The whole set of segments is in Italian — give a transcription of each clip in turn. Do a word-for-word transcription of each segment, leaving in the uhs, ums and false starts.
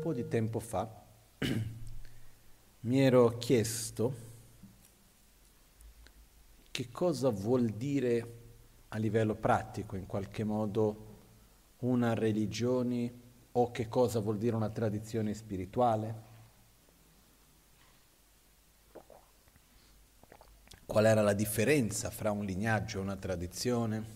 po' di tempo fa mi ero chiesto che cosa vuol dire a livello pratico, in qualche modo, una religione o che cosa vuol dire una tradizione spirituale. Qual era la differenza fra un lignaggio e una tradizione?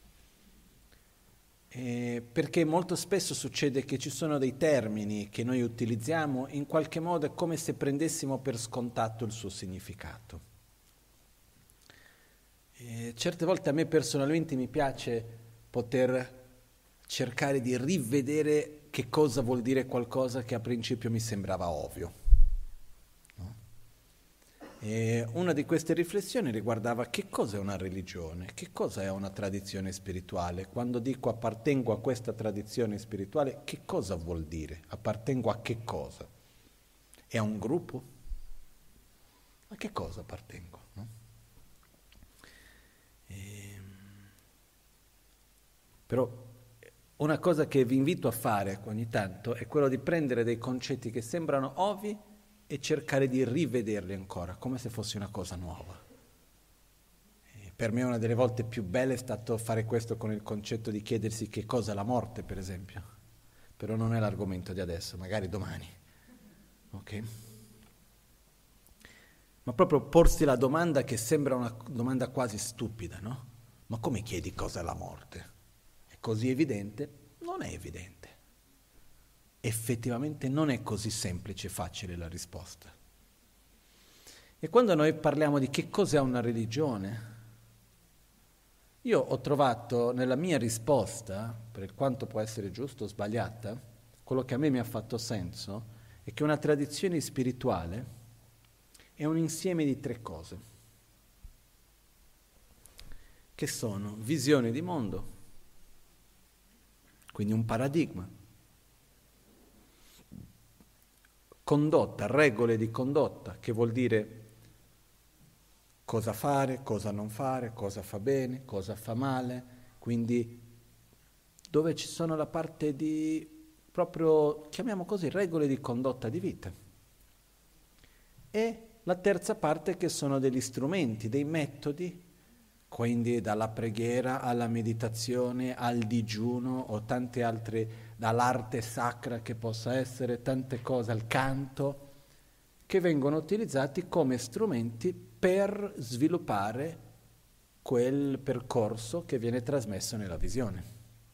Eh, perché molto spesso succede che ci sono dei termini che noi utilizziamo, in qualche modo è come se prendessimo per scontato il suo significato. Eh, certe volte a me personalmente mi piace poter cercare di rivedere che cosa vuol dire qualcosa che a principio mi sembrava ovvio. No? E una di queste riflessioni riguardava che cosa è una religione, che cosa è una tradizione spirituale. Quando dico appartengo a questa tradizione spirituale, che cosa vuol dire? Appartengo a che cosa? È a un gruppo? A che cosa appartengo? No? E... Però una cosa che vi invito a fare ogni tanto è quello di prendere dei concetti che sembrano ovvi e cercare di rivederli ancora, come se fosse una cosa nuova. E per me una delle volte più belle è stato fare questo con il concetto di chiedersi che cosa è la morte, per esempio. Però non è l'argomento di adesso, magari domani. Ok? Ma proprio porsi la domanda che sembra una domanda quasi stupida, no? Ma come chiedi cosa è la morte? È così evidente? Non è evidente. Effettivamente non è così semplice e facile la risposta. E quando noi parliamo di che cos'è una religione, io ho trovato nella mia risposta, per quanto può essere giusta o sbagliata, quello che a me mi ha fatto senso è che una tradizione spirituale è un insieme di tre cose, che sono visione di mondo, quindi un paradigma, condotta, regole di condotta, che vuol dire cosa fare, cosa non fare, cosa fa bene, cosa fa male, quindi dove ci sono la parte di, proprio, chiamiamo così, regole di condotta di vita. E la terza parte che sono degli strumenti, dei metodi, quindi dalla preghiera alla meditazione, al digiuno o tante altre, dall'arte sacra che possa essere, tante cose, al canto, che vengono utilizzati come strumenti per sviluppare quel percorso che viene trasmesso nella visione.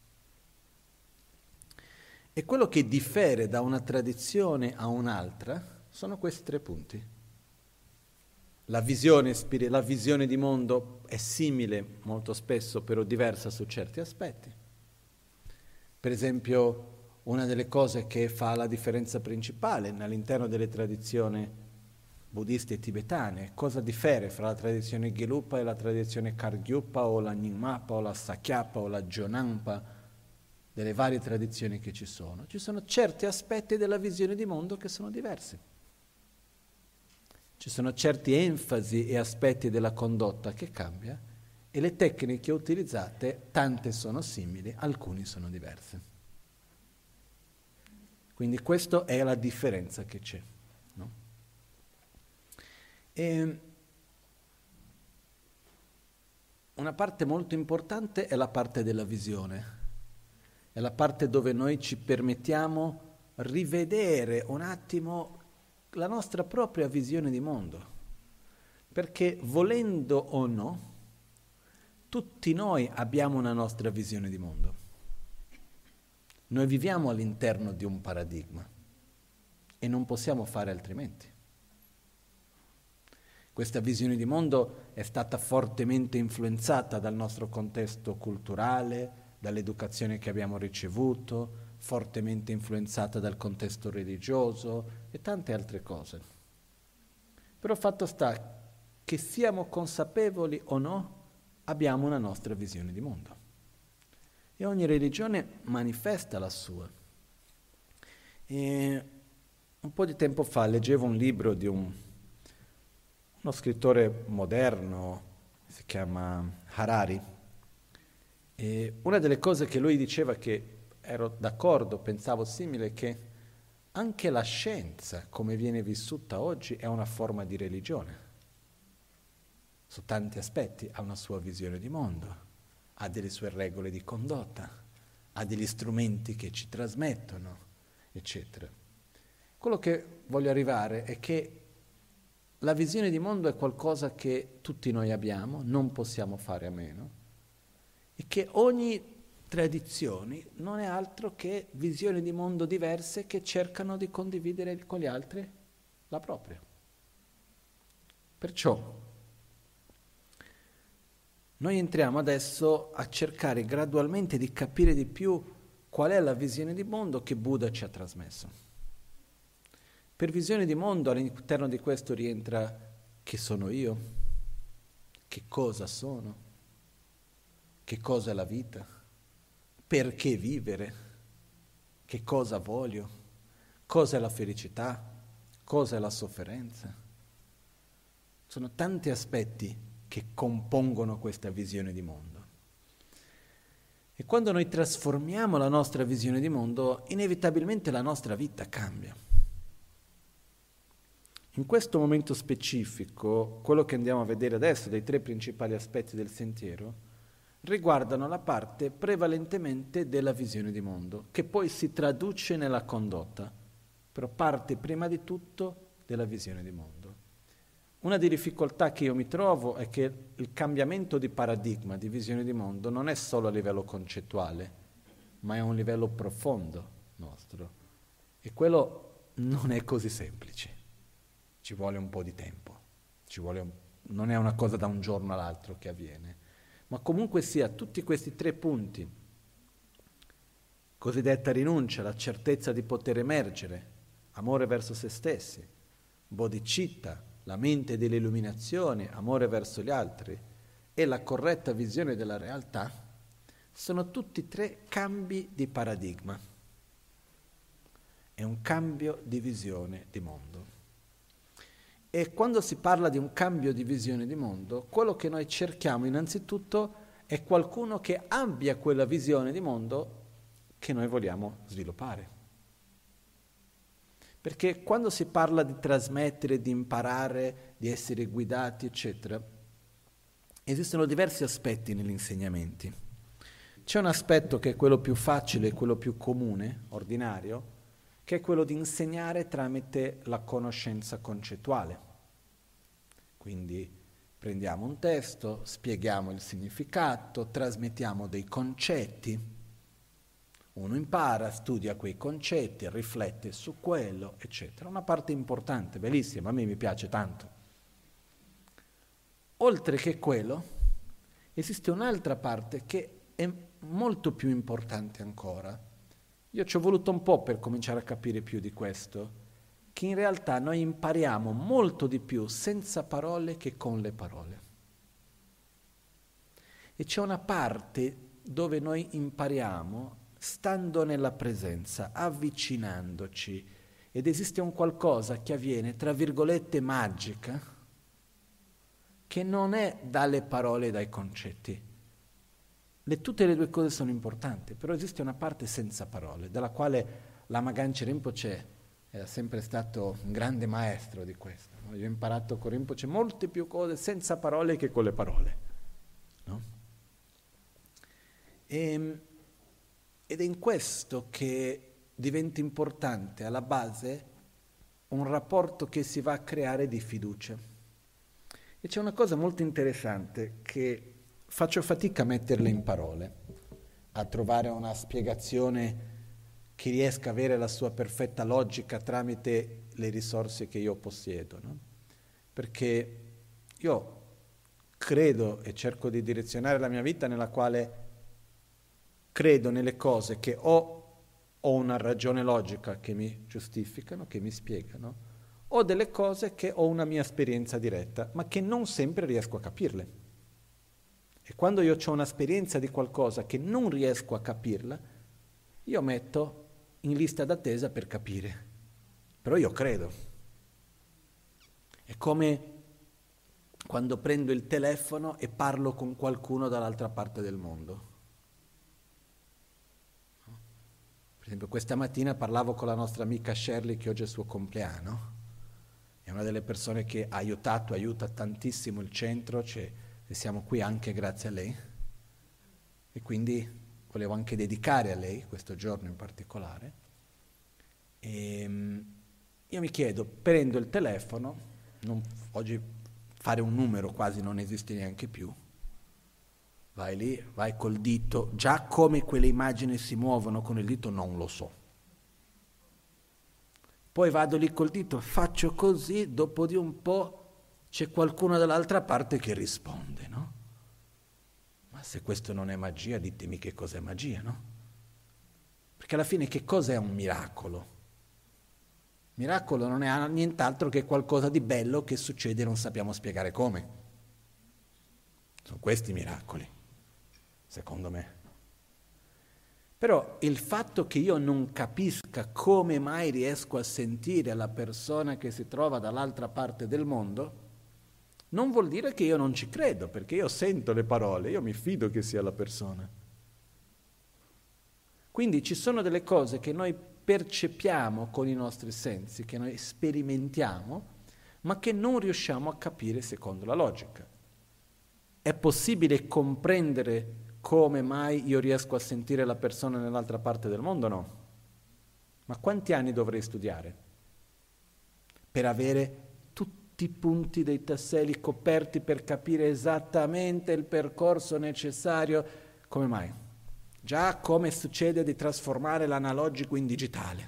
E quello che differe da una tradizione a un'altra sono questi tre punti. La visione, la visione di mondo è simile molto spesso, però diversa su certi aspetti. Per esempio, una delle cose che fa la differenza principale all'interno delle tradizioni buddiste e tibetane, cosa differe fra la tradizione Gelupa e la tradizione Kargyupa o la Nyingmapa o la Sakyapa o la Jonangpa, delle varie tradizioni che ci sono? Ci sono certi aspetti della visione di mondo che sono diversi. Ci sono certi enfasi e aspetti della condotta che cambia e le tecniche utilizzate, tante sono simili, alcune sono diverse. Quindi questa è la differenza che c'è. No? E una parte molto importante è la parte della visione, è la parte dove noi ci permettiamo rivedere un attimo la nostra propria visione di mondo, perché volendo o no, tutti noi abbiamo una nostra visione di mondo. Noi viviamo all'interno di un paradigma e non possiamo fare altrimenti. Questa visione di mondo è stata fortemente influenzata dal nostro contesto culturale, dall'educazione che abbiamo ricevuto, fortemente influenzata dal contesto religioso e tante altre cose. Però fatto sta che siamo consapevoli o no, abbiamo una nostra visione di mondo. E ogni religione manifesta la sua. E un po' di tempo fa leggevo un libro di un, uno scrittore moderno, si chiama Harari, e una delle cose che lui diceva che ero d'accordo, pensavo simile, che Anche la scienza, come viene vissuta oggi, è una forma di religione. Su tanti aspetti ha una sua visione di mondo, ha delle sue regole di condotta, ha degli strumenti che ci trasmettono, eccetera. Quello che voglio arrivare è che la visione di mondo è qualcosa che tutti noi abbiamo, non possiamo fare a meno, e che ogni tradizione non è altro che visioni di mondo diverse che cercano di condividere con gli altri la propria. Perciò noi entriamo adesso a cercare gradualmente di capire di più qual è la visione di mondo che Buddha ci ha trasmesso. Per visione di mondo all'interno di questo rientra chi sono io, che cosa sono, che cosa è la vita, perché vivere, che cosa voglio, cosa è la felicità, cosa è la sofferenza. Sono tanti aspetti che compongono questa visione di mondo. E quando noi trasformiamo la nostra visione di mondo, inevitabilmente la nostra vita cambia. In questo momento specifico, quello che andiamo a vedere adesso, dei tre principali aspetti del sentiero, riguardano la parte prevalentemente della visione di mondo, che poi si traduce nella condotta, però parte prima di tutto della visione di mondo. Una delle difficoltà che io mi trovo è che il cambiamento di paradigma, di visione di mondo, non è solo a livello concettuale, ma è a un livello profondo nostro. E quello non è così semplice. Ci vuole un po' di tempo, ci vuole un... non è una cosa da un giorno all'altro che avviene. Ma comunque sia, tutti questi tre punti, cosiddetta rinuncia, la certezza di poter emergere, amore verso se stessi, bodhicitta, la mente dell'illuminazione, amore verso gli altri, e la corretta visione della realtà, sono tutti tre cambi di paradigma. È un cambio di visione di mondo. E quando si parla di un cambio di visione di mondo, quello che noi cerchiamo innanzitutto è qualcuno che abbia quella visione di mondo che noi vogliamo sviluppare. Perché quando si parla di trasmettere, di imparare, di essere guidati, eccetera, esistono diversi aspetti negli insegnamenti. C'è un aspetto che è quello più facile, quello più comune, ordinario, che è quello di insegnare tramite la conoscenza concettuale. Quindi prendiamo un testo, spieghiamo il significato, trasmettiamo dei concetti, uno impara, studia quei concetti, riflette su quello, eccetera. Una parte importante, bellissima, a me mi piace tanto. Oltre che quello, esiste un'altra parte che è molto più importante ancora. Io ci ho voluto un po' per cominciare a capire più di questo, che in realtà noi impariamo molto di più senza parole che con le parole. E c'è una parte dove noi impariamo stando nella presenza, avvicinandoci, ed esiste un qualcosa che avviene, tra virgolette, magica, che non è dalle parole e dai concetti. Le, tutte le due cose sono importanti, però esiste una parte senza parole, della quale Lama Ganchen Rinpoche è sempre stato un grande maestro di questo. No? Io ho imparato con Rinpoche molte più cose senza parole che con le parole. No? E, ed è in questo che diventa importante alla base un rapporto che si va a creare di fiducia. E c'è una cosa molto interessante che faccio fatica a metterle in parole, a trovare una spiegazione che riesca a avere la sua perfetta logica tramite le risorse che io possiedo, no? Perché io credo e cerco di direzionare la mia vita nella quale credo nelle cose che o ho una ragione logica che mi giustificano, che mi spiegano, o delle cose che ho una mia esperienza diretta, ma che non sempre riesco a capirle. E quando io ho un'esperienza di qualcosa che non riesco a capirla, io metto in lista d'attesa per capire. Però io credo. È come quando prendo il telefono e parlo con qualcuno dall'altra parte del mondo. esempio, questa mattina parlavo con la nostra amica Shirley, che oggi è il suo compleanno, è una delle persone che ha aiutato, aiuta tantissimo il centro, cioè, e siamo qui anche grazie a lei, e quindi volevo anche dedicare a lei questo giorno in particolare. E io mi chiedo, prendo il telefono, non, oggi fare un numero quasi non esiste neanche più, vai lì, vai col dito, già come quelle immagini si muovono con il dito non lo so. Poi vado lì col dito, faccio così, dopo di un po' c'è qualcuno dall'altra parte che risponde, no? Ma se questo non è magia, ditemi che cos'è magia, no? Perché alla fine che cos'è un miracolo? Miracolo non è nient'altro che qualcosa di bello che succede e non sappiamo spiegare come. Sono questi i miracoli, secondo me. Però il fatto che io non capisca come mai riesco a sentire la persona che si trova dall'altra parte del mondo, non vuol dire che io non ci credo, perché io sento le parole, io mi fido che sia la persona. Quindi ci sono delle cose che noi percepiamo con i nostri sensi, che noi sperimentiamo, ma che non riusciamo a capire secondo la logica. È possibile comprendere come mai io riesco a sentire la persona nell'altra parte del mondo? No. Ma quanti anni dovrei studiare per avere tutti i punti dei tasselli coperti per capire esattamente il percorso necessario? Come mai? Già come succede di trasformare l'analogico in digitale.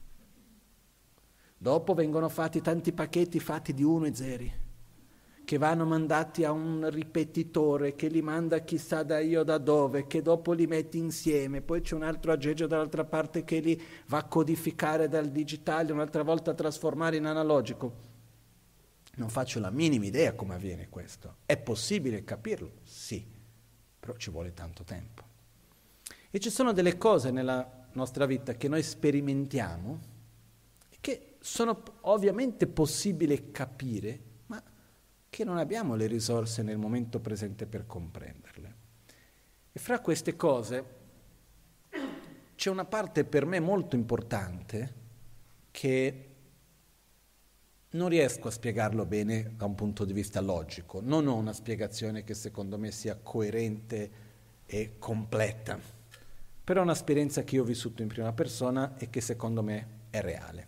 Dopo vengono fatti tanti pacchetti fatti di uno e zeri, che vanno mandati a un ripetitore, che li manda chissà da io da dove, che dopo li metti insieme, poi c'è un altro aggeggio dall'altra parte che li va a codificare dal digitale, un'altra volta a trasformare in analogico. Non faccio la minima idea come avviene questo. È possibile capirlo? Sì, però ci vuole tanto tempo. E ci sono delle cose nella nostra vita che noi sperimentiamo, che sono ovviamente possibili capire, ma che non abbiamo le risorse nel momento presente per comprenderle. E fra queste cose c'è una parte per me molto importante che non riesco a spiegarlo bene da un punto di vista logico, non ho una spiegazione che secondo me sia coerente e completa, però è un'esperienza che io ho vissuto in prima persona e che secondo me è reale,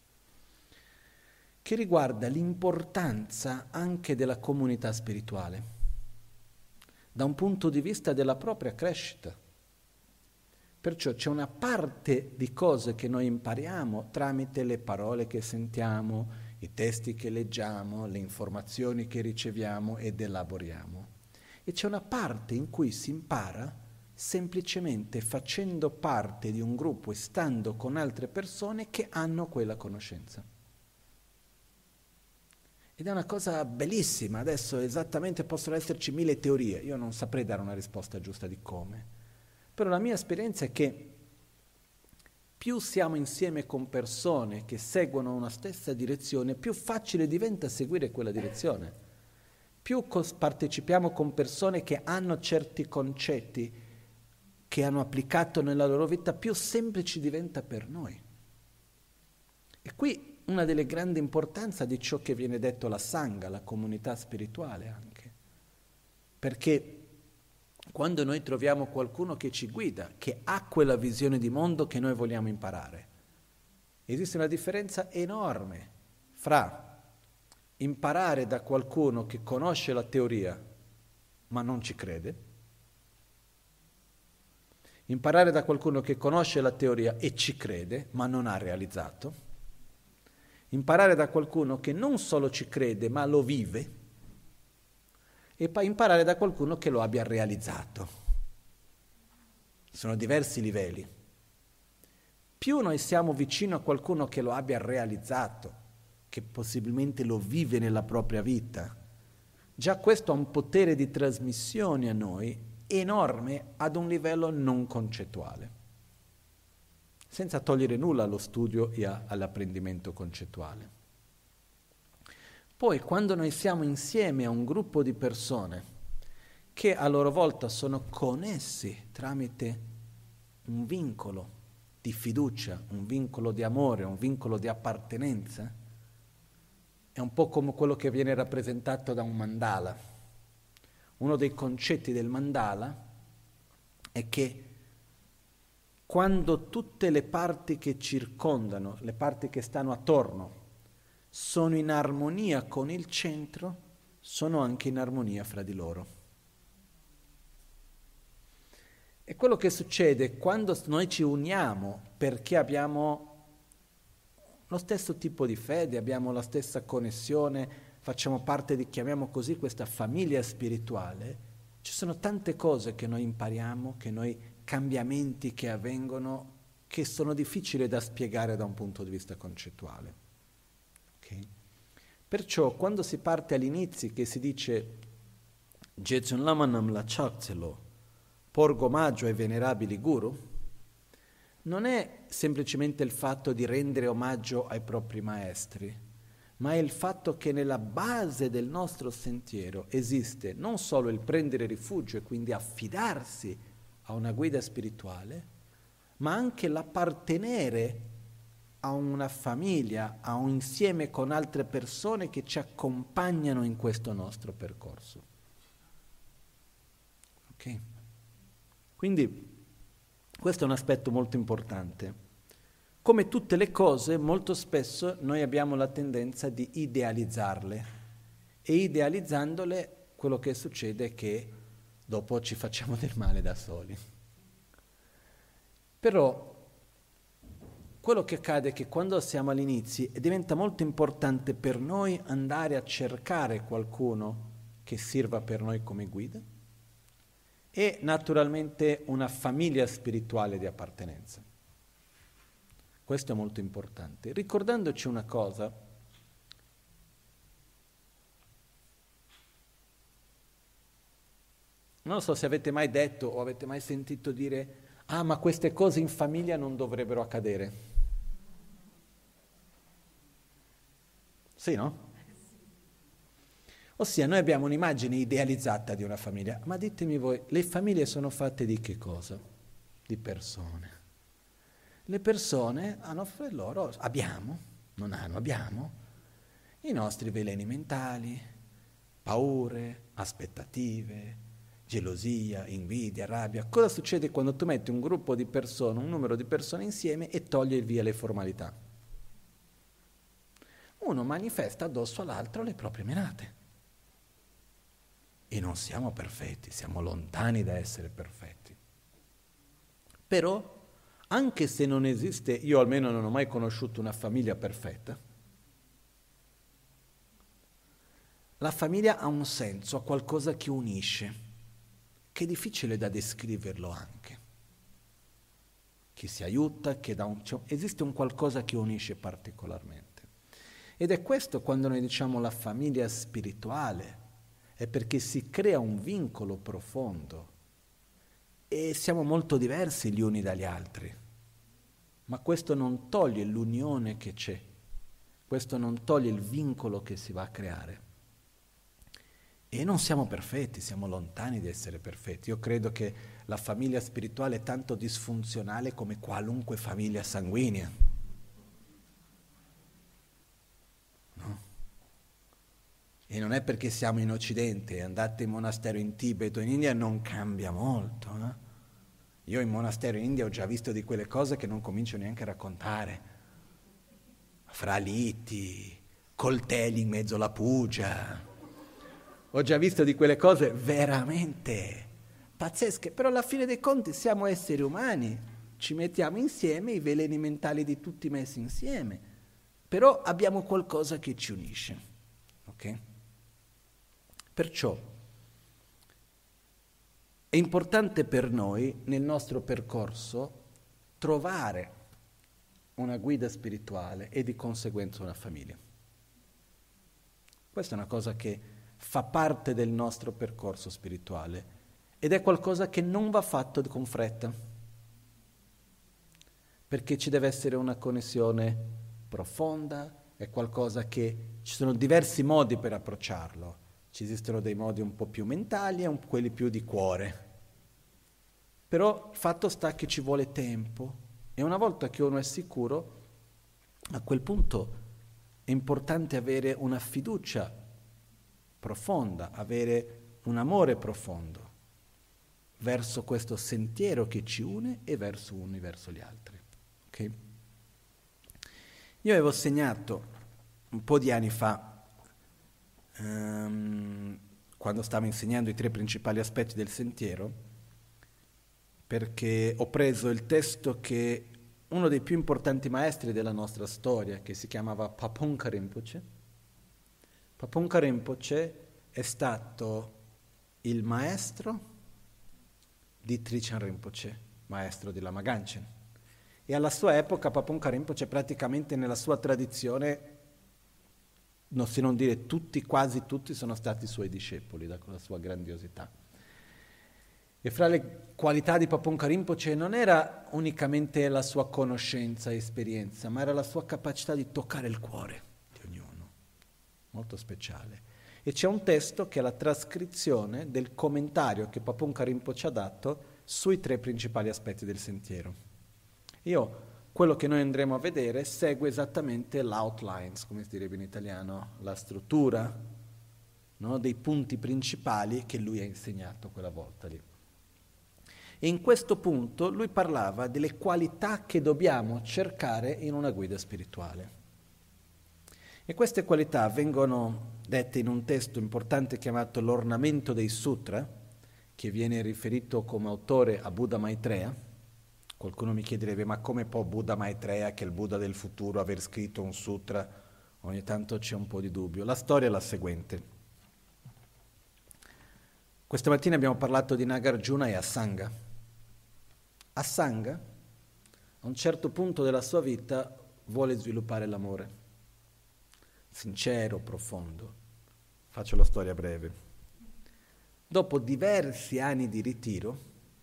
che riguarda l'importanza anche della comunità spirituale, da un punto di vista della propria crescita. Perciò c'è una parte di cose che noi impariamo tramite le parole che sentiamo, i testi che leggiamo, le informazioni che riceviamo ed elaboriamo. E c'è una parte in cui si impara semplicemente facendo parte di un gruppo e stando con altre persone che hanno quella conoscenza. Ed è una cosa bellissima. Adesso esattamente possono esserci mille teorie, io non saprei dare una risposta giusta di come, però la mia esperienza è che più siamo insieme con persone che seguono una stessa direzione, più facile diventa seguire quella direzione. Più cos- partecipiamo con persone che hanno certi concetti che hanno applicato nella loro vita, più semplice diventa per noi. E qui una delle grandi importanze di ciò che viene detto la Sangha, la comunità spirituale anche. Perché quando noi troviamo qualcuno che ci guida, che ha quella visione di mondo che noi vogliamo imparare, esiste una differenza enorme fra imparare da qualcuno che conosce la teoria ma non ci crede, imparare da qualcuno che conosce la teoria e ci crede ma non ha realizzato, imparare da qualcuno che non solo ci crede ma lo vive, e poi imparare da qualcuno che lo abbia realizzato. Sono diversi livelli. Più noi siamo vicino a qualcuno che lo abbia realizzato, che possibilmente lo vive nella propria vita, già questo ha un potere di trasmissione a noi enorme ad un livello non concettuale, senza togliere nulla allo studio e a, all'apprendimento concettuale. Poi quando noi siamo insieme a un gruppo di persone che a loro volta sono connessi tramite un vincolo di fiducia, un vincolo di amore, un vincolo di appartenenza, è un po' come quello che viene rappresentato da un mandala. Uno dei concetti del mandala è che quando tutte le parti che circondano, le parti che stanno attorno, sono in armonia con il centro, sono anche in armonia fra di loro. E quello che succede quando noi ci uniamo perché abbiamo lo stesso tipo di fede, abbiamo la stessa connessione, facciamo parte di, chiamiamo così, questa famiglia spirituale, ci sono tante cose che noi impariamo, che noi cambiamenti che avvengono, che sono difficili da spiegare da un punto di vista concettuale. Okay? Perciò quando si parte all'inizio che si dice Jetsun Lama Nam Lachaktselo, porgo omaggio ai venerabili guru, non è semplicemente il fatto di rendere omaggio ai propri maestri, ma è il fatto che nella base del nostro sentiero esiste non solo il prendere rifugio e quindi affidarsi a una guida spirituale, ma anche l'appartenere a una famiglia, a un insieme con altre persone che ci accompagnano in questo nostro percorso. Ok? Quindi questo è un aspetto molto importante. Come tutte le cose, molto spesso noi abbiamo la tendenza di idealizzarle e idealizzandole quello che succede è che dopo ci facciamo del male da soli. Però quello che accade è che quando siamo all'inizio diventa molto importante per noi andare a cercare qualcuno che sirva per noi come guida e naturalmente una famiglia spirituale di appartenenza. Questo è molto importante. Ricordandoci una cosa, non so se avete mai detto o avete mai sentito dire ah, ma queste cose in famiglia non dovrebbero accadere. Sì, no? Ossia, noi abbiamo un'immagine idealizzata di una famiglia, ma ditemi voi, le famiglie sono fatte di che cosa? Di persone. Le persone hanno fra loro, abbiamo, non hanno, abbiamo, i nostri veleni mentali, paure, aspettative, gelosia, invidia, rabbia. Cosa succede quando tu metti un gruppo di persone, un numero di persone insieme e togli via le formalità? Uno manifesta addosso all'altro le proprie menate. E non siamo perfetti, siamo lontani da essere perfetti. Però, anche se non esiste, io almeno non ho mai conosciuto una famiglia perfetta, la famiglia ha un senso, ha qualcosa che unisce, che è difficile da descriverlo anche, che si aiuta, che dà un, cioè, esiste un qualcosa che unisce particolarmente. Ed è questo quando noi diciamo la famiglia spirituale, è perché si crea un vincolo profondo e siamo molto diversi gli uni dagli altri, ma questo non toglie l'unione che c'è, questo non toglie il vincolo che si va a creare. E non siamo perfetti, siamo lontani di essere perfetti. Io credo che la famiglia spirituale è tanto disfunzionale come qualunque famiglia sanguigna. No? E non è perché siamo in Occidente, andate in monastero in Tibet o in India non cambia molto. Eh? Io in monastero in India ho già visto di quelle cose che non comincio neanche a raccontare. Fra liti, coltelli in mezzo alla pugia. Ho già visto di quelle cose veramente pazzesche, però alla fine dei conti siamo esseri umani, ci mettiamo insieme, i veleni mentali di tutti messi insieme, però abbiamo qualcosa che ci unisce, ok? Perciò è importante per noi nel nostro percorso trovare una guida spirituale e di conseguenza una famiglia. Questa è una cosa che fa parte del nostro percorso spirituale ed è qualcosa che non va fatto con fretta, perché ci deve essere una connessione profonda, è qualcosa che ci sono diversi modi per approcciarlo, ci esistono dei modi un po' più mentali e un, quelli più di cuore, però il fatto sta che ci vuole tempo E una volta che uno è sicuro, a quel punto è importante avere una fiducia profonda, avere un amore profondo verso questo sentiero che ci une e verso uno e verso gli altri. Okay? Io avevo segnato un po' di anni fa, um, quando stavo insegnando i tre principali aspetti del sentiero, perché ho preso il testo che uno dei più importanti maestri della nostra storia, che si chiamava Pabongka Rinpoche. Pabongka Rinpoche è stato il maestro di Trichan Rinpoche, maestro di Lama Ganchen. E alla sua epoca Pabongka Rinpoche praticamente nella sua tradizione, no, se non dire tutti, quasi tutti, sono stati suoi discepoli, da la sua grandiosità. E fra le qualità di Pabongka Rinpoche non era unicamente la sua conoscenza e esperienza, ma era la sua capacità di toccare il cuore di ognuno, molto speciale. E c'è un testo che è la trascrizione del commentario che Pabongka Rinpoche ha dato sui tre principali aspetti del sentiero. Io, quello che noi andremo a vedere, segue esattamente l'outlines, come si direbbe in italiano, la struttura, no, dei punti principali che lui ha insegnato quella volta lì. E in questo punto lui parlava delle qualità che dobbiamo cercare in una guida spirituale. E queste qualità vengono dette in un testo importante chiamato l'Ornamento dei Sutra, che viene riferito come autore a Buddha Maitreya. Qualcuno mi chiederebbe, ma come può Buddha Maitreya, che è il Buddha del futuro, aver scritto un sutra? Ogni tanto c'è un po' di dubbio. La storia è la seguente. Questa mattina abbiamo parlato di Nagarjuna e Asanga. Asanga, a un certo punto della sua vita, vuole sviluppare l'amore. Sincero, profondo. Faccio la storia breve. Dopo diversi anni di ritiro,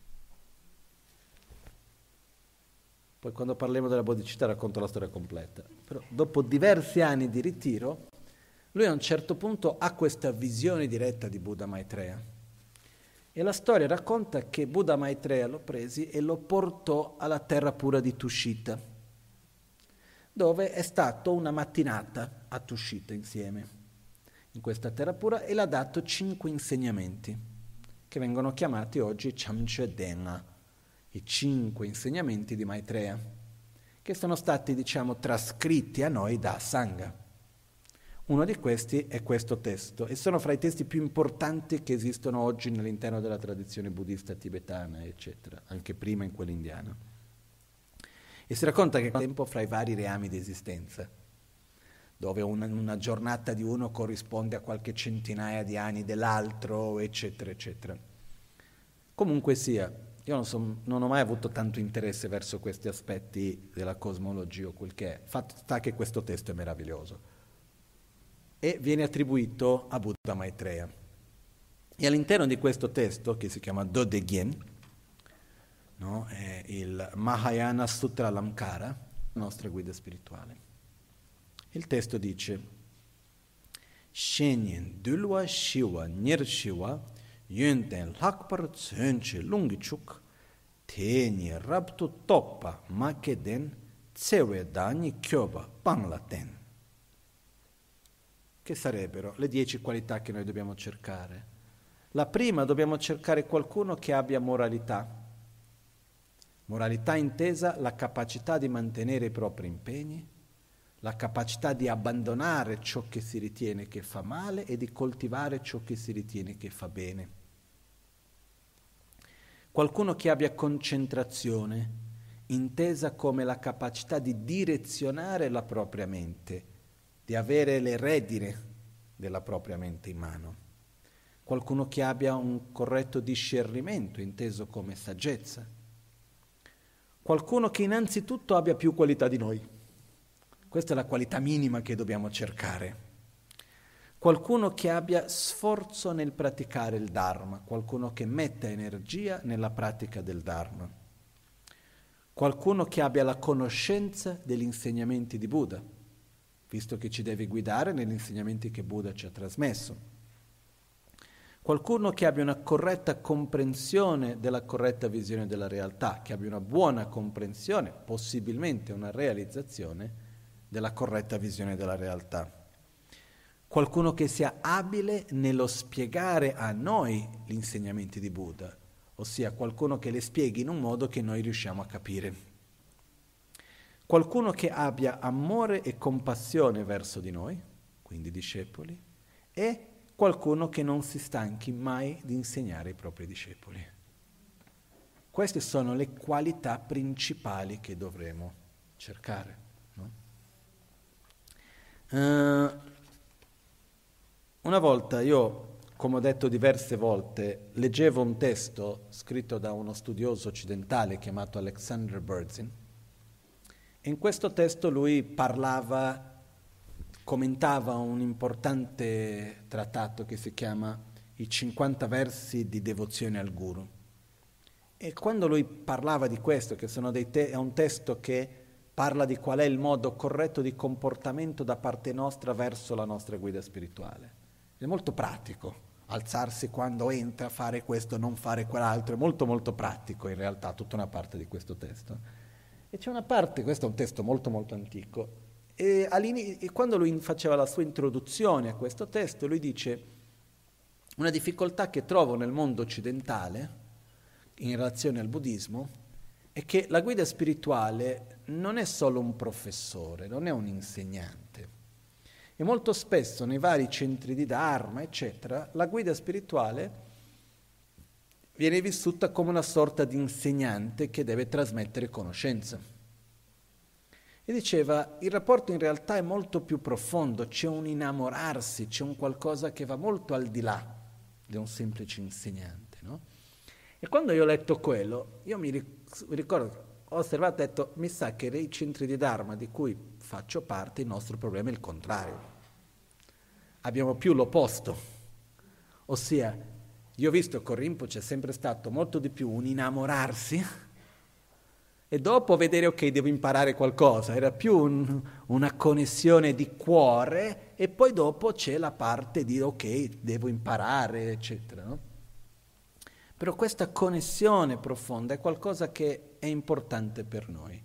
poi quando parleremo della bodhicitta racconto la storia completa, però dopo diversi anni di ritiro, lui a un certo punto ha questa visione diretta di Buddha Maitreya. E la storia racconta che Buddha Maitreya lo presi e lo portò alla terra pura di Tushita, dove è stato una mattinata a Tushita insieme, in questa terra pura, e l'ha dato cinque insegnamenti, che vengono chiamati oggi Chamche Denga, i cinque insegnamenti di Maitreya, che sono stati, diciamo, trascritti a noi da Sangha. Uno di questi è questo testo, e sono fra i testi più importanti che esistono oggi all'interno della tradizione buddista tibetana, eccetera, anche prima in quella indiana. E si racconta che il tempo fra i vari reami di esistenza, dove una, una giornata di uno corrisponde a qualche centinaia di anni dell'altro, eccetera, eccetera. Comunque sia, io non, son, non ho mai avuto tanto interesse verso questi aspetti della cosmologia o quel che è. Fatto sta che questo testo è meraviglioso e viene attribuito a Buddha Maitreya. E all'interno di questo testo, che si chiama Dodegyen, no, è il Mahayana Sutra Lamkara, la nostra guida spirituale. Il testo dice: Shenyen dulwa shiwa nir shiwa yunten lakpar tsönche lungichuk teni rabtu toppa makeden tsewe dani kyoba panglaten. Che sarebbero le dieci qualità che noi dobbiamo cercare? La prima, dobbiamo cercare qualcuno che abbia moralità. Moralità intesa la capacità di mantenere i propri impegni, la capacità di abbandonare ciò che si ritiene che fa male e di coltivare ciò che si ritiene che fa bene. Qualcuno che abbia concentrazione, intesa come la capacità di direzionare la propria mente, di avere le redine della propria mente in mano. Qualcuno che abbia un corretto discernimento, inteso come saggezza. Qualcuno che innanzitutto abbia più qualità di noi. Questa è la qualità minima che dobbiamo cercare. Qualcuno che abbia sforzo nel praticare il Dharma, qualcuno che metta energia nella pratica del Dharma. Qualcuno che abbia la conoscenza degli insegnamenti di Buddha, visto che ci deve guidare negli insegnamenti che Buddha ci ha trasmesso. qualcuno che abbia una corretta comprensione della corretta visione della realtà, che abbia una buona comprensione, possibilmente una realizzazione della corretta visione della realtà. Qualcuno che sia abile nello spiegare a noi gli insegnamenti di Buddha, ossia qualcuno che le spieghi in un modo che noi riusciamo a capire. Qualcuno che abbia amore e compassione verso di noi, quindi discepoli, e qualcuno che non si stanchi mai di insegnare ai propri discepoli. Queste sono le qualità principali che dovremo cercare. No? Uh, una volta io, come ho detto diverse volte, leggevo un testo scritto da uno studioso occidentale chiamato Alexander Berzin. In questo testo lui parlava, commentava un importante trattato che si chiama I cinquanta versi di devozione al Guru. E quando lui parlava di questo, che sono dei te- è un testo che parla di qual è il modo corretto di comportamento da parte nostra verso la nostra guida spirituale. È molto pratico, alzarsi quando entra, fare questo, non fare quell'altro, è molto molto pratico in realtà tutta una parte di questo testo. E c'è una parte, questo è un testo molto molto antico, e, e quando lui faceva la sua introduzione a questo testo, lui dice una difficoltà che trovo nel mondo occidentale in relazione al buddismo è che la guida spirituale non è solo un professore, non è un insegnante. E molto spesso nei vari centri di Dharma, eccetera, la guida spirituale viene vissuta come una sorta di insegnante che deve trasmettere conoscenza. E diceva, il rapporto in realtà è molto più profondo, c'è un innamorarsi, c'è un qualcosa che va molto al di là di un semplice insegnante, no? E quando io ho letto quello, io mi ricordo, ho osservato e ho detto, mi sa che nei centri di Dharma di cui faccio parte, il nostro problema è il contrario. Abbiamo più l'opposto, ossia, io ho visto che Rinpoche c'è sempre stato molto di più un innamorarsi e dopo vedere, ok, devo imparare qualcosa, era più un, una connessione di cuore e poi dopo c'è la parte di, ok, devo imparare, eccetera, no? Però questa connessione profonda è qualcosa che è importante per noi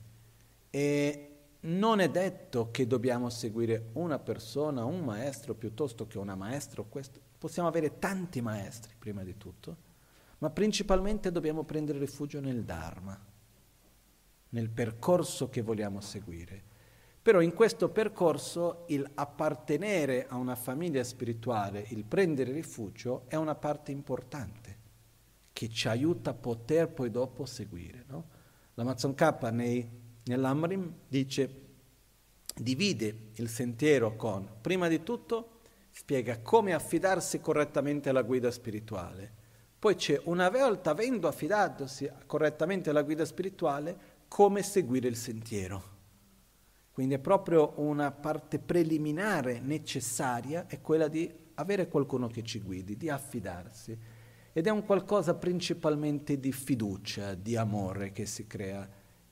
e non è detto che dobbiamo seguire una persona, un maestro piuttosto che una maestra, questo. Possiamo avere tanti maestri, prima di tutto, ma principalmente dobbiamo prendere rifugio nel Dharma, nel percorso che vogliamo seguire. Però in questo percorso il appartenere a una famiglia spirituale, il prendere rifugio, è una parte importante, che ci aiuta a poter poi dopo seguire. No? La Matson Kappa nei, nell'Amrim dice, divide il sentiero con, prima di tutto, spiega come affidarsi correttamente alla guida spirituale. Poi c'è, una volta avendo affidatosi correttamente alla guida spirituale, come seguire il sentiero. Quindi è proprio una parte preliminare necessaria, è quella di avere qualcuno che ci guidi, di affidarsi. Ed è un qualcosa principalmente di fiducia, di amore che si crea.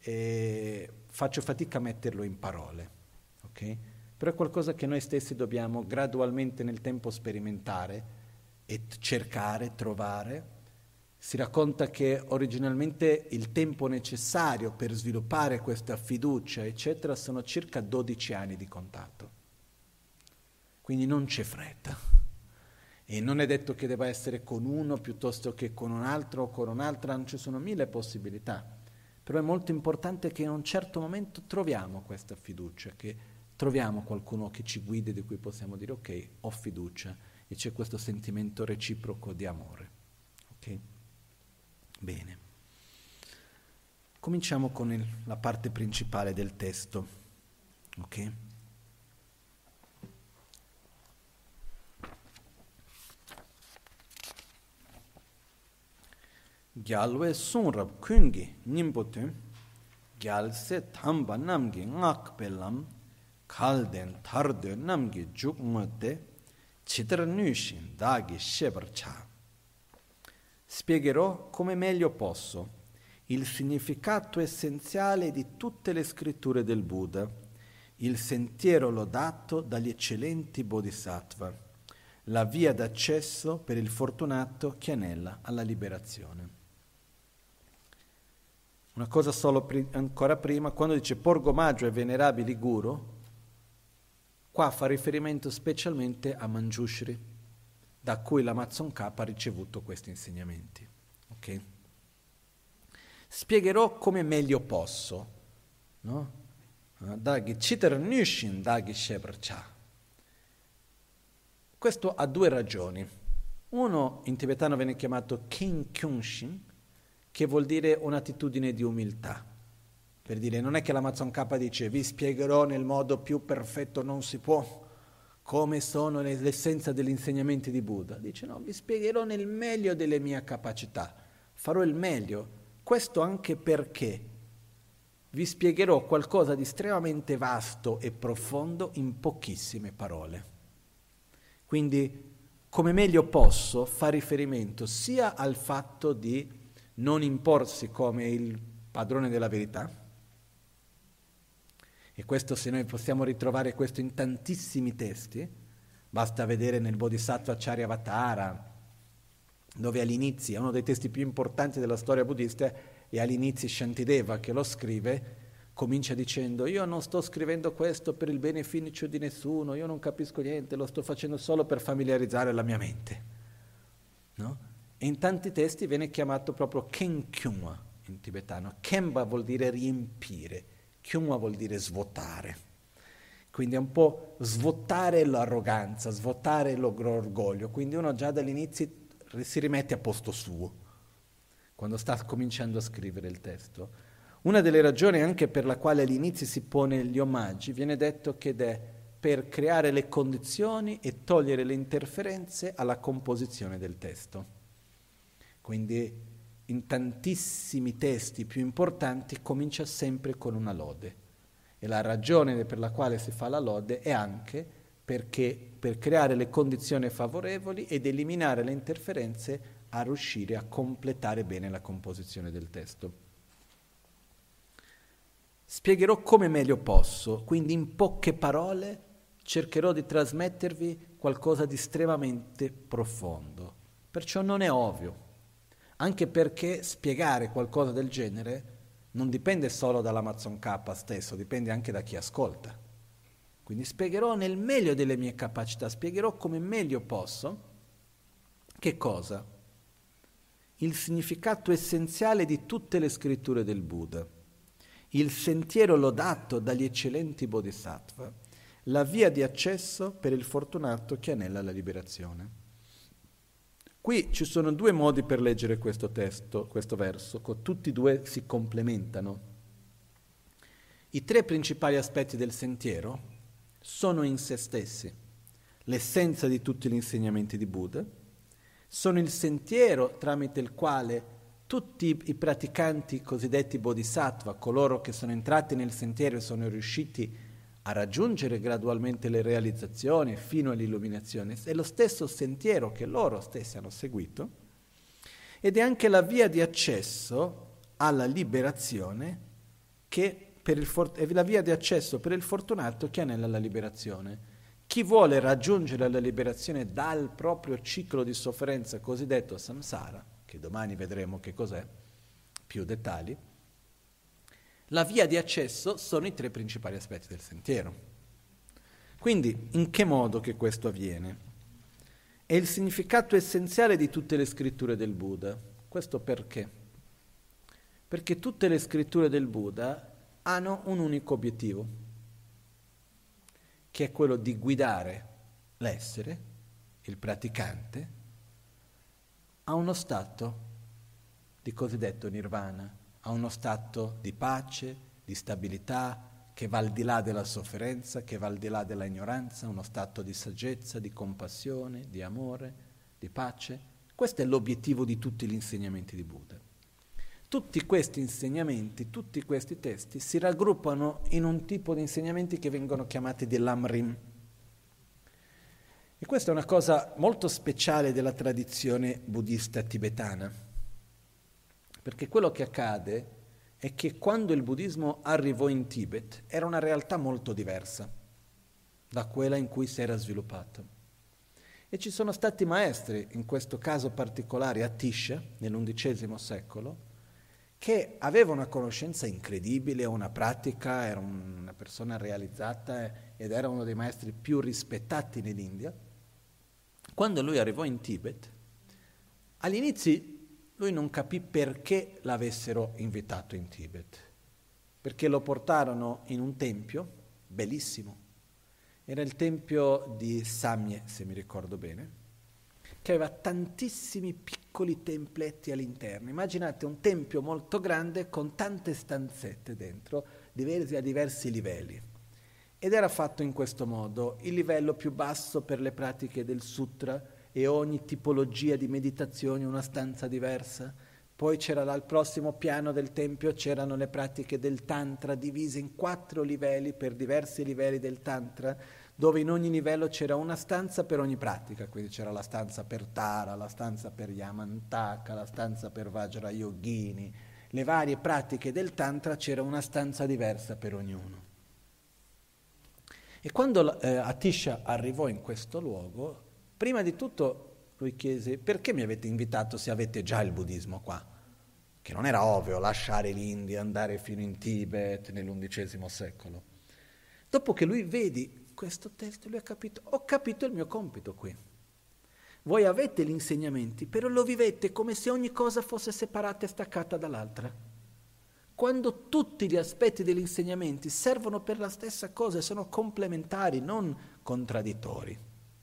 E faccio fatica a metterlo in parole, ok? Però è qualcosa che noi stessi dobbiamo gradualmente nel tempo sperimentare e cercare, trovare. Si racconta che originalmente il tempo necessario per sviluppare questa fiducia, eccetera, sono circa dodici anni di contatto. Quindi non c'è fretta. E non è detto che debba essere con uno piuttosto che con un altro o con un'altra, non ci sono mille possibilità. Però è molto importante che in un certo momento troviamo questa fiducia, che troviamo qualcuno che ci guidi, di cui possiamo dire ok, ho fiducia, e c'è questo sentimento reciproco di amore. Ok? Bene. Cominciamo con il, la parte principale del testo. Ok? Gyalwe sunrab kungi nimbotu, gyalse tamba namgi ngakpelam, kalden tarde namgi jukmote, citarnushin dagi shebarcha. Spiegherò come meglio posso il significato essenziale di tutte le scritture del Buddha, il sentiero lodato dagli eccellenti bodhisattva, la via d'accesso per il fortunato che anela alla liberazione. Una cosa solo pri- ancora prima, quando dice porgo omaggio ai venerabili guru, qua fa riferimento specialmente a Manjushri, da cui la Tsongkhapa ha ricevuto questi insegnamenti. Ok? Spiegherò come meglio posso, no? Dagi chitar nushin dagi shebrcha. Questo ha due ragioni. Uno in tibetano viene chiamato Kin Kyunshin, che vuol dire un'attitudine di umiltà. Per dire, non è che la Tsongkhapa dice vi spiegherò nel modo più perfetto, non si può, come sono l'essenza degli insegnamenti di Buddha. Dice no, vi spiegherò nel meglio delle mie capacità, farò il meglio. Questo anche perché vi spiegherò qualcosa di estremamente vasto e profondo in pochissime parole. Quindi, come meglio posso, fa riferimento sia al fatto di non imporsi come il padrone della verità, e questo se noi possiamo ritrovare questo in tantissimi testi, basta vedere nel Bodhisattva Charyavatara, dove all'inizio, è uno dei testi più importanti della storia buddista, e all'inizio Shantideva che lo scrive, comincia dicendo io non sto scrivendo questo per il beneficio di nessuno, io non capisco niente, lo sto facendo solo per familiarizzare la mia mente. No? E in tanti testi viene chiamato proprio Kenkyunwa in tibetano. Kemba vuol dire riempire, Kyunwa vuol dire svuotare. Quindi è un po' svuotare l'arroganza, svuotare l'orgoglio. Quindi uno già dall'inizio si rimette a posto suo, quando sta cominciando a scrivere il testo. Una delle ragioni anche per la quale all'inizio si pone gli omaggi, viene detto che è per creare le condizioni e togliere le interferenze alla composizione del testo. Quindi in tantissimi testi più importanti comincia sempre con una lode. E la ragione per la quale si fa la lode è anche perché per creare le condizioni favorevoli ed eliminare le interferenze a riuscire a completare bene la composizione del testo. Spiegherò come meglio posso, quindi in poche parole cercherò di trasmettervi qualcosa di estremamente profondo. Perciò non è ovvio, anche perché spiegare qualcosa del genere non dipende solo dalla Tsongkhapa stesso, dipende anche da chi ascolta. Quindi spiegherò nel meglio delle mie capacità, spiegherò come meglio posso, che cosa? Il significato essenziale di tutte le scritture del Buddha, il sentiero lodato dagli eccellenti bodhisattva, la via di accesso per il fortunato che anela la liberazione. Qui ci sono due modi per leggere questo testo, questo verso, tutti e due si complementano. I tre principali aspetti del sentiero sono in se stessi l'essenza di tutti gli insegnamenti di Buddha, sono il sentiero tramite il quale tutti i praticanti cosiddetti bodhisattva, coloro che sono entrati nel sentiero e sono riusciti a raggiungere gradualmente le realizzazioni fino all'illuminazione, è lo stesso sentiero che loro stessi hanno seguito, ed è anche la via di accesso alla liberazione che per il for- è la via di accesso per il fortunato che anela la liberazione. Chi vuole raggiungere la liberazione dal proprio ciclo di sofferenza cosiddetto samsara, che domani vedremo che cos'è, più dettagli, la via di accesso sono i tre principali aspetti del sentiero. Quindi, in che modo che questo avviene? È il significato essenziale di tutte le scritture del Buddha. Questo perché? Perché tutte le scritture del Buddha hanno un unico obiettivo, che è quello di guidare l'essere, il praticante, a uno stato di cosiddetto nirvana, a uno stato di pace, di stabilità, che va al di là della sofferenza, che va al di là della ignoranza, uno stato di saggezza, di compassione, di amore, di pace. Questo è l'obiettivo di tutti gli insegnamenti di Buddha. Tutti questi insegnamenti, tutti questi testi si raggruppano in un tipo di insegnamenti che vengono chiamati di Lamrim. E questa è una cosa molto speciale della tradizione buddista tibetana, perché quello che accade è che quando il buddismo arrivò in Tibet era una realtà molto diversa da quella in cui si era sviluppato. E ci sono stati maestri, in questo caso particolare Atisha, nell'undicesimo secolo, che aveva una conoscenza incredibile, una pratica, era una persona realizzata ed era uno dei maestri più rispettati nell'India. Quando lui arrivò in Tibet, all'inizio lui non capì perché l'avessero invitato in Tibet, perché lo portarono in un tempio bellissimo, era il tempio di Samye, se mi ricordo bene, che aveva tantissimi piccoli templetti all'interno. Immaginate un tempio molto grande con tante stanzette dentro, diversi a diversi livelli. Ed era fatto in questo modo: il livello più basso per le pratiche del sutra e ogni tipologia di meditazione una stanza diversa. Poi c'era al prossimo piano del tempio c'erano le pratiche del tantra divise in quattro livelli per diversi livelli del tantra, dove in ogni livello c'era una stanza per ogni pratica. Quindi c'era la stanza per Tara, la stanza per Yamantaka, la stanza per Vajrayogini, le varie pratiche del tantra, c'era una stanza diversa per ognuno. E quando eh, Atisha arrivò in questo luogo, prima di tutto lui chiese: perché mi avete invitato se avete già il buddismo qua? Che non era ovvio lasciare l'India, andare fino in Tibet nell'undicesimo secolo. Dopo che lui vedi questo testo, lui ha capito: ho capito il mio compito qui. Voi avete gli insegnamenti, però lo vivete come se ogni cosa fosse separata e staccata dall'altra. Quando tutti gli aspetti degli insegnamenti servono per la stessa cosa e sono complementari, non contraddittori.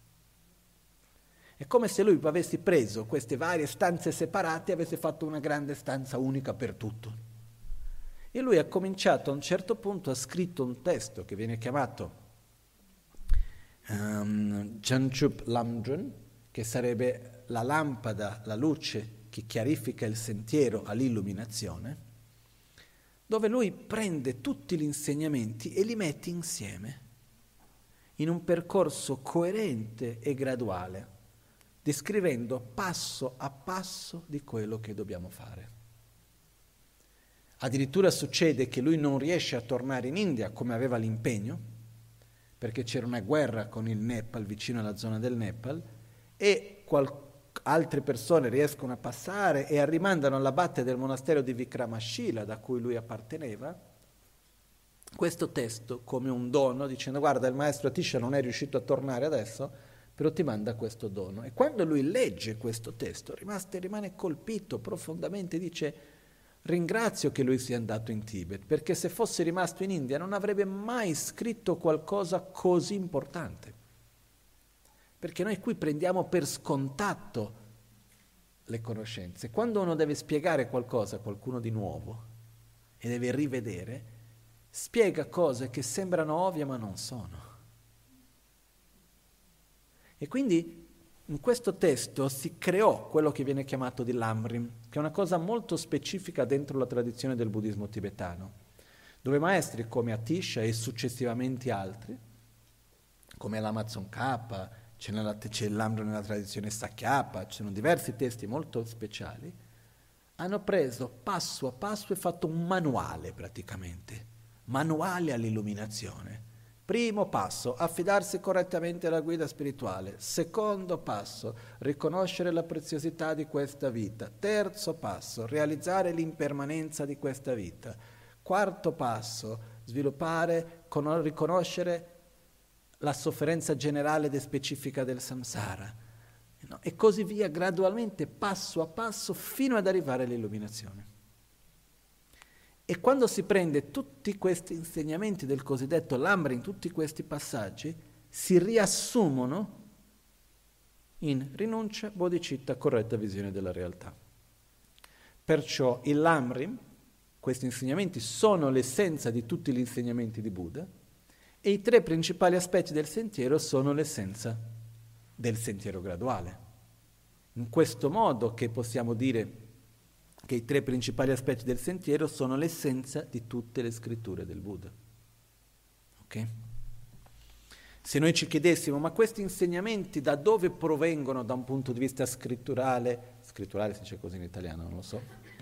È come se lui avesse preso queste varie stanze separate e avesse fatto una grande stanza unica per tutto. E lui ha cominciato a un certo punto, ha scritto un testo che viene chiamato um, Janchup Lamdrun, che sarebbe la lampada, la luce che chiarifica il sentiero all'illuminazione, dove lui prende tutti gli insegnamenti e li mette insieme in un percorso coerente e graduale, descrivendo passo a passo di quello che dobbiamo fare. Addirittura succede che lui non riesce a tornare in India come aveva l'impegno, perché c'era una guerra con il Nepal, vicino alla zona del Nepal, e qual- altre persone riescono a passare e rimandano all'abate del monastero di Vikramashila, da cui lui apparteneva, questo testo come un dono, dicendo: guarda, il maestro Atisha non è riuscito a tornare adesso, però ti manda questo dono. E quando lui legge questo testo, rimaste, rimane colpito profondamente, dice: ringrazio che lui sia andato in Tibet, perché se fosse rimasto in India non avrebbe mai scritto qualcosa così importante. Perché noi qui prendiamo per scontato le conoscenze. Quando uno deve spiegare qualcosa a qualcuno di nuovo e deve rivedere, spiega cose che sembrano ovvie ma non sono. E quindi in questo testo si creò quello che viene chiamato di Lamrim, che è una cosa molto specifica dentro la tradizione del buddismo tibetano, dove maestri come Atisha e successivamente altri, come l'Amazon Kappa, c'è, nella, c'è il Lamrim nella tradizione Sakyapa, ci sono diversi testi molto speciali, hanno preso passo a passo e fatto un manuale praticamente, manuale all'illuminazione. Primo passo, affidarsi correttamente alla guida spirituale. Secondo passo, riconoscere la preziosità di questa vita. Terzo passo, realizzare l'impermanenza di questa vita. Quarto passo, sviluppare, con, riconoscere la sofferenza generale ed specifica del samsara. No? E così via, gradualmente, passo a passo, fino ad arrivare all'illuminazione. E quando si prende tutti questi insegnamenti del cosiddetto Lamrim, tutti questi passaggi, si riassumono in rinuncia, bodhicitta, corretta visione della realtà. Perciò il Lamrim, questi insegnamenti, sono l'essenza di tutti gli insegnamenti di Buddha e i tre principali aspetti del sentiero sono l'essenza del sentiero graduale. In questo modo che possiamo dire che i tre principali aspetti del sentiero sono l'essenza di tutte le scritture del Buddha. Ok? Se noi ci chiedessimo: ma questi insegnamenti da dove provengono da un punto di vista scritturale, scritturale si dice così in italiano, non lo so,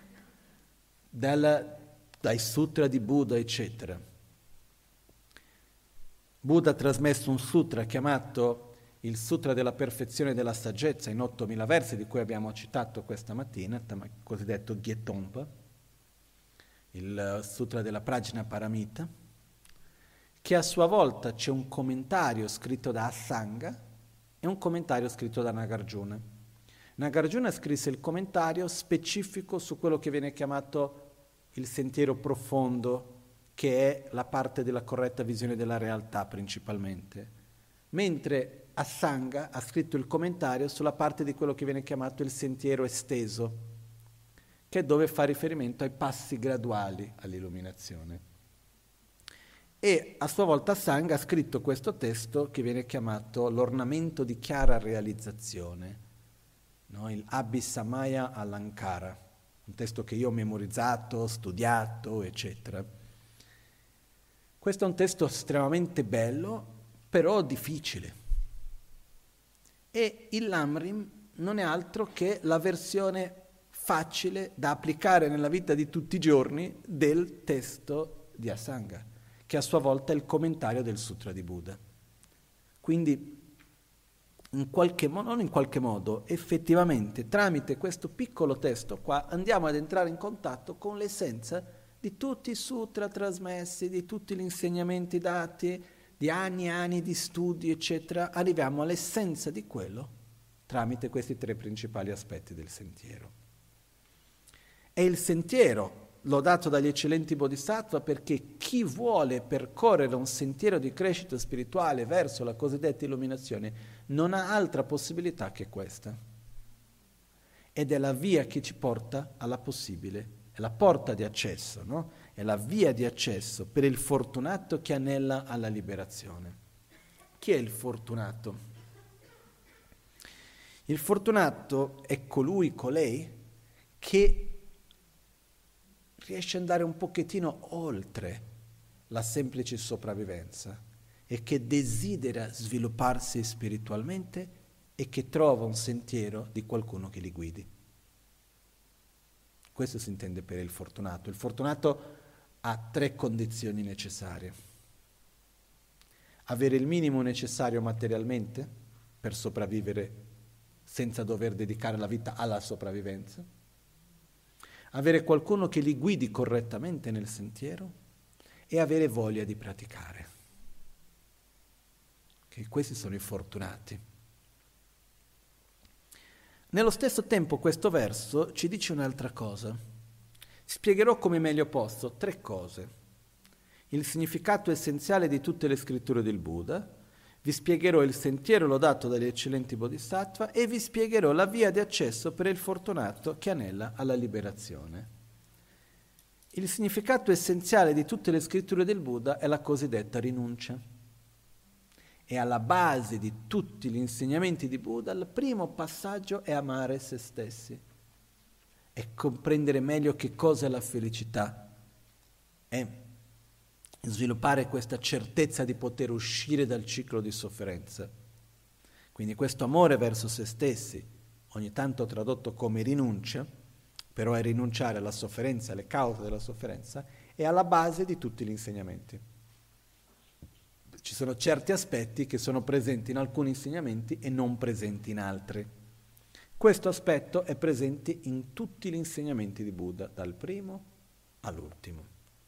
dal, dai sutra di Buddha, eccetera. Buddha ha trasmesso un sutra chiamato il Sutra della perfezione della saggezza in ottomila versi di cui abbiamo citato questa mattina, il cosiddetto Gyetompa, il Sutra della Prajna Paramita, che a sua volta c'è un commentario scritto da Asanga e un commentario scritto da Nagarjuna. Nagarjuna scrisse il commentario specifico su quello che viene chiamato il sentiero profondo, che è la parte della corretta visione della realtà principalmente, mentre Asanga ha scritto il commentario sulla parte di quello che viene chiamato il sentiero esteso, che è dove fa riferimento ai passi graduali all'illuminazione. E a sua volta Asanga ha scritto questo testo che viene chiamato l'ornamento di chiara realizzazione, no? Il Abhisamaya Alankara, un testo che io ho memorizzato, studiato, eccetera. Questo è un testo estremamente bello, però difficile. E il Lamrim non è altro che la versione facile da applicare nella vita di tutti i giorni del testo di Asanga, che a sua volta è il commentario del Sutra di Buddha. Quindi, in qualche modo, non in qualche modo, effettivamente, tramite questo piccolo testo qua, andiamo ad entrare in contatto con l'essenza di tutti i sutra trasmessi, di tutti gli insegnamenti dati, di anni e anni di studi, eccetera. Arriviamo all'essenza di quello tramite questi tre principali aspetti del sentiero. È il sentiero lodato dagli eccellenti bodhisattva perché chi vuole percorrere un sentiero di crescita spirituale verso la cosiddetta illuminazione non ha altra possibilità che questa. Ed è la via che ci porta alla possibile, è la porta di accesso, no? È la via di accesso per il fortunato che anela alla liberazione. Chi è il fortunato? Il fortunato è colui, colei, che riesce ad andare un pochettino oltre la semplice sopravvivenza e che desidera svilupparsi spiritualmente e che trova un sentiero di qualcuno che li guidi. Questo si intende per il fortunato. Il fortunato ha tre condizioni necessarie. Avere il minimo necessario materialmente per sopravvivere senza dover dedicare la vita alla sopravvivenza, avere qualcuno che li guidi correttamente nel sentiero e avere voglia di praticare. Okay, questi sono i fortunati. Nello stesso tempo questo verso ci dice un'altra cosa. Spiegherò come meglio posso tre cose. Il significato essenziale di tutte le scritture del Buddha, vi spiegherò il sentiero lodato dagli eccellenti bodhisattva e vi spiegherò la via di accesso per il fortunato che anela alla liberazione. Il significato essenziale di tutte le scritture del Buddha è la cosiddetta rinuncia. E alla base di tutti gli insegnamenti di Buddha, il primo passaggio è amare se stessi, è comprendere meglio che cosa è la felicità, è sviluppare questa certezza di poter uscire dal ciclo di sofferenza. Quindi questo amore verso se stessi, ogni tanto tradotto come rinuncia, però è rinunciare alla sofferenza, alle cause della sofferenza, è alla base di tutti gli insegnamenti. Ci sono certi aspetti che sono presenti in alcuni insegnamenti e non presenti in altri. Questo aspetto è presente in tutti gli insegnamenti di Buddha, dal primo all'ultimo.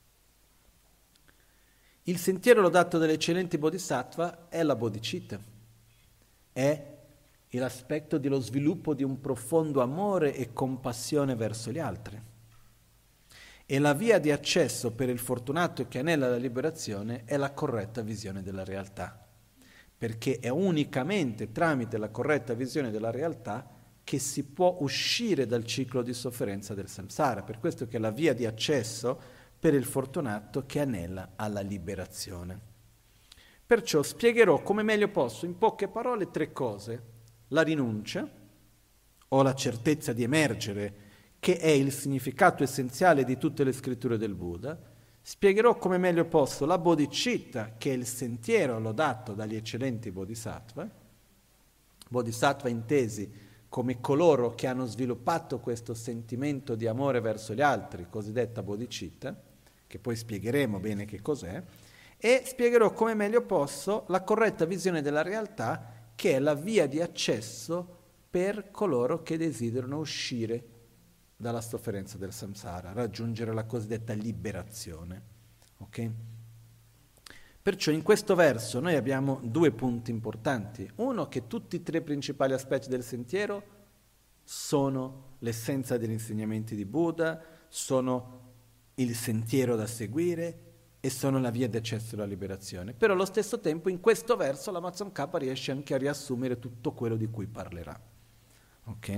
Il sentiero lodato dagli eccellenti bodhisattva è la bodhicitta, è l'aspetto dello sviluppo di un profondo amore e compassione verso gli altri. E la via di accesso per il fortunato che anela la liberazione è la corretta visione della realtà, perché è unicamente tramite la corretta visione della realtà che si può uscire dal ciclo di sofferenza del samsara. Per questo che è la via di accesso per il fortunato che anela alla liberazione. Perciò spiegherò come meglio posso, in poche parole, tre cose. La rinuncia, o la certezza di emergere, che è il significato essenziale di tutte le scritture del Buddha. Spiegherò come meglio posso la bodhicitta, che è il sentiero lodato dagli eccellenti bodhisattva, bodhisattva intesi come coloro che hanno sviluppato questo sentimento di amore verso gli altri, cosiddetta bodhicitta, che poi spiegheremo bene che cos'è, e spiegherò come meglio posso la corretta visione della realtà che è la via di accesso per coloro che desiderano uscire dalla sofferenza del samsara, raggiungere la cosiddetta liberazione. Ok? Perciò in questo verso noi abbiamo due punti importanti. Uno, che tutti e tre principali aspetti del sentiero sono l'essenza degli insegnamenti di Buddha, sono il sentiero da seguire e sono la via di accesso alla liberazione. Però allo stesso tempo in questo verso la Mazamkapa riesce anche a riassumere tutto quello di cui parlerà. Ok?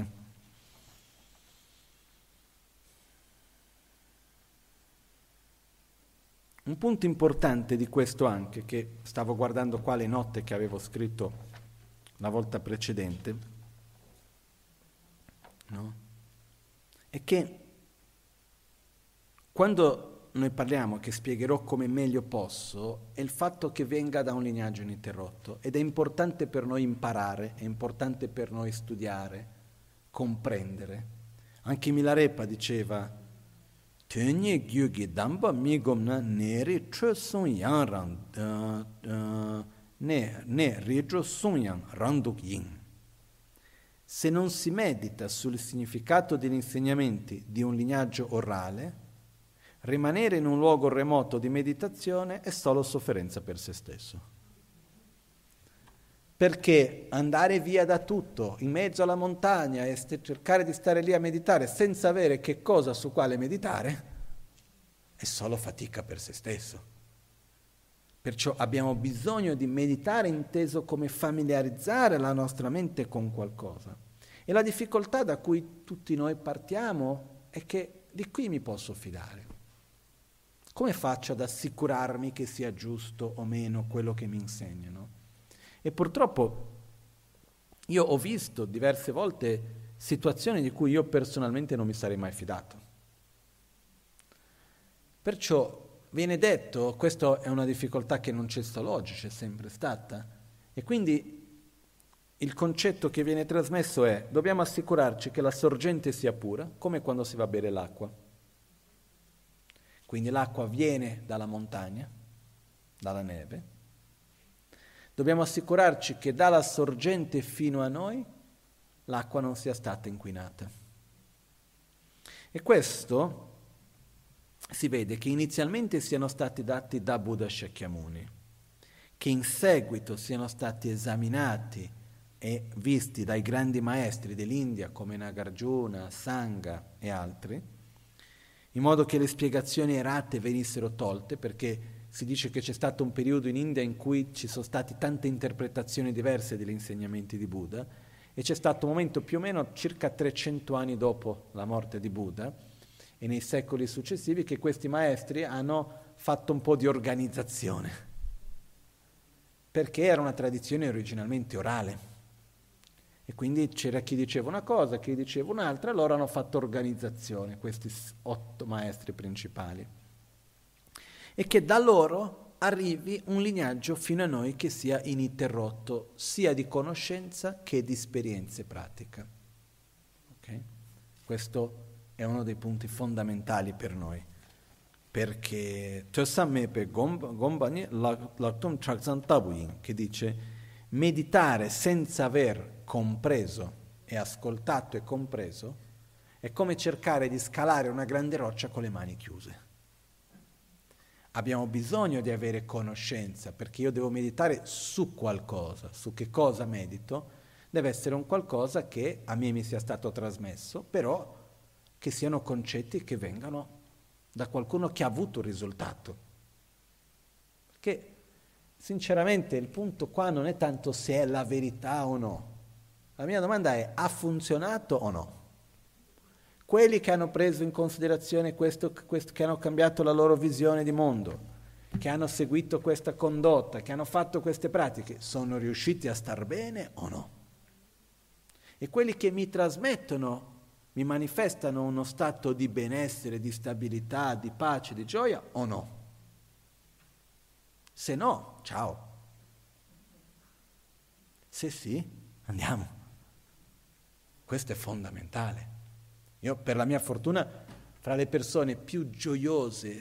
Un punto importante di questo anche, che stavo guardando qua le note che avevo scritto la volta precedente, no? È che quando noi parliamo, che spiegherò come meglio posso, è il fatto che venga da un lignaggio ininterrotto, ed è importante per noi imparare, è importante per noi studiare, comprendere. Anche Milarepa diceva: Tönye gyugi damba migomna neri tro songyang rang ne ritro songyang randuk yin. Se non si medita sul significato degli insegnamenti di un lignaggio orale, rimanere in un luogo remoto di meditazione è solo sofferenza per se stesso. Perché andare via da tutto, in mezzo alla montagna, e st- cercare di stare lì a meditare senza avere che cosa su quale meditare, è solo fatica per se stesso. Perciò abbiamo bisogno di meditare inteso come familiarizzare la nostra mente con qualcosa. E la difficoltà da cui tutti noi partiamo è che di qui mi posso fidare. Come faccio ad assicurarmi che sia giusto o meno quello che mi insegnano? E purtroppo io ho visto diverse volte situazioni di cui io personalmente non mi sarei mai fidato. Perciò viene detto, questa è una difficoltà che non c'è solo oggi, c'è sempre stata, e quindi il concetto che viene trasmesso è: dobbiamo assicurarci che la sorgente sia pura, come quando si va a bere l'acqua. Quindi l'acqua viene dalla montagna, dalla neve. Dobbiamo assicurarci che dalla sorgente fino a noi l'acqua non sia stata inquinata. E questo si vede che inizialmente siano stati dati da Buddha Shakyamuni, che in seguito siano stati esaminati e visti dai grandi maestri dell'India come Nagarjuna, Sangha e altri, in modo che le spiegazioni errate venissero tolte, perché si dice che c'è stato un periodo in India in cui ci sono state tante interpretazioni diverse degli insegnamenti di Buddha, e c'è stato un momento più o meno circa trecento anni dopo la morte di Buddha e nei secoli successivi che questi maestri hanno fatto un po' di organizzazione, perché era una tradizione originalmente orale e quindi c'era chi diceva una cosa, chi diceva un'altra, e loro hanno fatto organizzazione, questi otto maestri principali. E che da loro arrivi un lignaggio fino a noi che sia ininterrotto, sia di conoscenza che di esperienze pratiche. Okay? Questo è uno dei punti fondamentali per noi, perché Tyosamepe Gombani Laktum Chaksan Tabuyin, che dice: meditare senza aver compreso e ascoltato e compreso è come cercare di scalare una grande roccia con le mani chiuse. Abbiamo bisogno di avere conoscenza, perché io devo meditare su qualcosa. Su che cosa medito? Deve essere un qualcosa che a me mi sia stato trasmesso, però che siano concetti che vengano da qualcuno che ha avuto un risultato. Perché sinceramente il punto qua non è tanto se è la verità o no. La mia domanda è: ha funzionato o no? Quelli che hanno preso in considerazione questo, questo, che hanno cambiato la loro visione di mondo, che hanno seguito questa condotta, che hanno fatto queste pratiche, sono riusciti a star bene o no? E quelli che mi trasmettono, mi manifestano uno stato di benessere, di stabilità, di pace, di gioia o no? Se no, ciao. Se sì, andiamo. Questo è fondamentale. Io, per la mia fortuna, fra le persone più gioiose,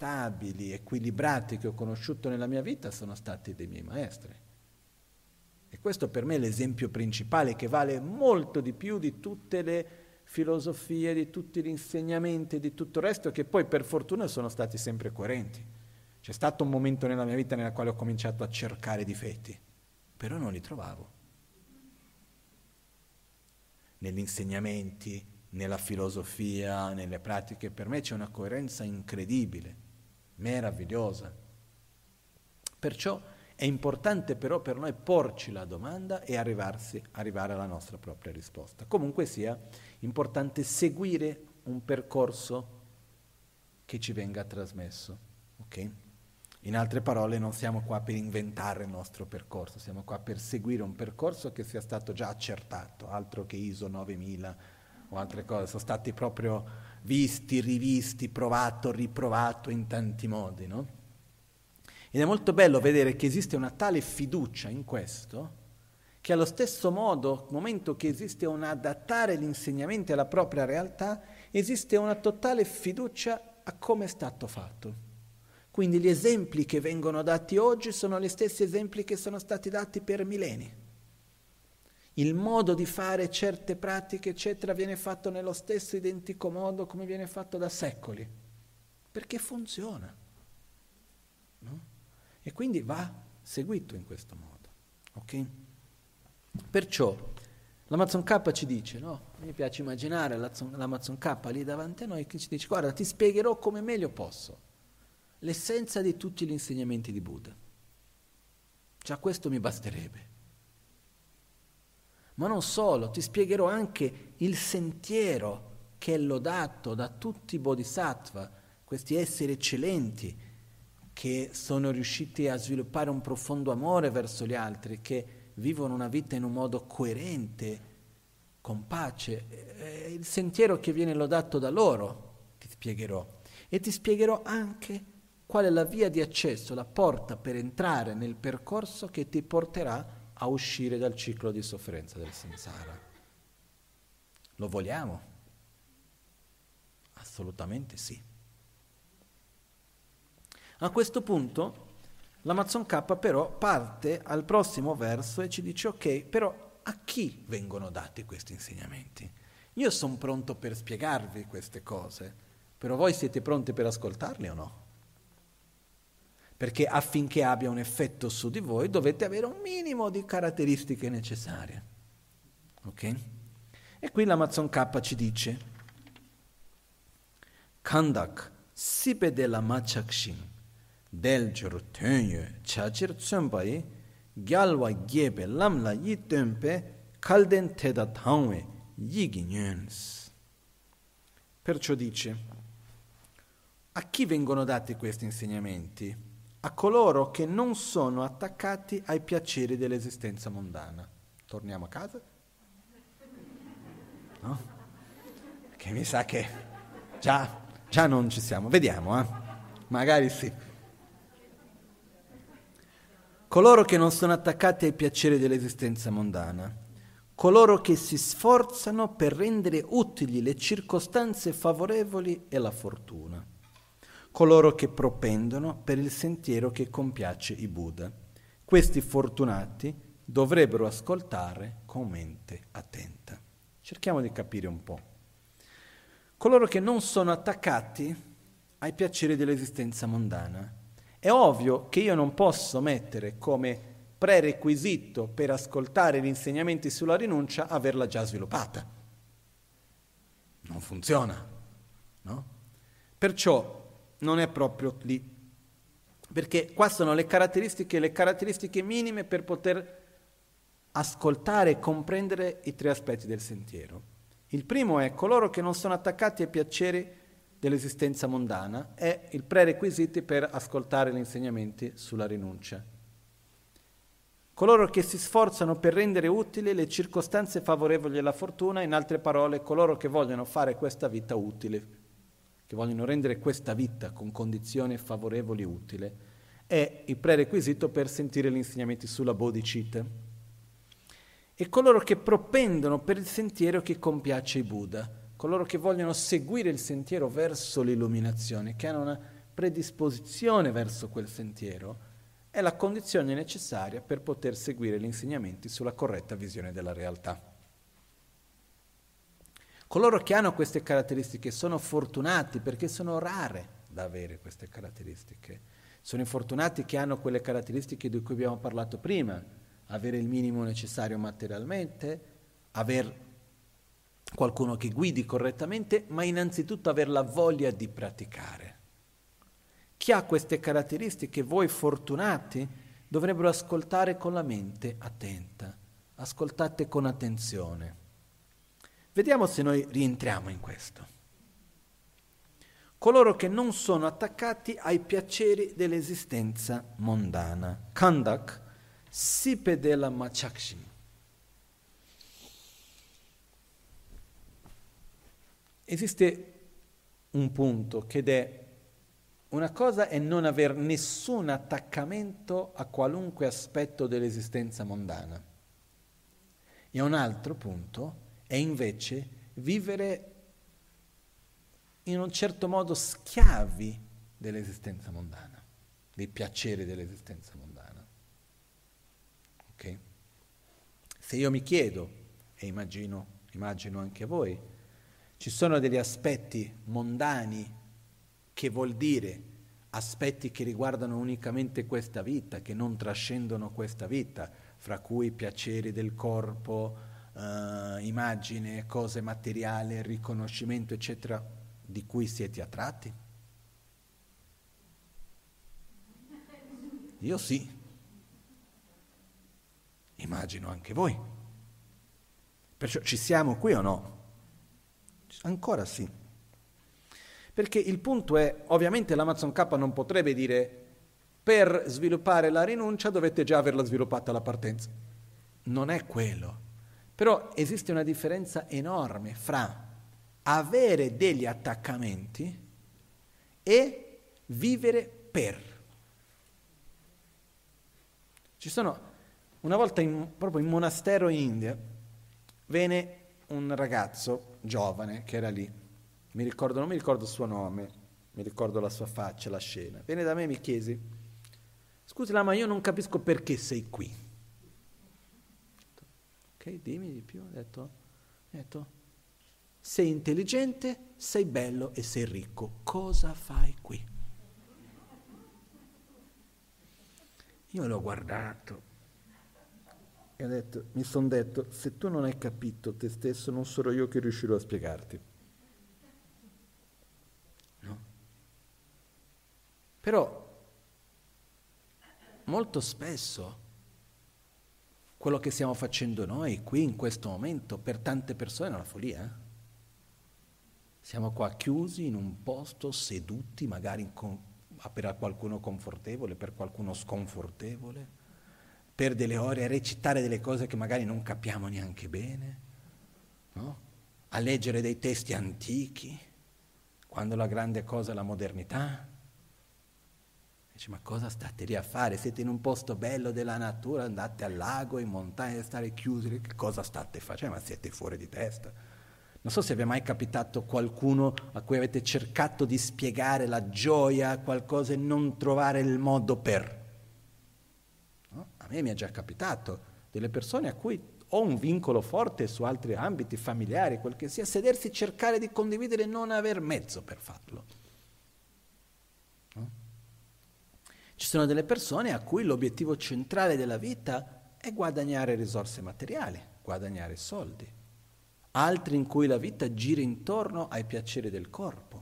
stabili, equilibrate che ho conosciuto nella mia vita sono stati dei miei maestri. E questo per me è l'esempio principale che vale molto di più di tutte le filosofie, di tutti gli insegnamenti, di tutto il resto, che poi per fortuna sono stati sempre coerenti. C'è stato un momento nella mia vita nel quale ho cominciato a cercare difetti, però non li trovavo. Negli insegnamenti, nella filosofia, nelle pratiche, per me c'è una coerenza incredibile, meravigliosa. Perciò è importante però per noi porci la domanda e arrivarsi, arrivare alla nostra propria risposta. Comunque sia importante seguire un percorso che ci venga trasmesso, ok? In altre parole, non siamo qua per inventare il nostro percorso, siamo qua per seguire un percorso che sia stato già accertato, altro che I S O novemila o altre cose, sono stati proprio visti, rivisti, provato, riprovato in tanti modi, no? Ed è molto bello vedere che esiste una tale fiducia in questo, che allo stesso modo, nel momento che esiste un adattare gli insegnamenti alla propria realtà, esiste una totale fiducia a come è stato fatto. Quindi gli esempi che vengono dati oggi sono gli stessi esempi che sono stati dati per millenni. Il modo di fare certe pratiche, eccetera, viene fatto nello stesso identico modo come viene fatto da secoli, perché funziona, no? E quindi va seguito in questo modo, ok? Perciò l'Amazon K ci dice, no? Mi piace immaginare l'Amazon K lì davanti a noi che ci dice: guarda, ti spiegherò come meglio posso l'essenza di tutti gli insegnamenti di Buddha. Già questo mi basterebbe. Ma non solo, ti spiegherò anche il sentiero che è lodato da tutti i bodhisattva, questi esseri eccellenti che sono riusciti a sviluppare un profondo amore verso gli altri, che vivono una vita in un modo coerente, con pace. È il sentiero che viene lodato da loro, ti spiegherò. E ti spiegherò anche qual è la via di accesso, la porta per entrare nel percorso che ti porterà a uscire dal ciclo di sofferenza del samsara. Lo vogliamo? Assolutamente sì. A questo punto l'Amazon K però parte al prossimo verso e ci dice: ok, però a chi vengono dati questi insegnamenti? Io sono pronto per spiegarvi queste cose, però voi siete pronti per ascoltarli o no? Perché affinché abbia un effetto su di voi dovete avere un minimo di caratteristiche necessarie. Ok? E qui l'Amazon K ci dice: Kandak sipe della machakshin del jor tönye chachir tsumbai gyalwa gyebe lamla yitempe kalden teda tangwe yiginyens. Perciò dice: a chi vengono dati questi insegnamenti? A coloro che non sono attaccati ai piaceri dell'esistenza mondana. Torniamo a casa? No? Che mi sa che già, già non ci siamo. Vediamo, eh? Magari sì. Coloro che non sono attaccati ai piaceri dell'esistenza mondana. Coloro che si sforzano per rendere utili le circostanze favorevoli e la fortuna. Coloro che propendono per il sentiero che compiace i Buddha. Questi fortunati dovrebbero ascoltare con mente attenta. Cerchiamo di capire un po'. Coloro che non sono attaccati ai piaceri dell'esistenza mondana. È ovvio che io non posso mettere come prerequisito per ascoltare gli insegnamenti sulla rinuncia averla già sviluppata. Non funziona, no? Perciò non è proprio lì, perché qua sono le caratteristiche, le caratteristiche minime per poter ascoltare e comprendere i tre aspetti del sentiero. Il primo è coloro che non sono attaccati ai piaceri dell'esistenza mondana, è il prerequisito per ascoltare gli insegnamenti sulla rinuncia. Coloro che si sforzano per rendere utili le circostanze favorevoli alla fortuna, in altre parole, coloro che vogliono fare questa vita utile, che vogliono rendere questa vita con condizioni favorevoli utile, è il prerequisito per sentire gli insegnamenti sulla bodhicitta. E coloro che propendono per il sentiero che compiace i Buddha, coloro che vogliono seguire il sentiero verso l'illuminazione, che hanno una predisposizione verso quel sentiero, è la condizione necessaria per poter seguire gli insegnamenti sulla corretta visione della realtà. Coloro che hanno queste caratteristiche sono fortunati perché sono rare da avere queste caratteristiche. Sono i fortunati che hanno quelle caratteristiche di cui abbiamo parlato prima, avere il minimo necessario materialmente, aver qualcuno che guidi correttamente, ma innanzitutto aver la voglia di praticare. Chi ha queste caratteristiche, voi fortunati, dovrebbero ascoltare con la mente attenta, ascoltate con attenzione. Vediamo se noi rientriamo in questo. Coloro che non sono attaccati ai piaceri dell'esistenza mondana. Kandak, sipe della machakshini. Esiste un punto che è una cosa è non aver nessun attaccamento a qualunque aspetto dell'esistenza mondana. E un altro punto è invece vivere in un certo modo schiavi dell'esistenza mondana, dei piaceri dell'esistenza mondana. Ok? Se io mi chiedo, e immagino, immagino anche voi, ci sono degli aspetti mondani che vuol dire aspetti che riguardano unicamente questa vita, che non trascendono questa vita, fra cui piaceri del corpo, eh, immagine, cose materiali, riconoscimento, eccetera, di cui siete attratti? Io sì. Immagino anche voi. Perciò ci siamo qui o no? Ancora sì. Perché il punto è, ovviamente l'Amazon K non potrebbe dire per sviluppare la rinuncia dovete già averla sviluppata alla partenza. Non è quello. Però esiste una differenza enorme fra avere degli attaccamenti e vivere per. Ci sono, una volta in, proprio in monastero in India, venne un ragazzo giovane che era lì, mi ricordo, non mi ricordo il suo nome, mi ricordo la sua faccia, la scena, viene da me e mi chiese, scusi ma io non capisco perché sei qui. Ok, dimmi di più, ho detto, ho detto sei intelligente, sei bello e sei ricco, cosa fai qui? Io l'ho guardato e ho detto, mi sono detto, se tu non hai capito te stesso non sarò io che riuscirò a spiegarti. No? Però molto spesso quello che stiamo facendo noi qui in questo momento per tante persone è una follia. Eh? Siamo qua chiusi in un posto, seduti, magari con, per qualcuno confortevole, per qualcuno sconfortevole, per delle ore a recitare delle cose che magari non capiamo neanche bene, no? A leggere dei testi antichi, quando la grande cosa è la modernità. Dice, ma cosa state lì a fare? Siete in un posto bello della natura, andate al lago, in montagna, stare chiusi, che cosa state facendo? Ma siete fuori di testa. Non so se vi è mai capitato qualcuno a cui avete cercato di spiegare la gioia, qualcosa e non trovare il modo per. No? A me mi è già capitato, delle persone a cui ho un vincolo forte su altri ambiti familiari, quel che sia, sedersi, cercare di condividere e non aver mezzo per farlo. No? Ci sono delle persone a cui l'obiettivo centrale della vita è guadagnare risorse materiali, guadagnare soldi. Altri in cui la vita gira intorno ai piaceri del corpo.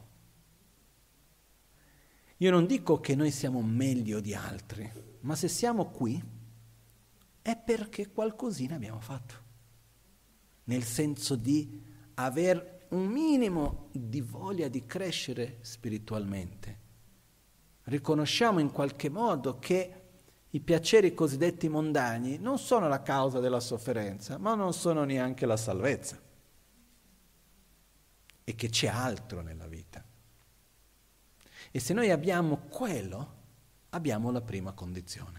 Io non dico che noi siamo meglio di altri, ma se siamo qui è perché qualcosina abbiamo fatto, nel senso di aver un minimo di voglia di crescere spiritualmente. Riconosciamo in qualche modo che i piaceri cosiddetti mondani non sono la causa della sofferenza, ma non sono neanche la salvezza. E che c'è altro nella vita. E se noi abbiamo quello, abbiamo la prima condizione.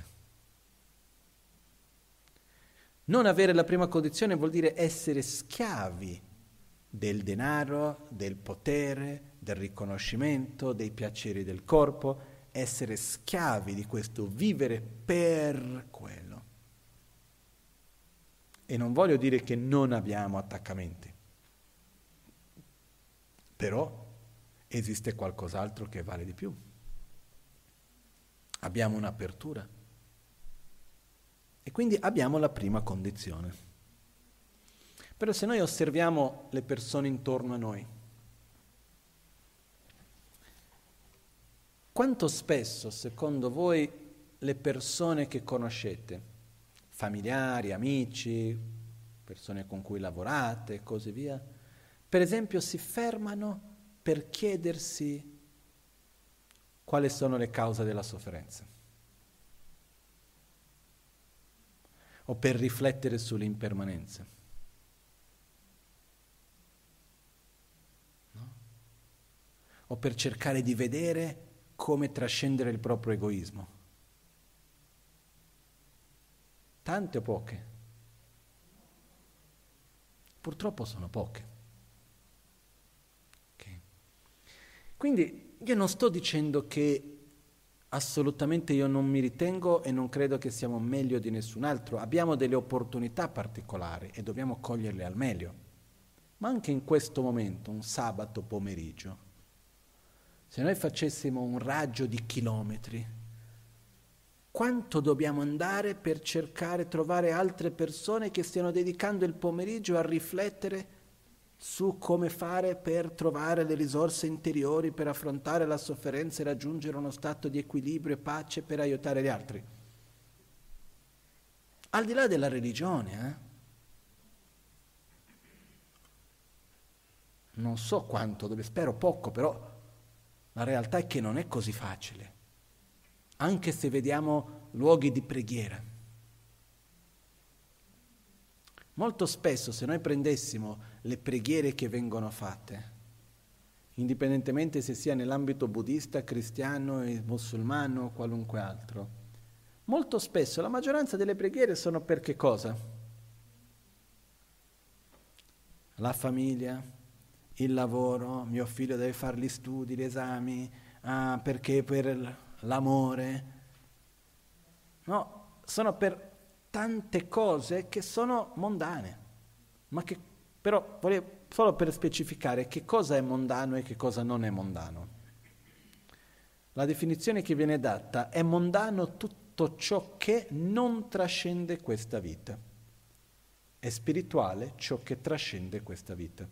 Non avere la prima condizione vuol dire essere schiavi del denaro, del potere, del riconoscimento, dei piaceri del corpo, essere schiavi di questo vivere per quello. E non voglio dire che non abbiamo attaccamenti, però esiste qualcos'altro che vale di più. Abbiamo un'apertura. E quindi abbiamo la prima condizione. Però se noi osserviamo le persone intorno a noi, quanto spesso, secondo voi, le persone che conoscete, familiari, amici, persone con cui lavorate e così via, per esempio si fermano per chiedersi quali sono le cause della sofferenza o per riflettere sull'impermanenza? No? O per cercare di vedere come trascendere il proprio egoismo? Tante o poche? Purtroppo sono poche. Okay. Quindi io non sto dicendo che assolutamente io non mi ritengo e non credo che siamo meglio di nessun altro. Abbiamo delle opportunità particolari e dobbiamo coglierle al meglio. Ma anche in questo momento, un sabato pomeriggio, se noi facessimo un raggio di chilometri, quanto dobbiamo andare per cercare di trovare altre persone che stiano dedicando il pomeriggio a riflettere su come fare per trovare le risorse interiori, per affrontare la sofferenza e raggiungere uno stato di equilibrio e pace per aiutare gli altri. Al di là della religione, eh? Non so quanto, dove spero poco, però la realtà è che non è così facile, anche se vediamo luoghi di preghiera. Molto spesso, se noi prendessimo le preghiere che vengono fatte, indipendentemente se sia nell'ambito buddista, cristiano, musulmano o qualunque altro, molto spesso la maggioranza delle preghiere sono per che cosa? La famiglia, il lavoro, mio figlio deve fare gli studi, gli esami, ah, perché per l'amore. No, sono per tante cose che sono mondane, ma che però volevo solo per specificare che cosa è mondano e che cosa non è mondano. La definizione che viene data è mondano tutto ciò che non trascende questa vita, è spirituale ciò che trascende questa vita.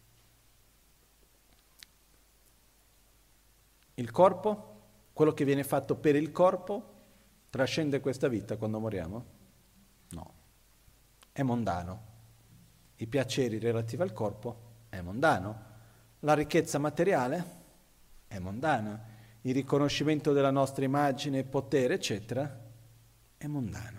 Il corpo, quello che viene fatto per il corpo, trascende questa vita quando moriamo? No, è mondano. I piaceri relativi al corpo è mondano. La ricchezza materiale è mondana. Il riconoscimento della nostra immagine, potere, eccetera, è mondano.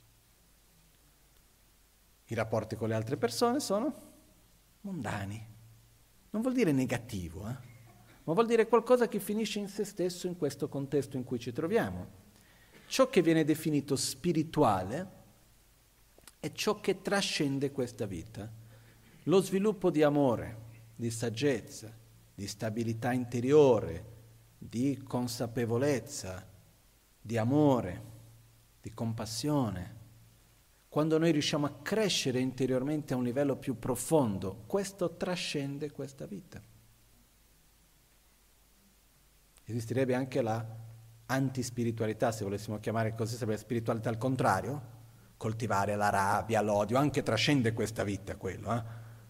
I rapporti con le altre persone sono mondani. Non vuol dire negativo, eh? Ma vuol dire qualcosa che finisce in se stesso in questo contesto in cui ci troviamo. Ciò che viene definito spirituale è ciò che trascende questa vita. Lo sviluppo di amore, di saggezza, di stabilità interiore, di consapevolezza, di amore, di compassione. Quando noi riusciamo a crescere interiormente a un livello più profondo, questo trascende questa vita. Esisterebbe anche la antispiritualità, se volessimo chiamare così, sarebbe spiritualità al contrario, coltivare la rabbia, l'odio, anche trascende questa vita quello, eh?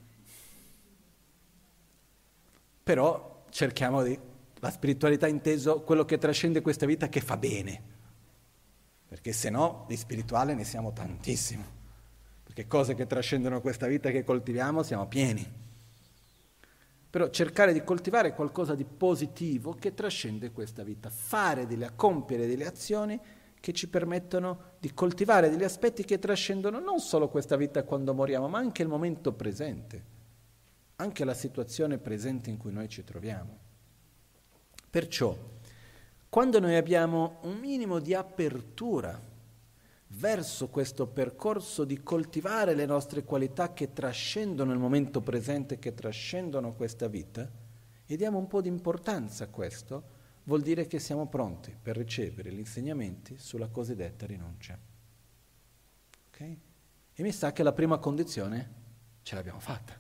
Però cerchiamo di, la spiritualità inteso quello che trascende questa vita che fa bene, perché se no di spirituale ne siamo tantissimo, perché cose che trascendono questa vita che coltiviamo siamo pieni. Però cercare di coltivare qualcosa di positivo che trascende questa vita, fare delle, compiere delle azioni che ci permettono di coltivare degli aspetti che trascendono non solo questa vita quando moriamo, ma anche il momento presente, anche la situazione presente in cui noi ci troviamo. Perciò, quando noi abbiamo un minimo di apertura verso questo percorso di coltivare le nostre qualità che trascendono il momento presente, che trascendono questa vita, e diamo un po' di importanza a questo, vuol dire che siamo pronti per ricevere gli insegnamenti sulla cosiddetta rinuncia. Ok? E mi sa che la prima condizione ce l'abbiamo fatta.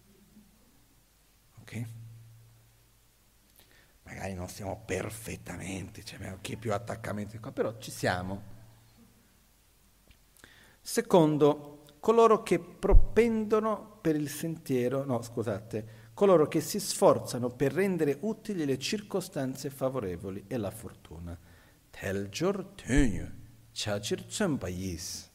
Ok? Magari non siamo perfettamente, cioè chi è più attaccamento, però ci siamo. Secondo, coloro che propendono per il sentiero, no scusate, coloro che si sforzano per rendere utili le circostanze favorevoli e la fortuna. Teljor tönyu, chachir tsempayis.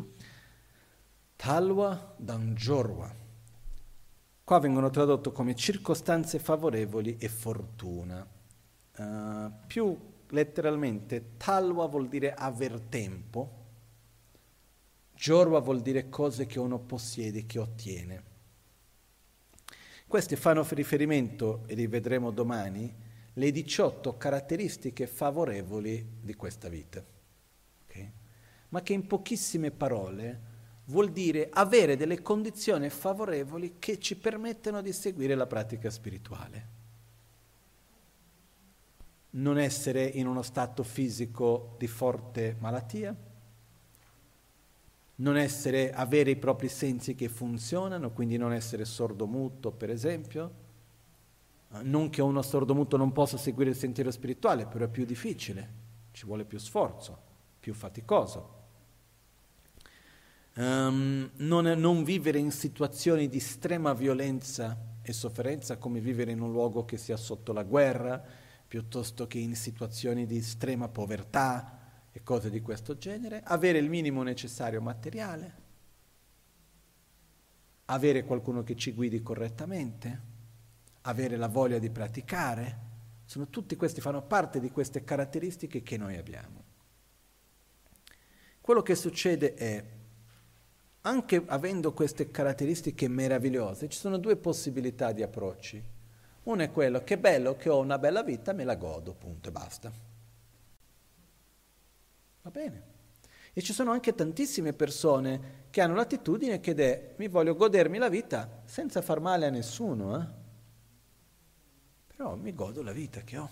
Talwa danjorwa. Qua vengono tradotto come circostanze favorevoli e fortuna. Uh, più letteralmente, talwa vuol dire aver tempo, jorwa vuol dire cose che uno possiede, che ottiene. Queste fanno riferimento, e li vedremo domani, le diciotto caratteristiche favorevoli di questa vita. Okay? Ma che in pochissime parole vuol dire avere delle condizioni favorevoli che ci permettono di seguire la pratica spirituale. Non essere in uno stato fisico di forte malattia, non essere, avere i propri sensi che funzionano, quindi non essere sordomuto, per esempio. Non che uno sordomuto non possa seguire il sentiero spirituale, però è più difficile, ci vuole più sforzo, più faticoso. Um, non, non vivere in situazioni di estrema violenza e sofferenza, come vivere in un luogo che sia sotto la guerra, piuttosto che in situazioni di estrema povertà e cose di questo genere. Avere il minimo necessario materiale, avere qualcuno che ci guidi correttamente, avere la voglia di praticare, sono tutti questi, fanno parte di queste caratteristiche che noi abbiamo. Quello che succede è, anche avendo queste caratteristiche meravigliose, ci sono due possibilità di approcci. Uno è quello, che bello che ho una bella vita, me la godo, punto e basta. Va bene. E ci sono anche tantissime persone che hanno l'attitudine che è, mi voglio godermi la vita senza far male a nessuno, eh? Però mi godo la vita che ho.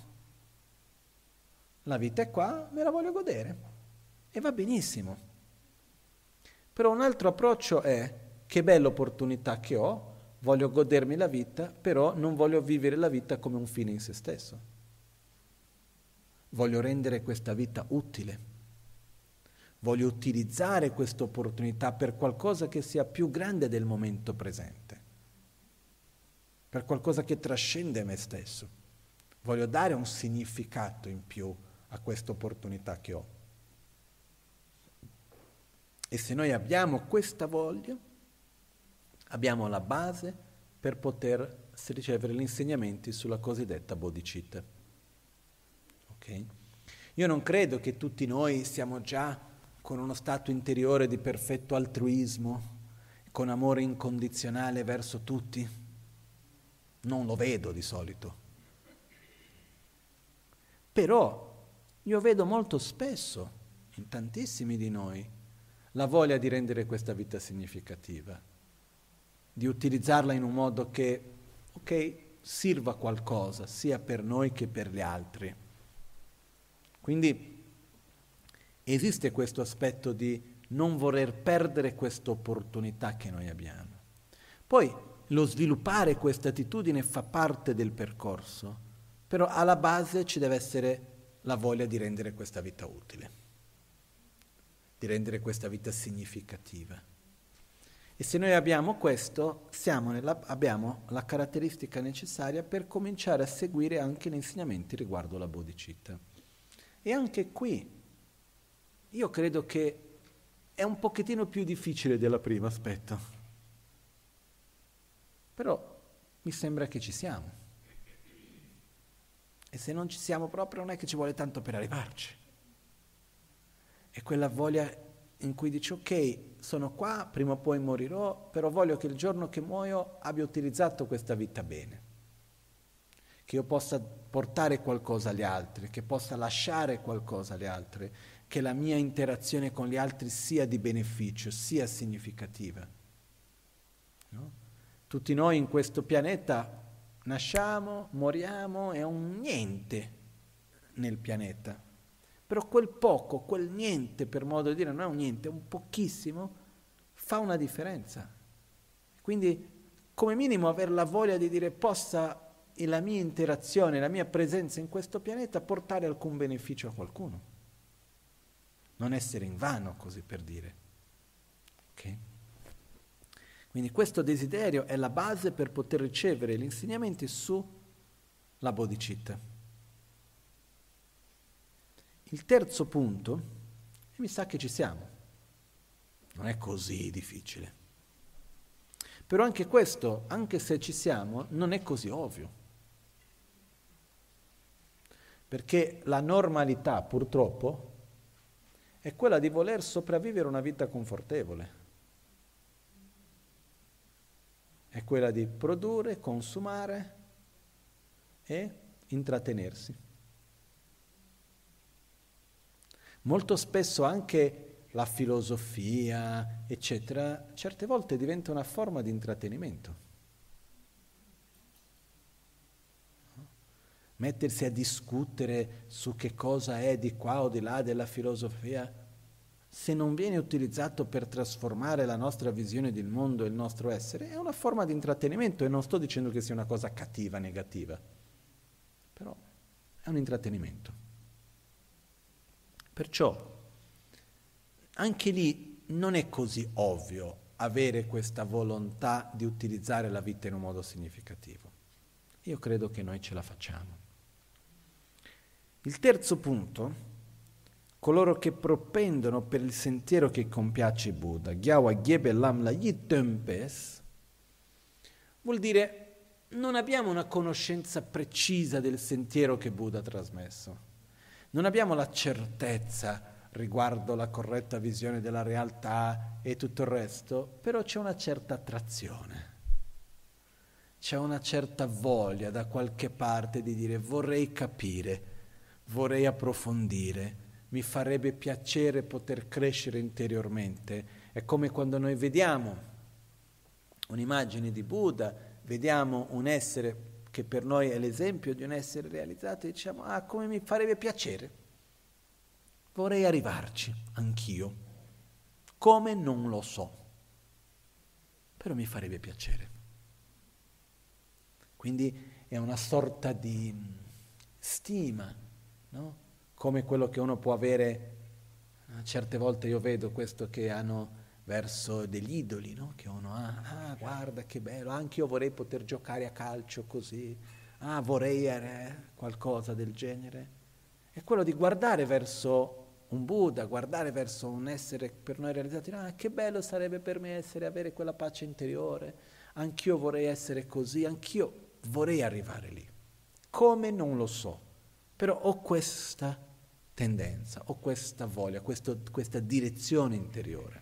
La vita è qua, me la voglio godere. E va benissimo. Però un altro approccio è, che bella opportunità che ho, voglio godermi la vita, però non voglio vivere la vita come un fine in se stesso. Voglio rendere questa vita utile. Voglio utilizzare questa opportunità per qualcosa che sia più grande del momento presente, per qualcosa che trascende me stesso. Voglio dare un significato in più a questa opportunità che ho. E se noi abbiamo questa voglia, abbiamo la base per poter ricevere gli insegnamenti sulla cosiddetta bodhicitta. Ok? Io non credo che tutti noi siamo già con uno stato interiore di perfetto altruismo, con amore incondizionale verso tutti. Non lo vedo di solito. Però io vedo molto spesso, in tantissimi di noi, la voglia di rendere questa vita significativa, di utilizzarla in un modo che, ok, sirva qualcosa, sia per noi che per gli altri. Quindi esiste questo aspetto di non voler perdere questa opportunità che noi abbiamo. Poi lo sviluppare questa attitudine fa parte del percorso, però alla base ci deve essere la voglia di rendere questa vita utile, di rendere questa vita significativa. E se noi abbiamo questo, siamo nella, abbiamo la caratteristica necessaria per cominciare a seguire anche gli insegnamenti riguardo la bodhicitta. E anche qui, io credo che è un pochettino più difficile della prima, aspetta. Però mi sembra che ci siamo. E se non ci siamo proprio, non è che ci vuole tanto per arrivarci. È quella voglia in cui dici, ok, sono qua, prima o poi morirò, però voglio che il giorno che muoio abbia utilizzato questa vita bene. Che io possa portare qualcosa agli altri, che possa lasciare qualcosa agli altri, che la mia interazione con gli altri sia di beneficio, sia significativa. No? Tutti noi in questo pianeta nasciamo, moriamo, è un niente. nel pianeta, però quel poco, quel niente, per modo di dire, non è un niente, è un pochissimo, fa una differenza. Quindi come minimo avere la voglia di dire possa la mia interazione, la mia presenza in questo pianeta portare alcun beneficio a qualcuno. Non essere invano, così per dire. Ok? Quindi questo desiderio è la base per poter ricevere gli insegnamenti sulla bodhicitta. Il terzo punto, e mi sa che ci siamo, non è così difficile. Però anche questo, anche se ci siamo, non è così ovvio. Perché la normalità, purtroppo, è quella di voler sopravvivere una vita confortevole. È quella di produrre, consumare e intrattenersi. Molto spesso anche la filosofia, eccetera, certe volte diventa una forma di intrattenimento. Mettersi a discutere su che cosa è di qua o di là della filosofia, se non viene utilizzato per trasformare la nostra visione del mondo e il nostro essere, è una forma di intrattenimento, e non sto dicendo che sia una cosa cattiva, negativa, però è un intrattenimento. Perciò anche lì non è così ovvio avere questa volontà di utilizzare la vita in un modo significativo. Io credo che noi ce la facciamo. Il terzo punto, coloro che propendono per il sentiero che compiace Buddha, Gyawa Gyebe Lamla Yitempes, vuol dire non abbiamo una conoscenza precisa del sentiero che Buddha ha trasmesso, non abbiamo la certezza riguardo la corretta visione della realtà e tutto il resto, però c'è una certa attrazione, c'è una certa voglia da qualche parte di dire vorrei capire, vorrei approfondire, mi farebbe piacere poter crescere interiormente. È come quando noi vediamo un'immagine di Buddha, vediamo un essere che per noi è l'esempio di un essere realizzato e diciamo, ah, come mi farebbe piacere, vorrei arrivarci anch'io, come non lo so, però mi farebbe piacere. Quindi è una sorta di stima, no? Come quello che uno può avere, certe volte io vedo questo che hanno verso degli idoli, no? Che uno ha, ah guarda che bello, anche io vorrei poter giocare a calcio così, ah vorrei eh, qualcosa del genere. È quello di guardare verso un Buddha, guardare verso un essere per noi realizzato, ah che bello sarebbe per me essere, avere quella pace interiore, anch'io vorrei essere così, anch'io vorrei arrivare lì, come non lo so, però ho questa tendenza, ho questa voglia, questo, questa direzione interiore.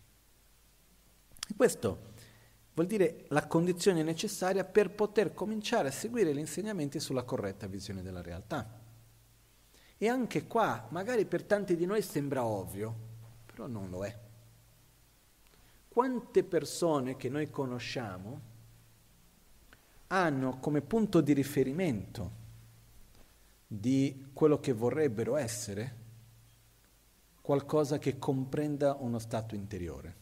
E questo vuol dire la condizione necessaria per poter cominciare a seguire gli insegnamenti sulla corretta visione della realtà. E anche qua, magari per tanti di noi sembra ovvio, però non lo è. Quante persone che noi conosciamo hanno come punto di riferimento di quello che vorrebbero essere qualcosa che comprenda uno stato interiore.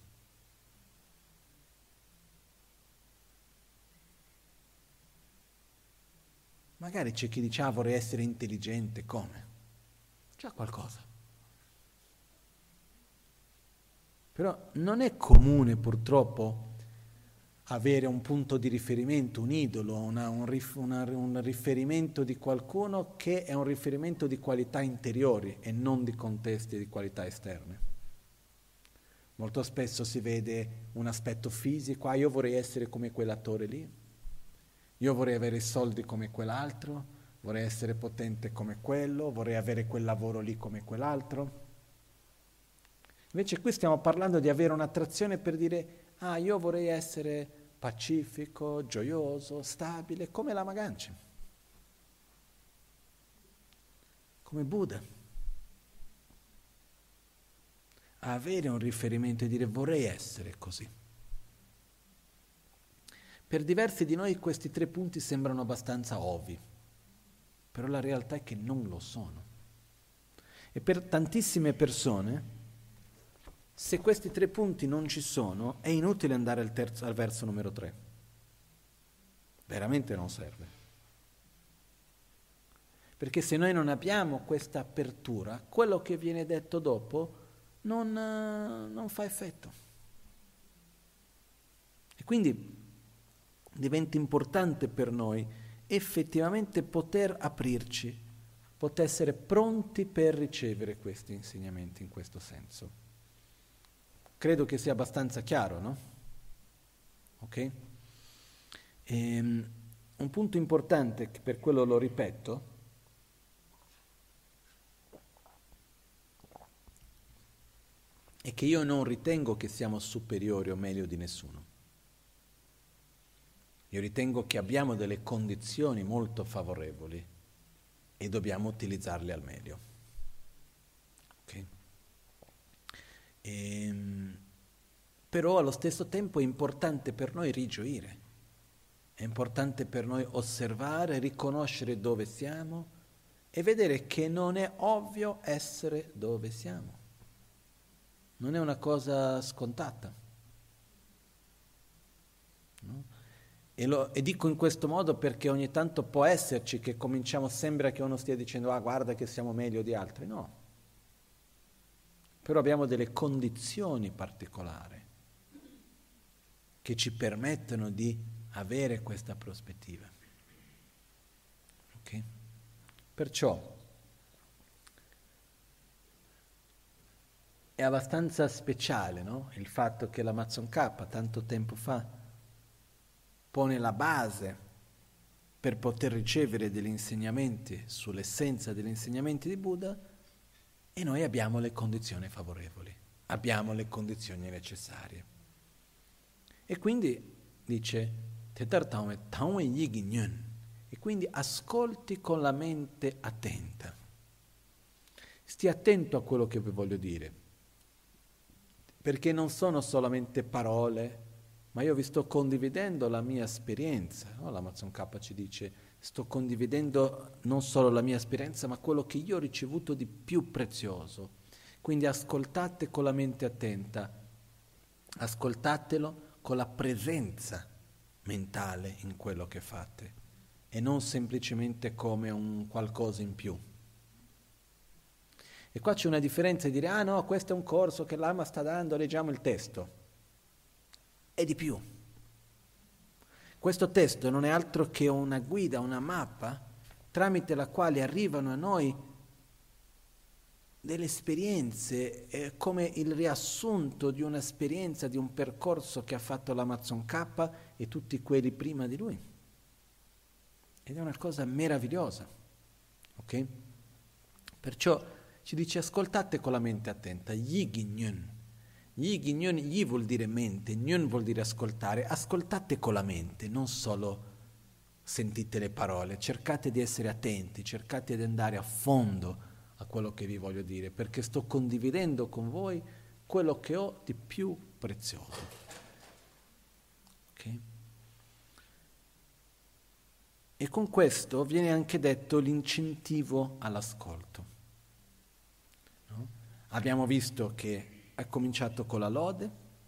Magari c'è chi dice, ah, vorrei essere intelligente, come? C'è qualcosa. Però non è comune purtroppo avere un punto di riferimento, un idolo, una, un, rif, una, un riferimento di qualcuno che è un riferimento di qualità interiori e non di contesti di qualità esterne. Molto spesso si vede un aspetto fisico, ah, io vorrei essere come quell'attore lì, io vorrei avere i soldi come quell'altro, vorrei essere potente come quello, vorrei avere quel lavoro lì come quell'altro. Invece qui stiamo parlando di avere un'attrazione per dire, ah, io vorrei essere pacifico, gioioso, stabile, come Lama Ganchen, come Buddha. Avere un riferimento e dire vorrei essere così. Per diversi di noi questi tre punti sembrano abbastanza ovvi. però la realtà è che non lo sono. E per tantissime persone, se questi tre punti non ci sono, è inutile andare al, terzo, al verso numero tre. Veramente non serve. Perché se noi non abbiamo questa apertura, quello che viene detto dopo non, non fa effetto. E quindi diventa importante per noi effettivamente poter aprirci, poter essere pronti per ricevere questi insegnamenti in questo senso. Credo che sia abbastanza chiaro, no? Ok? Ehm, un punto importante, che per quello lo ripeto, è che io non ritengo che siamo superiori o meglio di nessuno. Io ritengo che abbiamo delle condizioni molto favorevoli e dobbiamo utilizzarle al meglio. Okay? Ehm, però allo stesso tempo è importante per noi rigioire, è importante per noi osservare, riconoscere dove siamo e vedere che non è ovvio essere dove siamo. Non è una cosa scontata. No? E, lo, e dico in questo modo perché ogni tanto può esserci che cominciamo, sembra che uno stia dicendo ah guarda che siamo meglio di altri, no. Però abbiamo delle condizioni particolari che ci permettono di avere questa prospettiva. Ok? Perciò è abbastanza speciale, no? Il fatto che l'Amazon K tanto tempo fa pone la base per poter ricevere degli insegnamenti sull'essenza degli insegnamenti di Buddha e noi abbiamo le condizioni favorevoli, abbiamo le condizioni necessarie. E quindi dice e quindi ascolti con la mente attenta. Stia attento a quello che vi voglio dire, perché non sono solamente parole, ma io vi sto condividendo la mia esperienza, no? L'Amazon K ci dice, sto condividendo non solo la mia esperienza, ma quello che io ho ricevuto di più prezioso. Quindi ascoltate con la mente attenta, ascoltatelo con la presenza mentale in quello che fate e non semplicemente come un qualcosa in più. E qua c'è una differenza di dire, ah no, questo è un corso che l'Ama sta dando, leggiamo il testo. E di più. Questo testo non è altro che una guida, una mappa, tramite la quale arrivano a noi delle esperienze, eh, come il riassunto di un'esperienza, di un percorso che ha fatto l'Amazon K e tutti quelli prima di lui. Ed è una cosa meravigliosa. Ok? Perciò ci dice ascoltate con la mente attenta, Yigi Nyun. Yigi Nyun, Yi vuol dire mente, Nyun vuol dire ascoltare, ascoltate con la mente, non solo sentite le parole, cercate di essere attenti, cercate di andare a fondo a quello che vi voglio dire, perché sto condividendo con voi quello che ho di più prezioso. Ok? E con questo viene anche detto l'incentivo all'ascolto. No? Abbiamo visto che è cominciato con la lode,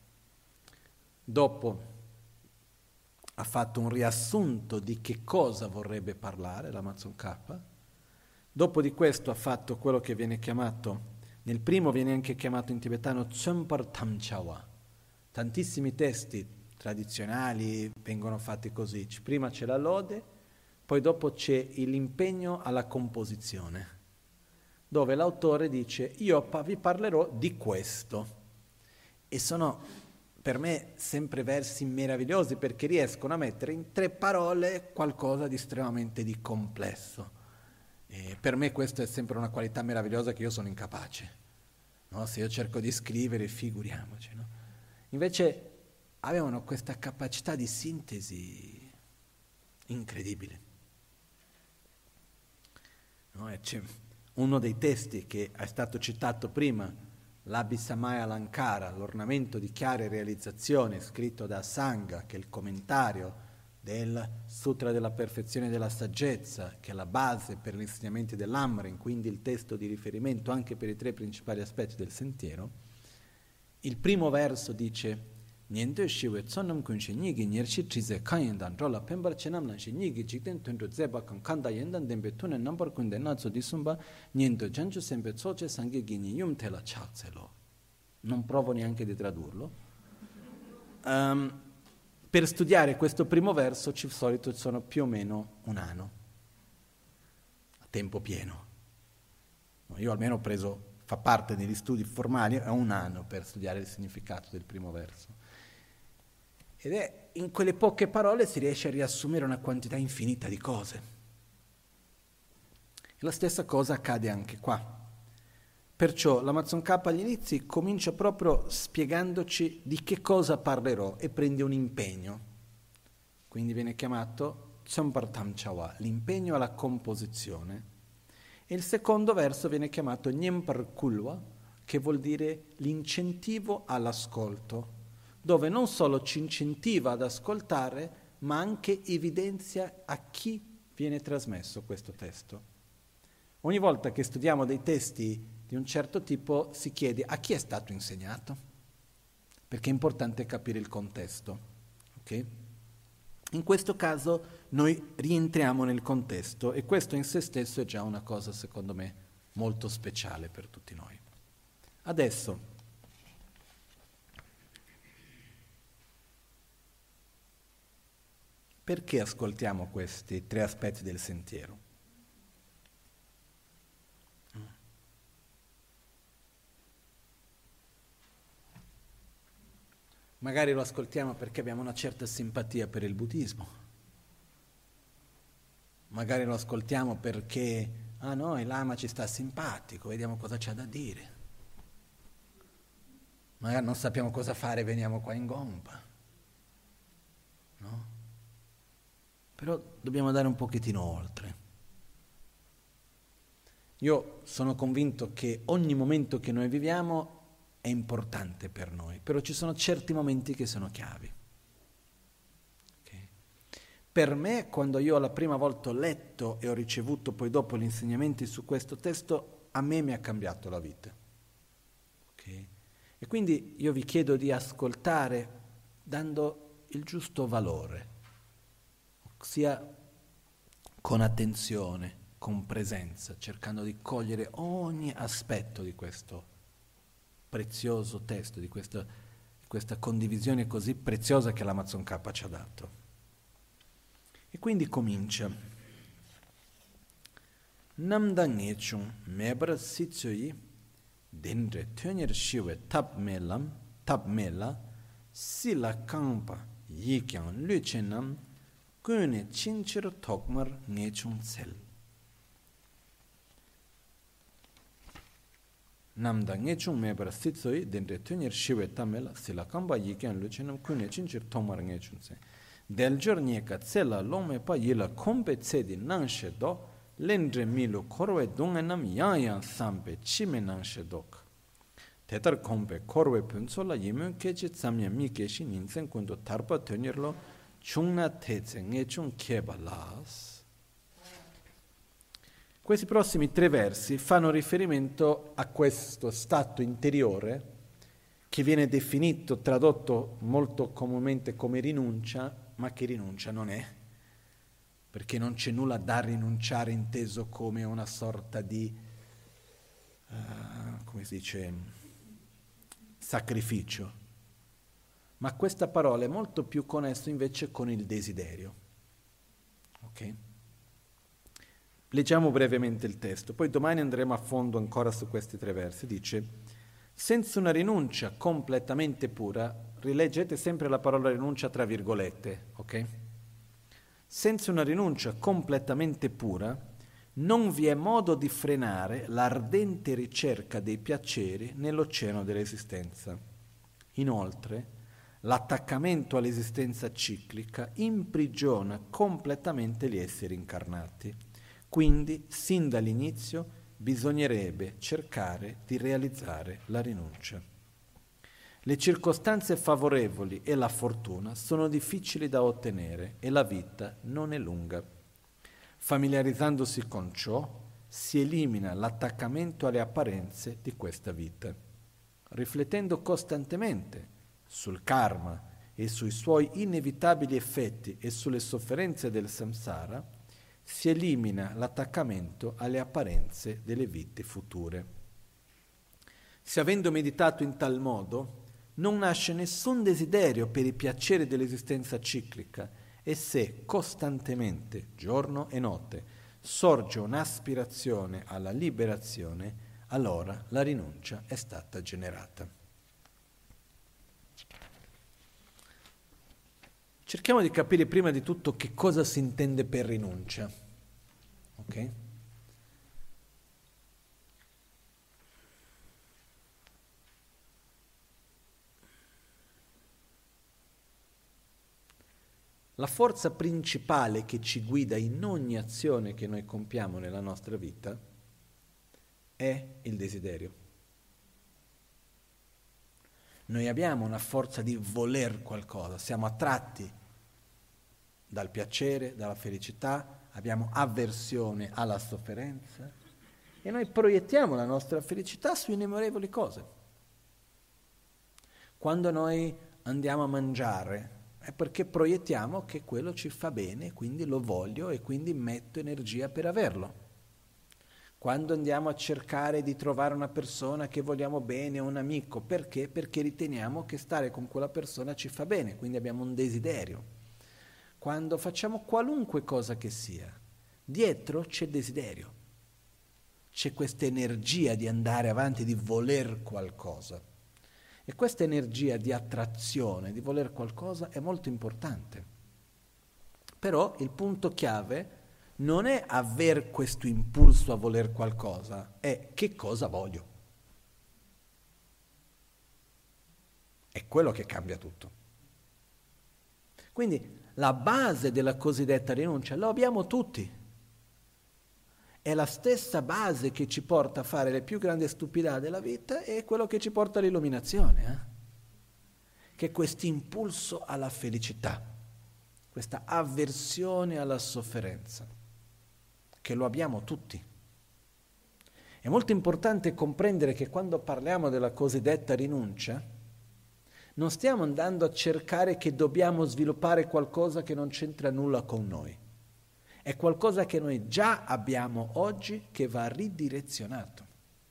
dopo ha fatto un riassunto di che cosa vorrebbe parlare l'Amazon K, dopo di questo ha fatto quello che viene chiamato, nel primo viene anche chiamato in tibetano Tsumpar Tamchawa. Tantissimi testi tradizionali vengono fatti così, prima c'è la lode, poi dopo c'è l'impegno alla composizione, dove l'autore dice io vi parlerò di questo. E sono per me sempre versi meravigliosi perché riescono a mettere in tre parole qualcosa di estremamente di complesso. E per me questa è sempre una qualità meravigliosa che io sono incapace. No? Se io cerco di scrivere, figuriamoci. No? Invece avevano questa capacità di sintesi incredibile. No? E c'è uno dei testi che è stato citato prima, l'Abhisamaya Alankara, l'ornamento di chiare realizzazioni, scritto da Sangha, che è il commentario del Sutra della perfezione della saggezza, che è la base per gli insegnamenti dell'Amrin, quindi il testo di riferimento anche per i tre principali aspetti del sentiero, il primo verso dice Niente shiwe tsonam kunshe nigi nirshi trize kanyendan rola pembar chenam lanshi nigi jikden tundu zeba kan kanda yendan dembe tunen nambar kunde nazo disumba niente janju sembe tsoce sange gini yum tela chakselo. Non provo neanche di tradurlo. Um, per studiare questo primo verso ci solito sono più o meno un anno, a tempo pieno. Io almeno ho preso, fa parte degli studi formali, è un anno per studiare il significato del primo verso. Ed è in quelle poche parole si riesce a riassumere una quantità infinita di cose. E la stessa cosa accade anche qua. Perciò l'Amazon K agli inizi comincia proprio spiegandoci di che cosa parlerò e prende un impegno. Quindi viene chiamato Tsompartam Chawa, l'impegno alla composizione. E il secondo verso viene chiamato Nyempar Kulwa, che vuol dire l'incentivo all'ascolto, dove non solo ci incentiva ad ascoltare, ma anche evidenzia a chi viene trasmesso questo testo. Ogni volta che studiamo dei testi di un certo tipo si chiede a chi è stato insegnato, perché è importante capire il contesto. Okay? In questo caso noi rientriamo nel contesto e questo in se stesso è già una cosa, secondo me, molto speciale per tutti noi. Adesso, perché ascoltiamo questi tre aspetti del sentiero? Magari lo ascoltiamo perché abbiamo una certa simpatia per il buddismo. Magari lo ascoltiamo perché, ah no, il lama ci sta simpatico, vediamo cosa c'ha da dire. Magari non sappiamo cosa fare, veniamo qua in gompa. No? Però dobbiamo andare un pochettino oltre. Io sono convinto che ogni momento che noi viviamo è importante per noi, però ci sono certi momenti che sono chiavi. Okay? Per me, quando io la prima volta ho letto e ho ricevuto poi dopo gli insegnamenti su questo testo, a me mi ha cambiato la vita. Okay? E quindi io vi chiedo di ascoltare dando il giusto valore, sia con attenzione, con presenza, cercando di cogliere ogni aspetto di questo prezioso testo, di questa, questa condivisione così preziosa che l'Amazon K ci ha dato. E quindi comincia. Namdang echung mebra sitsui dendre tönyer shiwe tab melam tab mela sila kampa yikyang luchenam kune chinchir tokmar ngechung sel. Namda ngechung mebra sitsoi dendre tönyer shiwe tamela sila kamba yikyang luchenam kune chinchir tokmar ngechung sel. Del giorni ka tsela lome pa yila kompe tsedi nangshe do lendre milu korwe dunganam yang sampe chime nangshe dok. Tetar kompe korwe punsola yimun kechi tsamya mi keshi ninsen kundo tarpa tönyerlo chungna teze ngechung keba las. Questi prossimi tre versi fanno riferimento a questo stato interiore che viene definito, tradotto molto comunemente come rinuncia, ma che rinuncia non è, perché non c'è nulla da rinunciare inteso come una sorta di, uh, come si dice, sacrificio. Ma questa parola è molto più connessa invece con il desiderio. Ok? Leggiamo brevemente il testo, poi domani andremo a fondo ancora su questi tre versi. Dice, senza una rinuncia completamente pura, rileggete sempre la parola rinuncia tra virgolette, ok? Senza una rinuncia completamente pura, non vi è modo di frenare l'ardente ricerca dei piaceri nell'oceano dell'esistenza. Inoltre, l'attaccamento all'esistenza ciclica imprigiona completamente gli esseri incarnati. Quindi, sin dall'inizio, bisognerebbe cercare di realizzare la rinuncia. Le circostanze favorevoli e la fortuna sono difficili da ottenere e la vita non è lunga. Familiarizzandosi con ciò, si elimina l'attaccamento alle apparenze di questa vita. Riflettendo costantemente sul karma e sui suoi inevitabili effetti e sulle sofferenze del samsara, si elimina l'attaccamento alle apparenze delle vite future. Se avendo meditato in tal modo, non nasce nessun desiderio per i piaceri dell'esistenza ciclica e se costantemente, giorno e notte, sorge un'aspirazione alla liberazione, allora la rinuncia è stata generata. Cerchiamo di capire prima di tutto che cosa si intende per rinuncia. Ok? La forza principale che ci guida in ogni azione che noi compiamo nella nostra vita è il desiderio. Noi abbiamo una forza di voler qualcosa, siamo attratti dal piacere, dalla felicità, abbiamo avversione alla sofferenza e noi proiettiamo la nostra felicità su innumerevoli cose. Quando noi andiamo a mangiare, è perché proiettiamo che quello ci fa bene, quindi lo voglio e quindi metto energia per averlo. Quando andiamo a cercare di trovare una persona che vogliamo bene, un amico, perché? Perché riteniamo che stare con quella persona ci fa bene, quindi abbiamo un desiderio. Quando facciamo qualunque cosa che sia, dietro c'è desiderio, c'è questa energia di andare avanti, di voler qualcosa. E questa energia di attrazione, di voler qualcosa, è molto importante. Però il punto chiave non è aver questo impulso a voler qualcosa, è che cosa voglio. È quello che cambia tutto. Quindi la base della cosiddetta rinuncia lo abbiamo tutti. È la stessa base che ci porta a fare le più grandi stupidate della vita e quello che ci porta all'illuminazione, eh? Che è questo impulso alla felicità, questa avversione alla sofferenza, che lo abbiamo tutti. È molto importante comprendere che quando parliamo della cosiddetta rinuncia, non stiamo andando a cercare che dobbiamo sviluppare qualcosa che non c'entra nulla con noi. È qualcosa che noi già abbiamo oggi che va ridirezionato.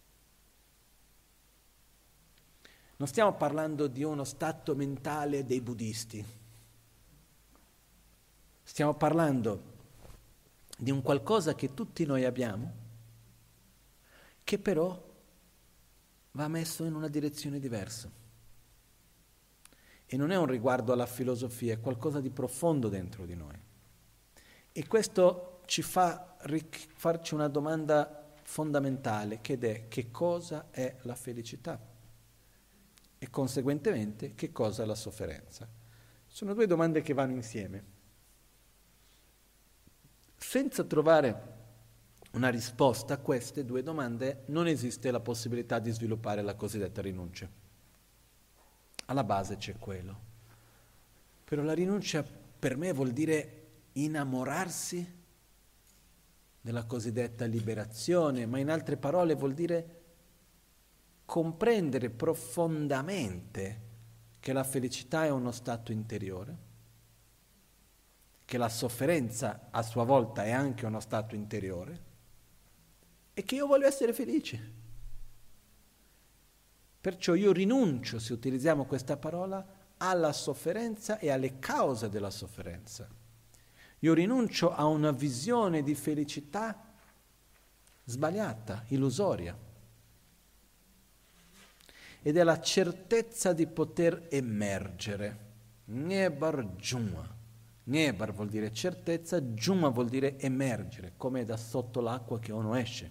Non stiamo parlando di uno stato mentale dei buddisti. Stiamo parlando di un qualcosa che tutti noi abbiamo, che però va messo in una direzione diversa. E non è un riguardo alla filosofia, è qualcosa di profondo dentro di noi. E questo ci fa ric- farci una domanda fondamentale, che è: che cosa è la felicità? E conseguentemente che cosa è la sofferenza? Sono due domande che vanno insieme. Senza trovare una risposta a queste due domande non esiste la possibilità di sviluppare la cosiddetta rinuncia. Alla base c'è quello. Però la rinuncia per me vuol dire innamorarsi della cosiddetta liberazione, ma in altre parole vuol dire comprendere profondamente che la felicità è uno stato interiore, che la sofferenza a sua volta è anche uno stato interiore e che io voglio essere felice. Perciò io rinuncio, se utilizziamo questa parola, alla sofferenza e alle cause della sofferenza. Io rinuncio a una visione di felicità sbagliata, illusoria. Ed è la certezza di poter emergere. Nebar Juma. Nebar vuol dire certezza, Juma vuol dire emergere, come da sotto l'acqua che uno esce.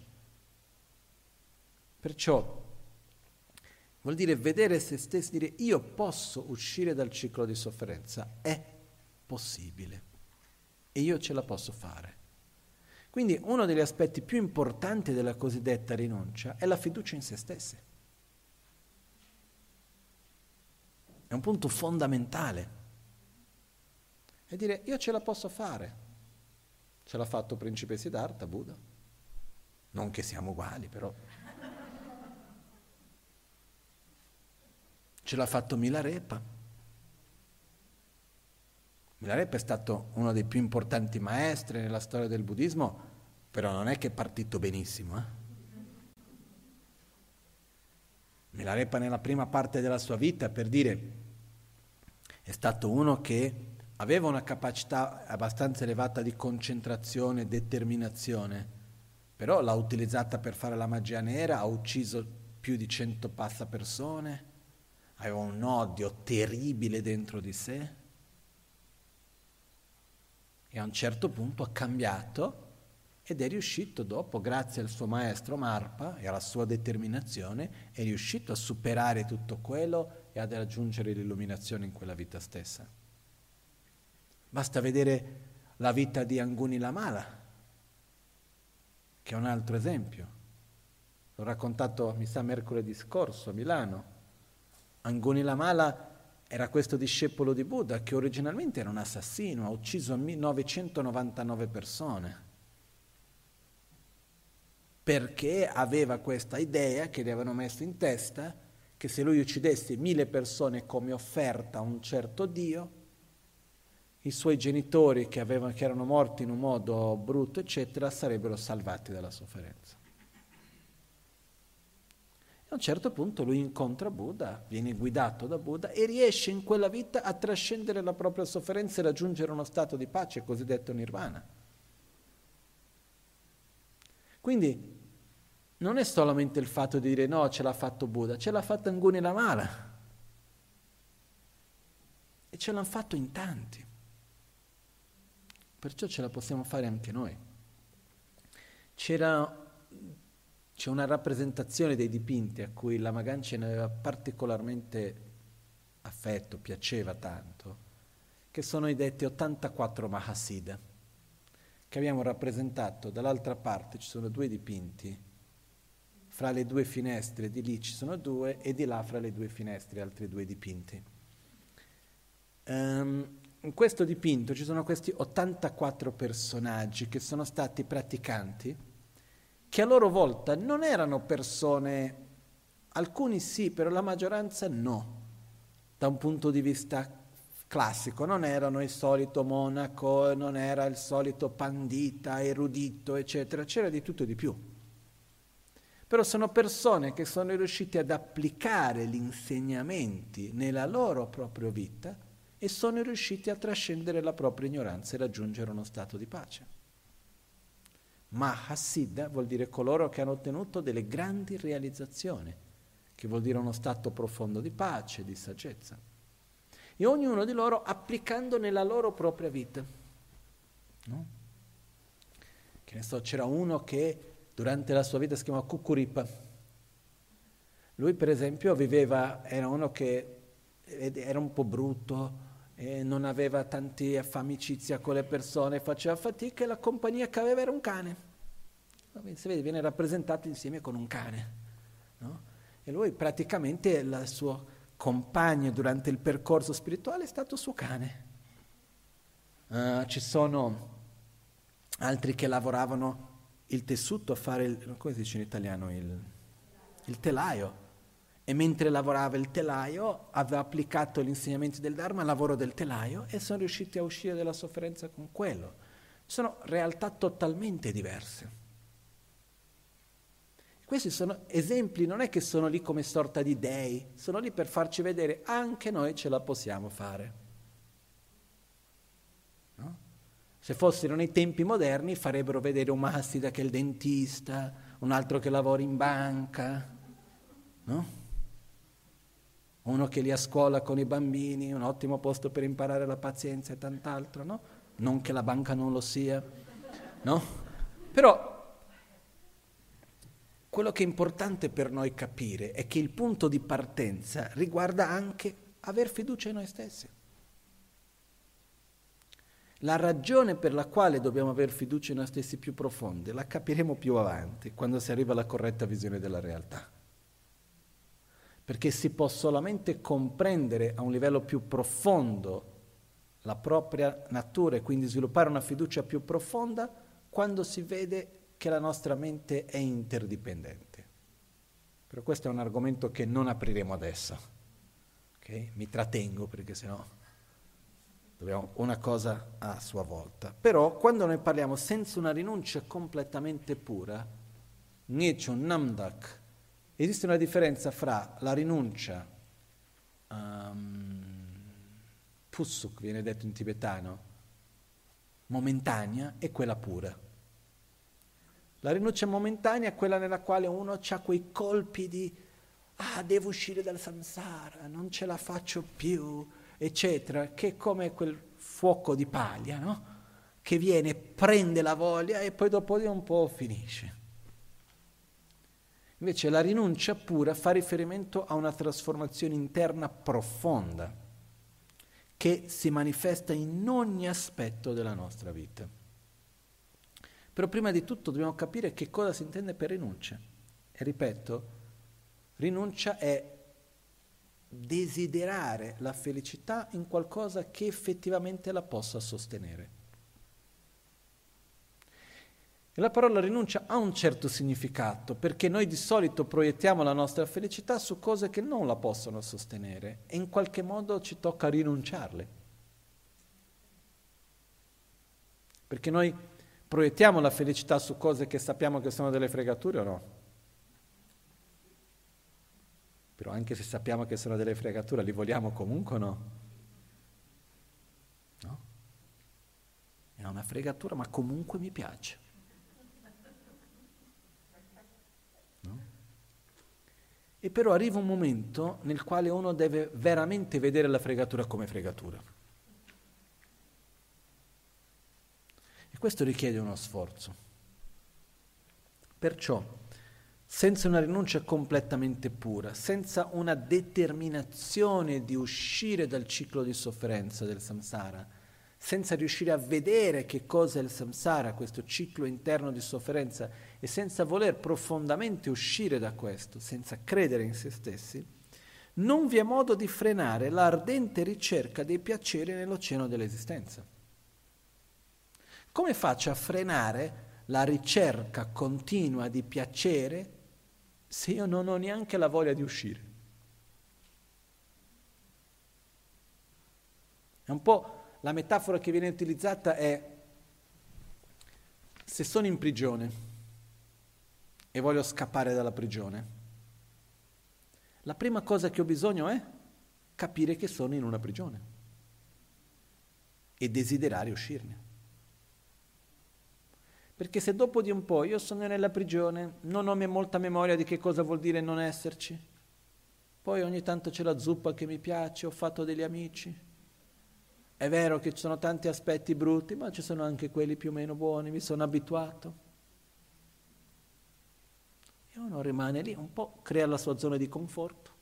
Perciò vuol dire vedere se stessi, dire io posso uscire dal ciclo di sofferenza, è possibile. E io ce la posso fare. Quindi uno degli aspetti più importanti della cosiddetta rinuncia è la fiducia in se stessi. È un punto fondamentale. E dire, io ce la posso fare. Ce l'ha fatto Principe Siddhartha, Buddha. Non che siamo uguali, però. Ce l'ha fatto Milarepa. Milarepa è stato uno dei più importanti maestri nella storia del buddismo, però non è che è partito benissimo. Eh? Milarepa nella prima parte della sua vita, per dire, è stato uno che aveva una capacità abbastanza elevata di concentrazione e determinazione, però l'ha utilizzata per fare la magia nera, ha ucciso più di cento passa persone, aveva un odio terribile dentro di sé e a un certo punto ha cambiato ed è riuscito dopo, grazie al suo maestro Marpa e alla sua determinazione, è riuscito a superare tutto quello e ad raggiungere l'illuminazione in quella vita stessa. Basta vedere la vita di Anguni Lamala, che è un altro esempio. L'ho raccontato, mi sa, mercoledì scorso a Milano. Anguni Lamala era questo discepolo di Buddha che originalmente era un assassino, ha ucciso novecentonovantanove persone. Perché aveva questa idea che gli avevano messo in testa che se lui uccidesse mille persone come offerta a un certo Dio, i suoi genitori che, avevano, che erano morti in un modo brutto, eccetera, sarebbero salvati dalla sofferenza. E a un certo punto lui incontra Buddha, viene guidato da Buddha e riesce in quella vita a trascendere la propria sofferenza e raggiungere uno stato di pace, cosiddetto nirvana. Quindi non è solamente il fatto di dire no, ce l'ha fatto Buddha, ce l'ha fatto Anguni Lamala. E ce l'hanno fatto in tanti. Perciò ce la possiamo fare anche noi. C'era, c'è una rappresentazione dei dipinti a cui Lama Ganchen aveva particolarmente affetto, piaceva tanto, che sono i detti ottantaquattro Mahasiddha, che abbiamo rappresentato. Dall'altra parte ci sono due dipinti, fra le due finestre di lì ci sono due e di là fra le due finestre altri due dipinti. Um, in questo dipinto ci sono questi ottantaquattro personaggi che sono stati praticanti, che a loro volta non erano persone, alcuni sì, però la maggioranza no, da un punto di vista classico, non erano il solito monaco, non era il solito pandita, erudito, eccetera, c'era di tutto e di più. Però sono persone che sono riuscite ad applicare gli insegnamenti nella loro propria vita e sono riusciti a trascendere la propria ignoranza e raggiungere uno stato di pace. Mahasiddha vuol dire coloro che hanno ottenuto delle grandi realizzazioni, che vuol dire uno stato profondo di pace, di saggezza. E ognuno di loro applicando nella loro propria vita. No? Che ne so, c'era uno che durante la sua vita si chiamava Kukuripa. Lui per esempio viveva, era uno che era un po' brutto, e non aveva tanti amicizia con le persone, faceva fatica e la compagnia che aveva era un cane. Si vede, viene rappresentato insieme con un cane. No? E lui praticamente il suo compagno durante il percorso spirituale è stato suo cane. Uh, ci sono altri che lavoravano il tessuto a fare, il, come si dice in italiano, il, il telaio. E mentre lavorava il telaio aveva applicato gli insegnamenti del Dharma al lavoro del telaio e sono riusciti a uscire dalla sofferenza con quello. Sono realtà totalmente diverse. Questi sono esempi, non è che sono lì come sorta di dei, sono lì per farci vedere anche noi ce la possiamo fare. No? Se fossero nei tempi moderni farebbero vedere un Mahasiddha che è il dentista, un altro che lavora in banca, no? Uno che li a scuola con i bambini, un ottimo posto per imparare la pazienza e tant'altro, no? Non che la banca non lo sia, no? Però quello che è importante per noi capire è che il punto di partenza riguarda anche aver fiducia in noi stessi. La ragione per la quale dobbiamo aver fiducia in noi stessi più profonde la capiremo più avanti, quando si arriva alla corretta visione della realtà. perché si può solamente comprendere a un livello più profondo la propria natura e quindi sviluppare una fiducia più profonda quando si vede che la nostra mente è interdipendente. Però questo è un argomento che non apriremo adesso, okay? Mi trattengo perché sennò dobbiamo una cosa a sua volta. Però quando noi parliamo senza una rinuncia completamente pura, Ngechun Namdak, esiste una differenza fra la rinuncia um, Pusuk, viene detto in tibetano, momentanea, e quella pura. La rinuncia momentanea è quella nella quale uno ha quei colpi di ah, devo uscire dal samsara, non ce la faccio più, eccetera, che è come quel fuoco di paglia, no? Che viene, prende la voglia e poi dopo di un po' finisce. Invece la rinuncia pura fa riferimento a una trasformazione interna profonda che si manifesta in ogni aspetto della nostra vita. Però prima di tutto dobbiamo capire che cosa si intende per rinuncia. E ripeto, rinuncia è desiderare la felicità in qualcosa che effettivamente la possa sostenere. E la parola rinuncia ha un certo significato, perché noi di solito proiettiamo la nostra felicità su cose che non la possono sostenere e in qualche modo ci tocca rinunciarle. Perché noi proiettiamo la felicità su cose che sappiamo che sono delle fregature o no? Però anche se sappiamo che sono delle fregature, li vogliamo comunque o no? No? È una fregatura, ma comunque mi piace. No? E però arriva un momento nel quale uno deve veramente vedere la fregatura come fregatura. E questo richiede uno sforzo. Perciò, senza una rinuncia completamente pura, senza una determinazione di uscire dal ciclo di sofferenza del samsara, senza riuscire a vedere che cosa è il samsara, questo ciclo interno di sofferenza, e senza voler profondamente uscire da questo, senza credere in se stessi, non vi è modo di frenare l'ardente ricerca dei piaceri nell'oceano dell'esistenza. Come faccio a frenare la ricerca continua di piacere se io non ho neanche la voglia di uscire? È un po' la metafora che viene utilizzata è: se sono in prigione e voglio scappare dalla prigione, la prima cosa che ho bisogno è capire che sono in una prigione e desiderare uscirne. Perché se dopo di un po' io sono nella prigione, non ho molta memoria di che cosa vuol dire non esserci, poi ogni tanto c'è la zuppa che mi piace, ho fatto degli amici, è vero che ci sono tanti aspetti brutti, ma ci sono anche quelli più o meno buoni, mi sono abituato. E uno rimane lì, un po' crea la sua zona di conforto.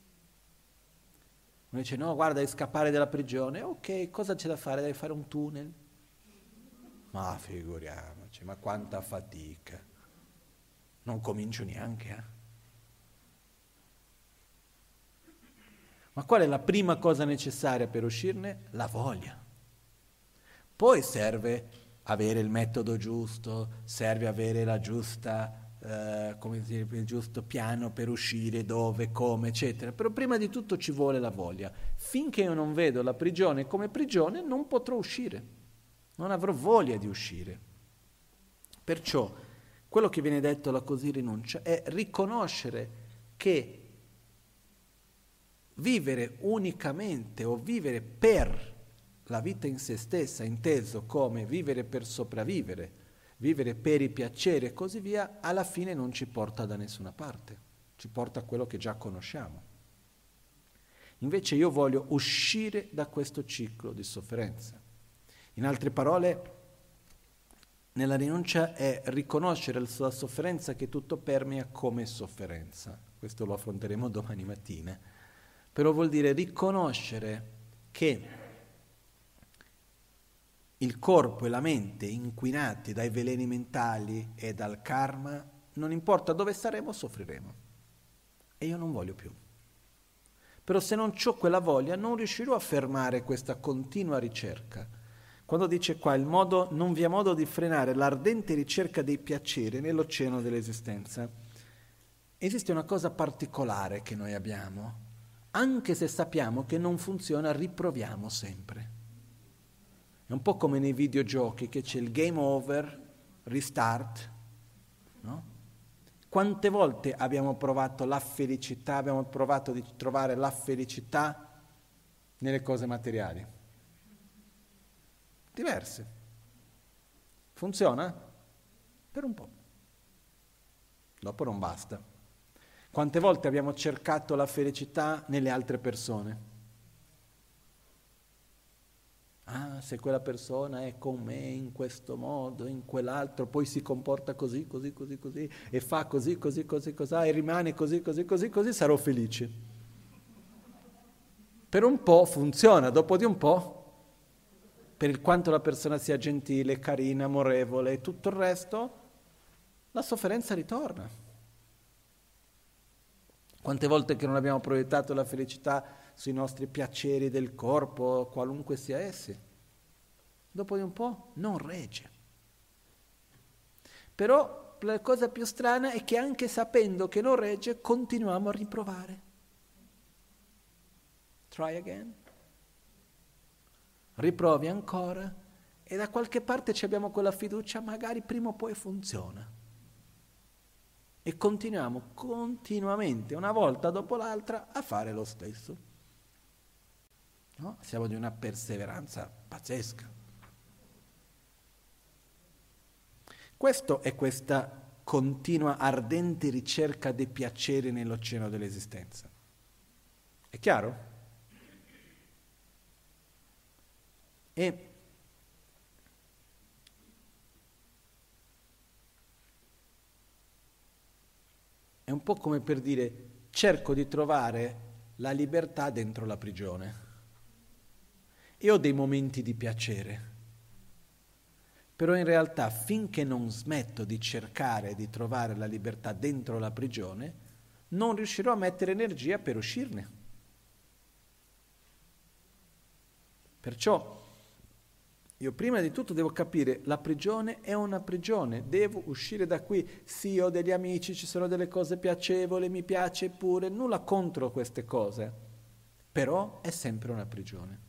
Uno dice: no, guarda, devi scappare dalla prigione. Ok, cosa c'è da fare? Devi fare un tunnel. Ma figuriamoci, ma quanta fatica. Non comincio neanche, eh. Ma qual è la prima cosa necessaria per uscirne? La voglia. Poi serve avere il metodo giusto, serve avere la giusta, eh, come dire, il giusto piano per uscire, dove, come, eccetera. Però prima di tutto ci vuole la voglia. Finché io non vedo la prigione come prigione, non potrò uscire. Non avrò voglia di uscire. Perciò, quello che viene detto la così rinuncia è riconoscere che vivere unicamente o vivere per la vita in se stessa, inteso come vivere per sopravvivere, vivere per i piaceri e così via, alla fine non ci porta da nessuna parte, ci porta a quello che già conosciamo. Invece io voglio uscire da questo ciclo di sofferenza. In altre parole, nella rinuncia è riconoscere la sofferenza che tutto permea come sofferenza. Questo lo affronteremo domani mattina. Però vuol dire riconoscere che il corpo e la mente inquinati dai veleni mentali e dal karma, non importa dove saremo, soffriremo. E io non voglio più. Però se non ho quella voglia non riuscirò a fermare questa continua ricerca. Quando dice qua, il modo, non vi è modo di frenare l'ardente ricerca dei piaceri nell'oceano dell'esistenza, esiste una cosa particolare che noi abbiamo. Anche se sappiamo che non funziona, riproviamo sempre. È un po' come nei videogiochi, che c'è il game over, restart, no? Quante volte abbiamo provato la felicità, abbiamo provato di trovare la felicità nelle cose materiali? Diverse. Funziona? Per un po'. Dopo non basta. Quante volte abbiamo cercato la felicità nelle altre persone? Ah, se quella persona è con me in questo modo, in quell'altro, poi si comporta così, così, così, così, e fa così, così, così, così, e rimane così, così, così, così, sarò felice. Per un po' funziona, dopo di un po', per il quanto la persona sia gentile, carina, amorevole e tutto il resto, la sofferenza ritorna. Quante volte che non abbiamo proiettato la felicità sui nostri piaceri del corpo, qualunque sia essi, dopo di un po' non regge. Però la cosa più strana è che anche sapendo che non regge, continuiamo a riprovare. Try again. Riprovi ancora e da qualche parte ci abbiamo quella fiducia, magari prima o poi funziona. E continuiamo continuamente, una volta dopo l'altra, a fare lo stesso. No? Siamo di una perseveranza pazzesca. Questo è questa continua ardente ricerca dei piaceri nell'oceano dell'esistenza. È chiaro? E è un po' come per dire, cerco di trovare la libertà dentro la prigione. E ho dei momenti di piacere, però in realtà finché non smetto di cercare di trovare la libertà dentro la prigione, non riuscirò a mettere energia per uscirne. Perciò io prima di tutto devo capire, la prigione è una prigione, devo uscire da qui. Sì, ho degli amici, ci sono delle cose piacevoli, mi piace pure, nulla contro queste cose, però è sempre una prigione.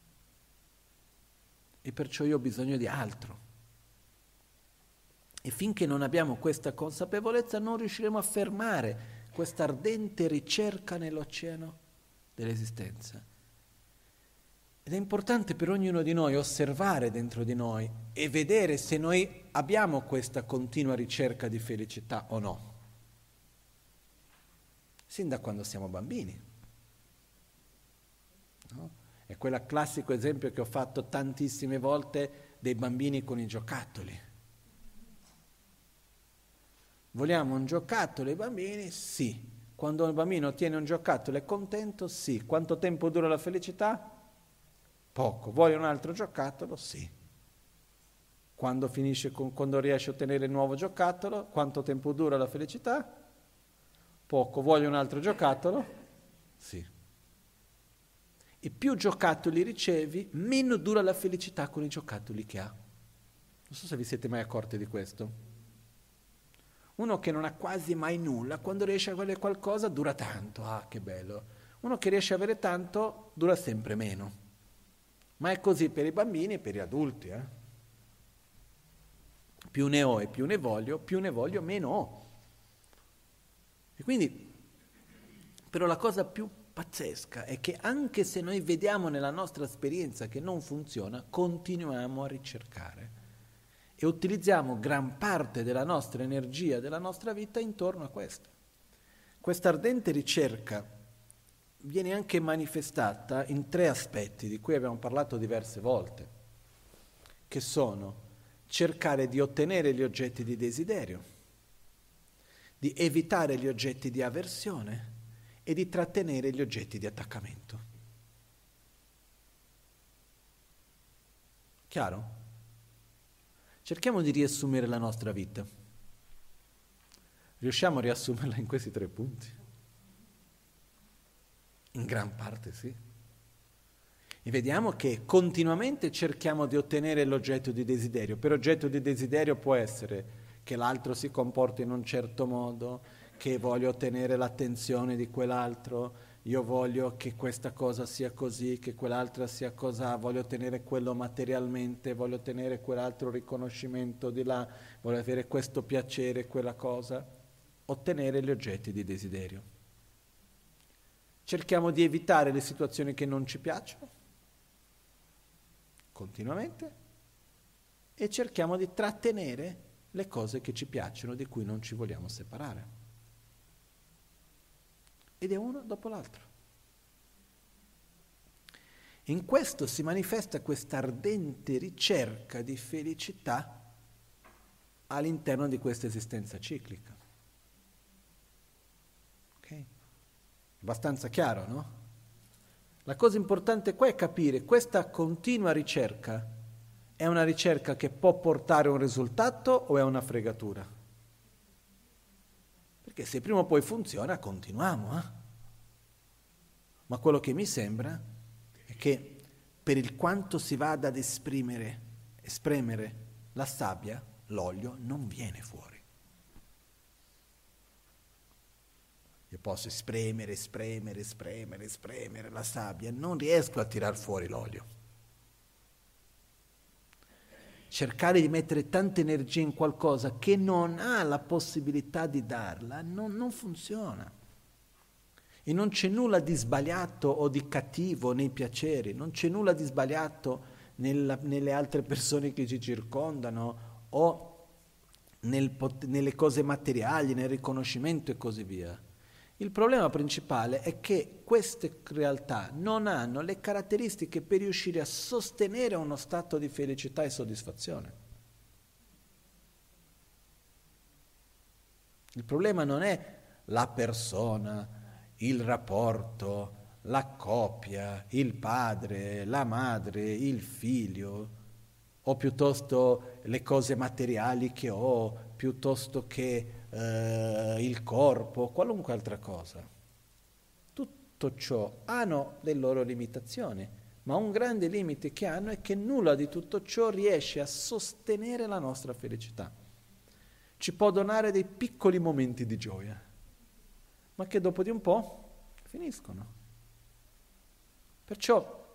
E perciò io ho bisogno di altro. E finché non abbiamo questa consapevolezza non riusciremo a fermare questa ardente ricerca nell'oceano dell'esistenza. Ed è importante per ognuno di noi osservare dentro di noi e vedere se noi abbiamo questa continua ricerca di felicità o no. Sin da quando siamo bambini. No? È quel classico esempio che ho fatto tantissime volte dei bambini con i giocattoli. Vogliamo un giocattolo ai bambini? Sì. Quando il bambino ottiene un giocattolo è contento? Sì. Quanto tempo dura la felicità? Poco. Vuole un altro giocattolo? Sì. Quando finisce con, quando riesce a ottenere il nuovo giocattolo, quanto tempo dura la felicità? Poco. Vuole un altro giocattolo? Sì. E più giocattoli ricevi, meno dura la felicità con i giocattoli che ha. Non so se vi siete mai accorti di questo. Uno che non ha quasi mai nulla, quando riesce a avere qualcosa dura tanto, ah che bello. Uno che riesce a avere tanto dura sempre meno. Ma è così per i bambini e per gli adulti. Eh? Più ne ho e più ne voglio, più ne voglio meno ho. E quindi, però la cosa più pazzesca è che anche se noi vediamo nella nostra esperienza che non funziona, continuiamo a ricercare e utilizziamo gran parte della nostra energia, della nostra vita intorno a questo. Questa ardente ricerca viene anche manifestata in tre aspetti di cui abbiamo parlato diverse volte, che sono cercare di ottenere gli oggetti di desiderio, di evitare gli oggetti di avversione e di trattenere gli oggetti di attaccamento. Chiaro? Cerchiamo di riassumere la nostra vita. Riusciamo a riassumerla in questi tre punti? In gran parte sì. E vediamo che continuamente cerchiamo di ottenere l'oggetto di desiderio. Per oggetto di desiderio può essere che l'altro si comporti in un certo modo, che voglio ottenere l'attenzione di quell'altro, io voglio che questa cosa sia così, che quell'altra sia cosà, voglio ottenere quello materialmente, voglio ottenere quell'altro riconoscimento di là, voglio avere questo piacere, quella cosa, ottenere gli oggetti di desiderio. Cerchiamo di evitare le situazioni che non ci piacciono, continuamente, e cerchiamo di trattenere le cose che ci piacciono, di cui non ci vogliamo separare. Ed è uno dopo l'altro. In questo si manifesta questa ardente ricerca di felicità all'interno di questa esistenza ciclica. Ok? Abbastanza chiaro, no? La cosa importante qua è capire questa continua ricerca è una ricerca che può portare un risultato o è una fregatura? Perché se prima o poi funziona, continuiamo. Eh? Ma quello che mi sembra è che per il quanto si vada ad esprimere, espremere la sabbia, l'olio non viene fuori. Io posso espremere, espremere, espremere, espremere la sabbia, non riesco a tirar fuori l'olio. Cercare di mettere tanta energia in qualcosa che non ha la possibilità di darla, non, non funziona. E non c'è nulla di sbagliato o di cattivo nei piaceri, non c'è nulla di sbagliato nella, nelle altre persone che ci circondano o nel, nelle cose materiali, nel riconoscimento e così via. Il problema principale è che queste realtà non hanno le caratteristiche per riuscire a sostenere uno stato di felicità e soddisfazione. Il problema non è la persona, il rapporto, la coppia, il padre, la madre, il figlio, o piuttosto le cose materiali che ho, piuttosto che Uh, il corpo, qualunque altra cosa. Tutto ciò hanno le loro limitazioni, ma un grande limite che hanno è che nulla di tutto ciò riesce a sostenere la nostra felicità. Ci può donare dei piccoli momenti di gioia, ma che dopo di un po' finiscono. Perciò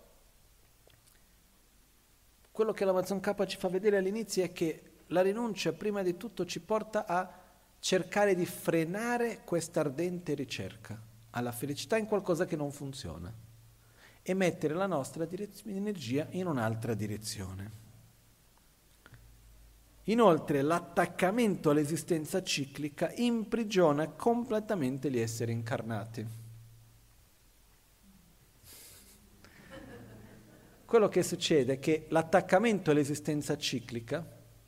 quello che l'Amazon K ci fa vedere all'inizio è che la rinuncia prima di tutto ci porta a cercare di frenare questa ardente ricerca alla felicità in qualcosa che non funziona e mettere la nostra direz- energia in un'altra direzione. Inoltre l'attaccamento all'esistenza ciclica imprigiona completamente gli esseri incarnati. Quello che succede è che l'attaccamento all'esistenza ciclica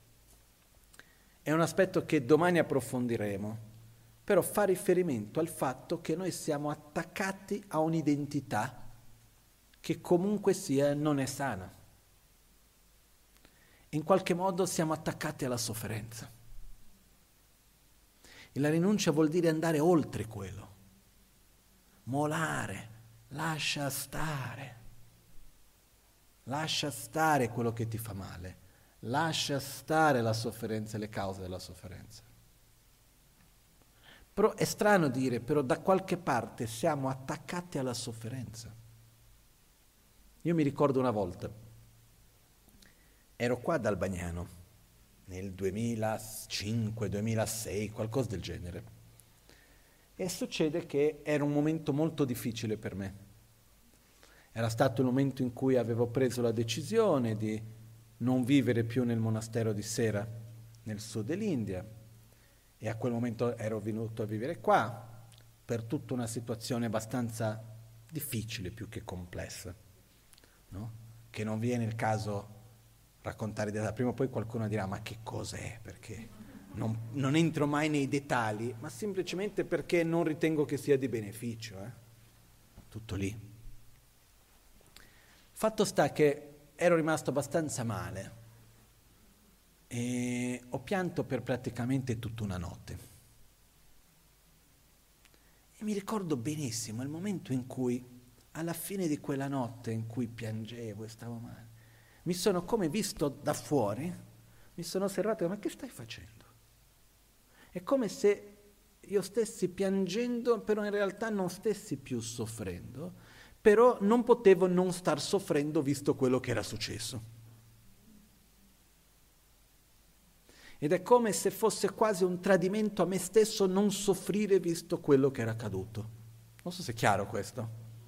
è un aspetto che domani approfondiremo, però fa riferimento al fatto che noi siamo attaccati a un'identità che comunque sia non è sana. In qualche modo siamo attaccati alla sofferenza. E la rinuncia vuol dire andare oltre quello, molare, lascia stare, lascia stare quello che ti fa male. Lascia stare la sofferenza e le cause della sofferenza. Però è strano dire, però da qualche parte siamo attaccati alla sofferenza. Io mi ricordo una volta, ero qua ad Albagnano, nel duemilacinque duemilasei, qualcosa del genere, e succede che era un momento molto difficile per me. Era stato il momento in cui avevo preso la decisione di non vivere più nel monastero di Sera, nel sud dell'India, e a quel momento ero venuto a vivere qua per tutta una situazione abbastanza difficile più che complessa, no? Che non viene il caso raccontare da prima o poi qualcuno dirà ma che cos'è, perché non, non entro mai nei dettagli, ma semplicemente perché non ritengo che sia di beneficio, eh? Tutto lì. Fatto sta che ero rimasto abbastanza male e ho pianto per praticamente tutta una notte. E mi ricordo benissimo il momento in cui alla fine di quella notte in cui piangevo e stavo male, mi sono come visto da fuori, mi sono osservato, ma che stai facendo? È come se io stessi piangendo, però in realtà non stessi più soffrendo, però non potevo non star soffrendo visto quello che era successo. Ed è come se fosse quasi un tradimento a me stesso non soffrire visto quello che era accaduto. Non so se è chiaro questo.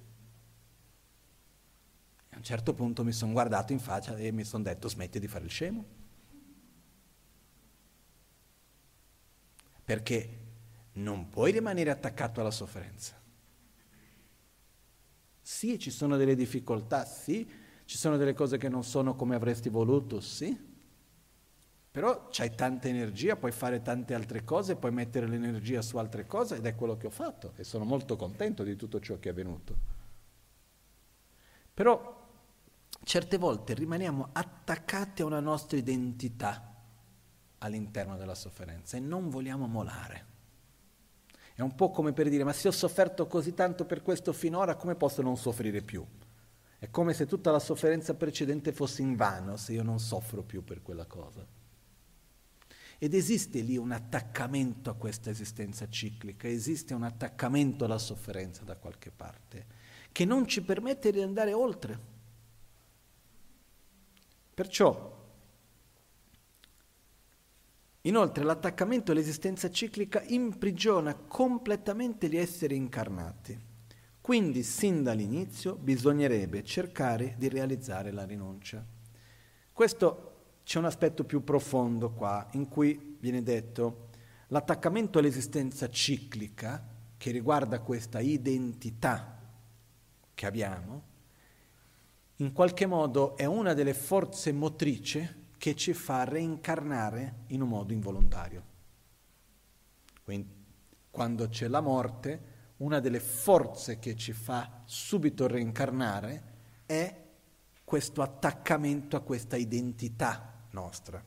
A un certo punto mi sono guardato in faccia e mi sono detto smetti di fare il scemo. Perché non puoi rimanere attaccato alla sofferenza. Sì, ci sono delle difficoltà, sì, ci sono delle cose che non sono come avresti voluto, sì. Però c'hai tanta energia, puoi fare tante altre cose, puoi mettere l'energia su altre cose ed è quello che ho fatto e sono molto contento di tutto ciò che è avvenuto. Però certe volte rimaniamo attaccati a una nostra identità all'interno della sofferenza e non vogliamo molare. È un po' come per dire, ma se ho sofferto così tanto per questo finora, come posso non soffrire più? È come se tutta la sofferenza precedente fosse invano se io non soffro più per quella cosa. Ed esiste lì un attaccamento a questa esistenza ciclica, esiste un attaccamento alla sofferenza da qualche parte, che non ci permette di andare oltre. Perciò, inoltre, l'attaccamento all'esistenza ciclica imprigiona completamente gli esseri incarnati. Quindi, sin dall'inizio, bisognerebbe cercare di realizzare la rinuncia. Questo c'è un aspetto più profondo qua, in cui viene detto l'attaccamento all'esistenza ciclica, che riguarda questa identità che abbiamo, in qualche modo è una delle forze motrici che ci fa reincarnare in un modo involontario. Quindi, quando c'è la morte, una delle forze che ci fa subito reincarnare è questo attaccamento a questa identità nostra.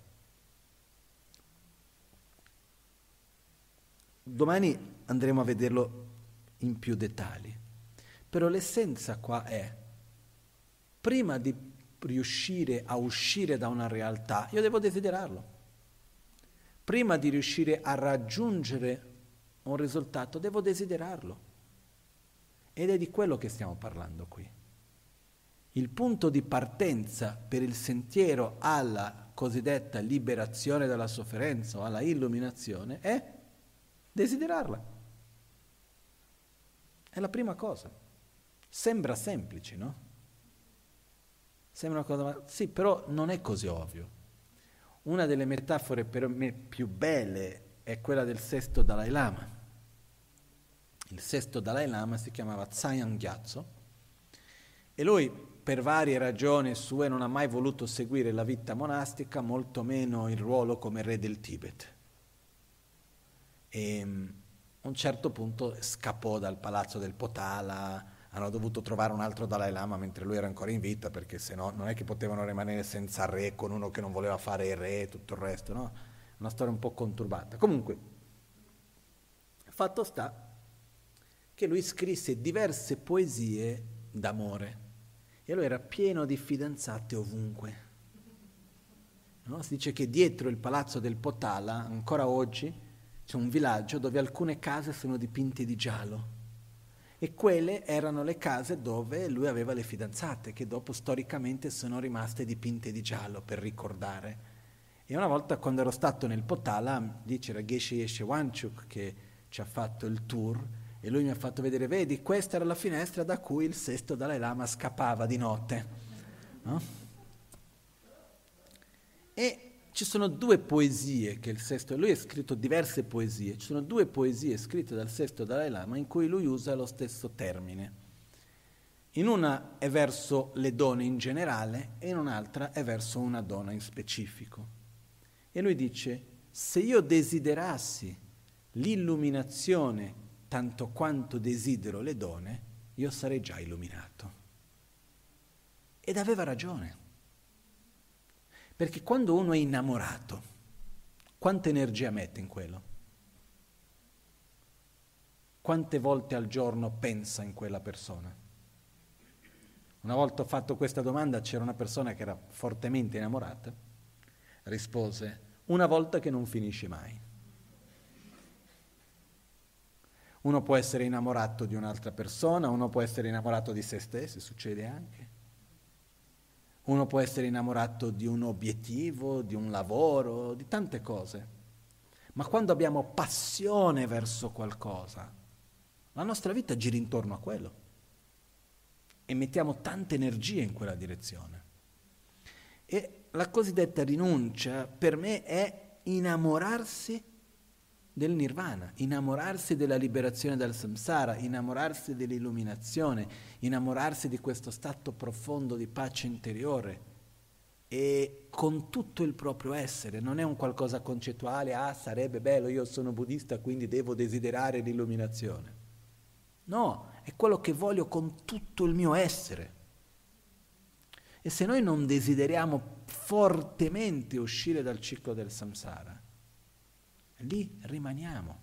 Domani andremo a vederlo in più dettagli, però l'essenza qua è, prima di riuscire a uscire da una realtà, io devo desiderarlo. Prima di riuscire a raggiungere un risultato, devo desiderarlo. Ed è di quello che stiamo parlando qui. Il punto di partenza per il sentiero alla cosiddetta liberazione dalla sofferenza o alla illuminazione è desiderarla. È la prima cosa. Sembra semplice, no? Sembra una cosa, ma sì, però non è così ovvio. Una delle metafore per me più belle è quella del sesto Dalai Lama. Il sesto Dalai Lama si chiamava Tsayang Gyatso e lui, per varie ragioni sue, non ha mai voluto seguire la vita monastica, molto meno il ruolo come re del Tibet. E a un certo punto scappò dal palazzo del Potala, hanno dovuto trovare un altro Dalai Lama mentre lui era ancora in vita, perché sennò non è che potevano rimanere senza re con uno che non voleva fare il re e tutto il resto, no? Una storia un po' conturbata. Comunque, fatto sta che lui scrisse diverse poesie d'amore. E lui era pieno di fidanzate ovunque. No? Si dice che dietro il palazzo del Potala, ancora oggi, c'è un villaggio dove alcune case sono dipinte di giallo. E quelle erano le case dove lui aveva le fidanzate, che dopo storicamente sono rimaste dipinte di giallo per ricordare. E una volta, quando ero stato nel Potala, lì c'era Geshe Yeshe Wanchuk che ci ha fatto il tour, e lui mi ha fatto vedere, vedi, questa era la finestra da cui il sesto Dalai Lama scappava di notte. No? E ci sono due poesie che il sesto, lui ha scritto diverse poesie, ci sono due poesie scritte dal sesto Dalai Lama in cui lui usa lo stesso termine. In una è verso le donne in generale e in un'altra è verso una donna in specifico. E lui dice, se io desiderassi l'illuminazione tanto quanto desidero le donne, io sarei già illuminato. Ed aveva ragione. Perché quando uno è innamorato, quanta energia mette in quello? Quante volte al giorno pensa in quella persona? Una volta ho fatto questa domanda, c'era una persona che era fortemente innamorata, rispose, una volta che non finisce mai. Uno può essere innamorato di un'altra persona, uno può essere innamorato di se stesso, succede anche. Uno può essere innamorato di un obiettivo, di un lavoro, di tante cose. Ma quando abbiamo passione verso qualcosa, la nostra vita gira intorno a quello e mettiamo tante energie in quella direzione. E la cosiddetta rinuncia per me è innamorarsi del nirvana, innamorarsi della liberazione dal samsara, innamorarsi dell'illuminazione, innamorarsi di questo stato profondo di pace interiore e con tutto il proprio essere, non è un qualcosa concettuale, ah sarebbe bello, io sono buddista quindi devo desiderare l'illuminazione. No, è quello che voglio con tutto il mio essere. E se noi non desideriamo fortemente uscire dal ciclo del samsara, lì rimaniamo.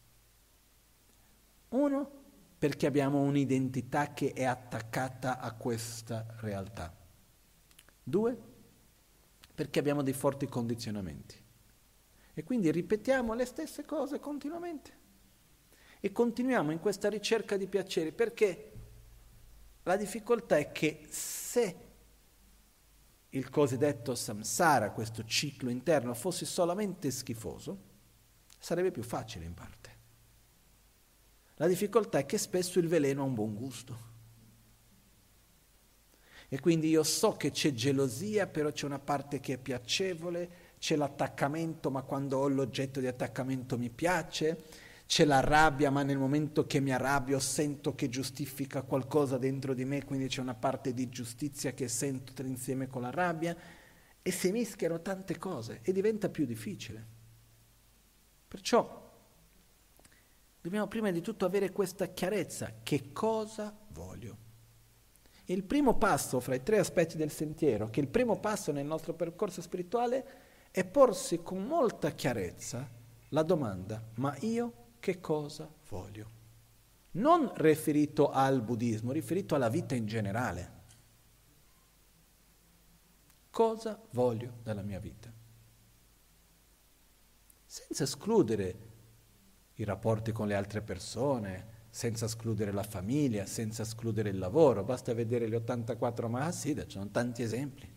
Uno, perché abbiamo un'identità che è attaccata a questa realtà. Due, perché abbiamo dei forti condizionamenti. E quindi ripetiamo le stesse cose continuamente. E continuiamo in questa ricerca di piaceri, perché la difficoltà è che se il cosiddetto samsara, questo ciclo interno, fosse solamente schifoso, sarebbe più facile in parte. La difficoltà è che spesso il veleno ha un buon gusto. E quindi io so che c'è gelosia, però c'è una parte che è piacevole, c'è l'attaccamento, ma quando ho l'oggetto di attaccamento mi piace, c'è la rabbia, ma nel momento che mi arrabbio sento che giustifica qualcosa dentro di me, quindi c'è una parte di giustizia che sento insieme con la rabbia, e si mischiano tante cose e diventa più difficile. Perciò dobbiamo prima di tutto avere questa chiarezza, che cosa voglio. Il primo passo fra i tre aspetti del sentiero, che il primo passo nel nostro percorso spirituale è porsi con molta chiarezza la domanda, ma io che cosa voglio? Non riferito al buddismo, riferito alla vita in generale. Cosa voglio dalla mia vita? Senza escludere i rapporti con le altre persone, senza escludere la famiglia, senza escludere il lavoro. Basta vedere gli ottantaquattro Mahasiddha, ci sono tanti esempi.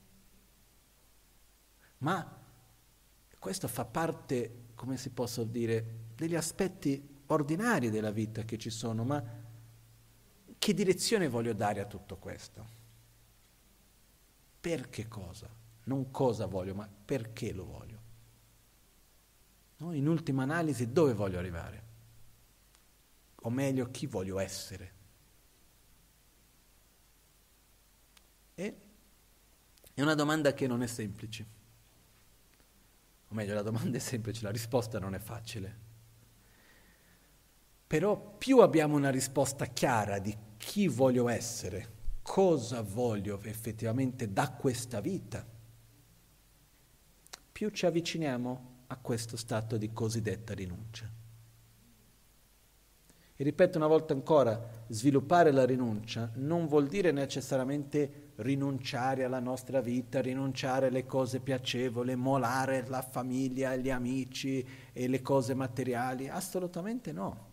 Ma questo fa parte, come si può dire, degli aspetti ordinari della vita che ci sono, ma che direzione voglio dare a tutto questo? Per che cosa? Non cosa voglio, ma perché lo voglio? No? In ultima analisi, dove voglio arrivare? O meglio, chi voglio essere? E è una domanda che non è semplice. O meglio, la domanda è semplice, la risposta non è facile. Però più abbiamo una risposta chiara di chi voglio essere, cosa voglio effettivamente da questa vita, più ci avviciniamo a questo stato di cosiddetta rinuncia. E ripeto una volta ancora, sviluppare la rinuncia non vuol dire necessariamente rinunciare alla nostra vita, rinunciare alle cose piacevoli, molare la famiglia, gli amici e le cose materiali, assolutamente no.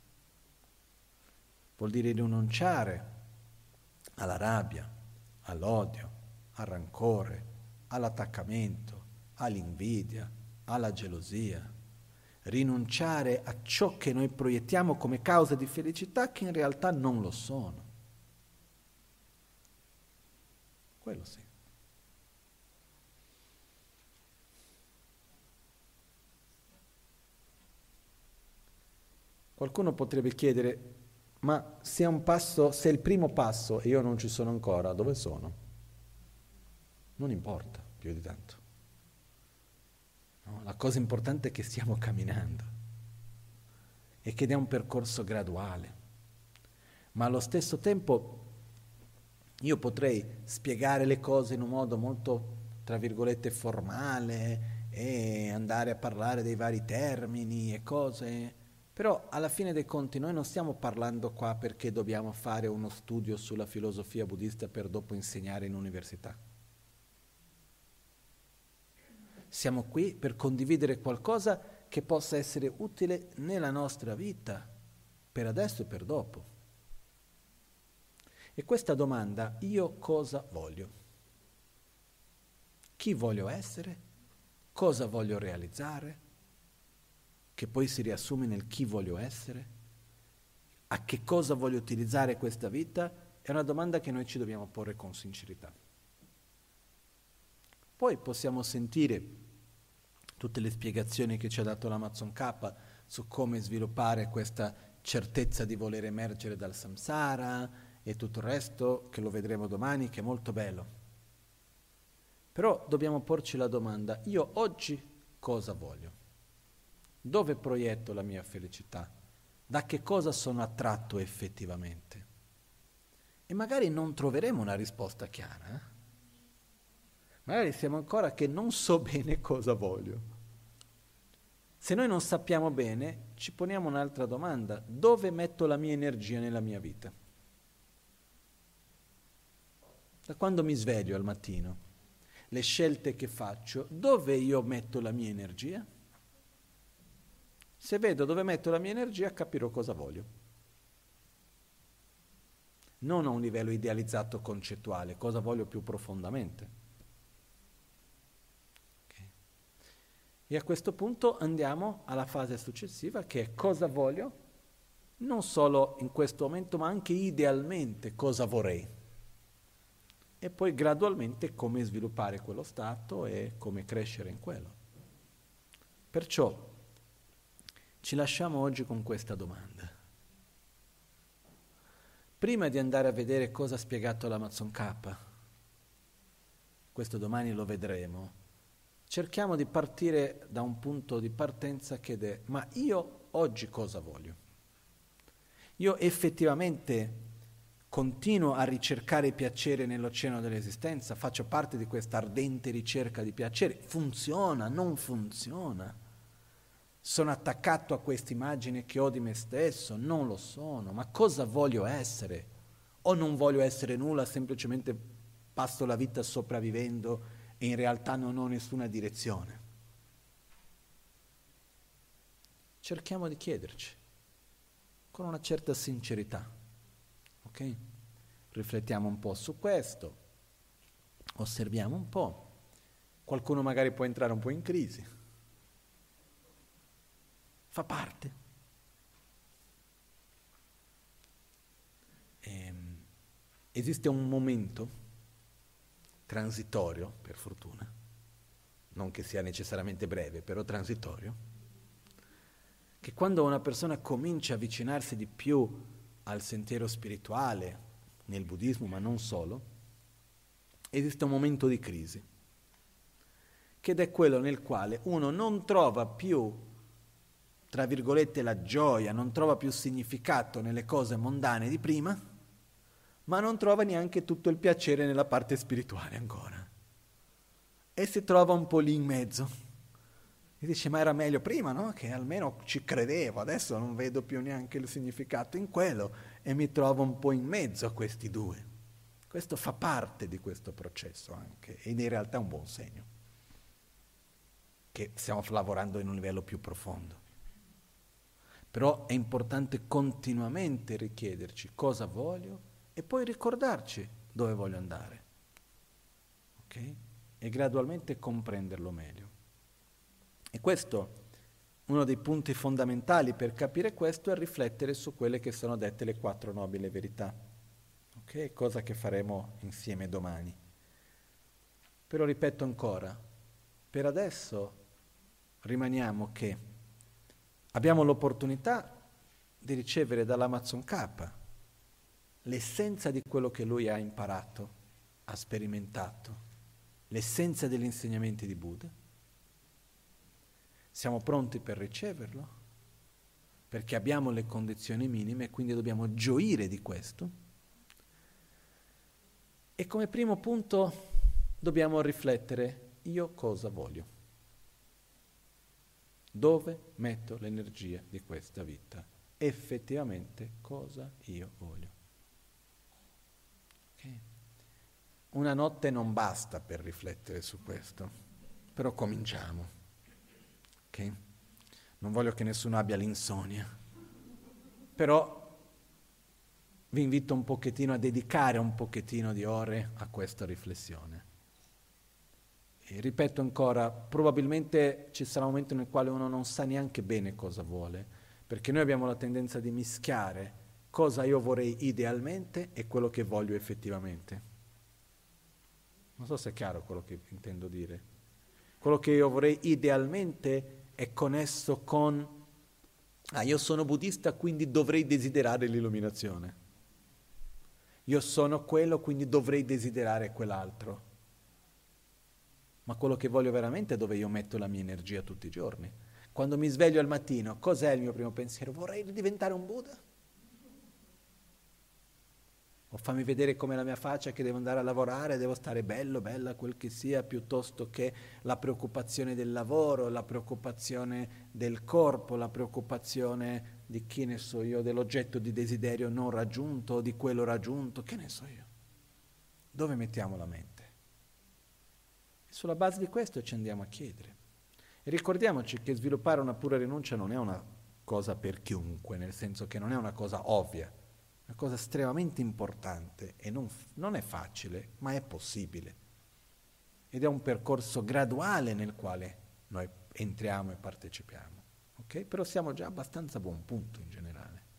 Vuol dire rinunciare alla rabbia, all'odio, al rancore, all'attaccamento, all'invidia, alla gelosia. Rinunciare a ciò che noi proiettiamo come causa di felicità che in realtà non lo sono. Quello sì. Qualcuno potrebbe chiedere, ma se è un passo, se è il primo passo e io non ci sono ancora, dove sono? Non importa più di tanto. No, la cosa importante è che stiamo camminando e che è un percorso graduale. Ma allo stesso tempo io potrei spiegare le cose in un modo molto, tra virgolette, formale e andare a parlare dei vari termini e cose, Però alla fine dei conti noi non stiamo parlando qua perché dobbiamo fare uno studio sulla filosofia buddista per dopo insegnare in università. Siamo qui per condividere qualcosa che possa essere utile nella nostra vita, per adesso e per dopo. E questa domanda, io cosa voglio? Chi voglio essere? Cosa voglio realizzare? Che poi si riassume nel chi voglio essere? A che cosa voglio utilizzare questa vita? È una domanda che noi ci dobbiamo porre con sincerità. Poi possiamo sentire tutte le spiegazioni che ci ha dato l'Amazon K su come sviluppare questa certezza di voler emergere dal samsara e tutto il resto, che lo vedremo domani, che è molto bello. Però dobbiamo porci la domanda, io oggi cosa voglio? Dove proietto la mia felicità? Da che cosa sono attratto effettivamente? E magari non troveremo una risposta chiara. Eh? Magari siamo ancora che non so bene cosa voglio. Se noi non sappiamo bene, ci poniamo un'altra domanda. Dove metto la mia energia nella mia vita? Da quando mi sveglio al mattino, le scelte che faccio, dove io metto la mia energia? Se vedo dove metto la mia energia, capirò cosa voglio. Non a un livello idealizzato concettuale, cosa voglio più profondamente. Okay. E a questo punto andiamo alla fase successiva, che è cosa voglio, non solo in questo momento, ma anche idealmente cosa vorrei. E poi gradualmente come sviluppare quello stato e come crescere in quello. Perciò ci lasciamo oggi con questa domanda. Prima di andare a vedere cosa ha spiegato l'Amazon K, questo domani lo vedremo, cerchiamo di partire da un punto di partenza che è, ma io oggi cosa voglio? Io effettivamente continuo a ricercare piacere nell'oceano dell'esistenza, faccio parte di questa ardente ricerca di piacere, funziona, non funziona? Sono attaccato a questa immagine che ho di me stesso? Non lo sono. Ma cosa voglio essere? O non voglio essere nulla, semplicemente passo la vita sopravvivendo e in realtà non ho nessuna direzione? Cerchiamo di chiederci, con una certa sincerità. Ok? Riflettiamo un po' su questo, osserviamo un po'. Qualcuno magari può entrare un po' in crisi. Fa parte. Ehm, esiste un momento transitorio, per fortuna, non che sia necessariamente breve, però transitorio, che quando una persona comincia a avvicinarsi di più al sentiero spirituale, nel buddismo, ma non solo, esiste un momento di crisi, che è quello nel quale uno non trova più, tra virgolette, la gioia, non trova più significato nelle cose mondane di prima, ma non trova neanche tutto il piacere nella parte spirituale ancora. E si trova un po' lì in mezzo. E dice, ma era meglio prima, no? Che almeno ci credevo, adesso non vedo più neanche il significato in quello e mi trovo un po' in mezzo a questi due. Questo fa parte di questo processo anche, ed in realtà è un buon segno, che stiamo lavorando in un livello più profondo. Però è importante continuamente richiederci cosa voglio e poi ricordarci dove voglio andare. Ok? E gradualmente comprenderlo meglio. E questo, uno dei punti fondamentali per capire questo è riflettere su quelle che sono dette le quattro nobili verità. Ok? Cosa che faremo insieme domani. Però ripeto ancora, per adesso rimaniamo che abbiamo l'opportunità di ricevere dall'Amazon K l'essenza di quello che lui ha imparato, ha sperimentato, l'essenza degli insegnamenti di Buddha. Siamo pronti per riceverlo? Perché abbiamo le condizioni minime e quindi dobbiamo gioire di questo. E come primo punto dobbiamo riflettere, io cosa voglio? Dove metto l'energia di questa vita? Effettivamente cosa io voglio. Okay. Una notte non basta per riflettere su questo, però cominciamo. Okay? Non voglio che nessuno abbia l'insonnia, però vi invito un pochettino a dedicare un pochettino di ore a questa riflessione. E ripeto ancora, probabilmente ci sarà un momento nel quale uno non sa neanche bene cosa vuole, perché noi abbiamo la tendenza di mischiare cosa io vorrei idealmente e quello che voglio effettivamente. Non so se è chiaro quello che intendo dire. Quello che io vorrei idealmente è connesso con, ah, io sono buddista, quindi dovrei desiderare l'illuminazione. Io sono quello, quindi dovrei desiderare quell'altro. Ma quello che voglio veramente è dove io metto la mia energia tutti i giorni. Quando mi sveglio al mattino, cos'è il mio primo pensiero? Vorrei diventare un Buddha? O fammi vedere com'è la mia faccia che devo andare a lavorare, devo stare bello, bella, quel che sia, piuttosto che la preoccupazione del lavoro, la preoccupazione del corpo, la preoccupazione di chi ne so io, dell'oggetto di desiderio non raggiunto o di quello raggiunto, che ne so io. Dove mettiamo la mente? E sulla base di questo ci andiamo a chiedere. E ricordiamoci che sviluppare una pura rinuncia non è una cosa per chiunque, nel senso che non è una cosa ovvia, è una cosa estremamente importante e non, non è facile, ma è possibile. Ed è un percorso graduale nel quale noi entriamo e partecipiamo. Okay? Però siamo già abbastanza a buon punto in generale.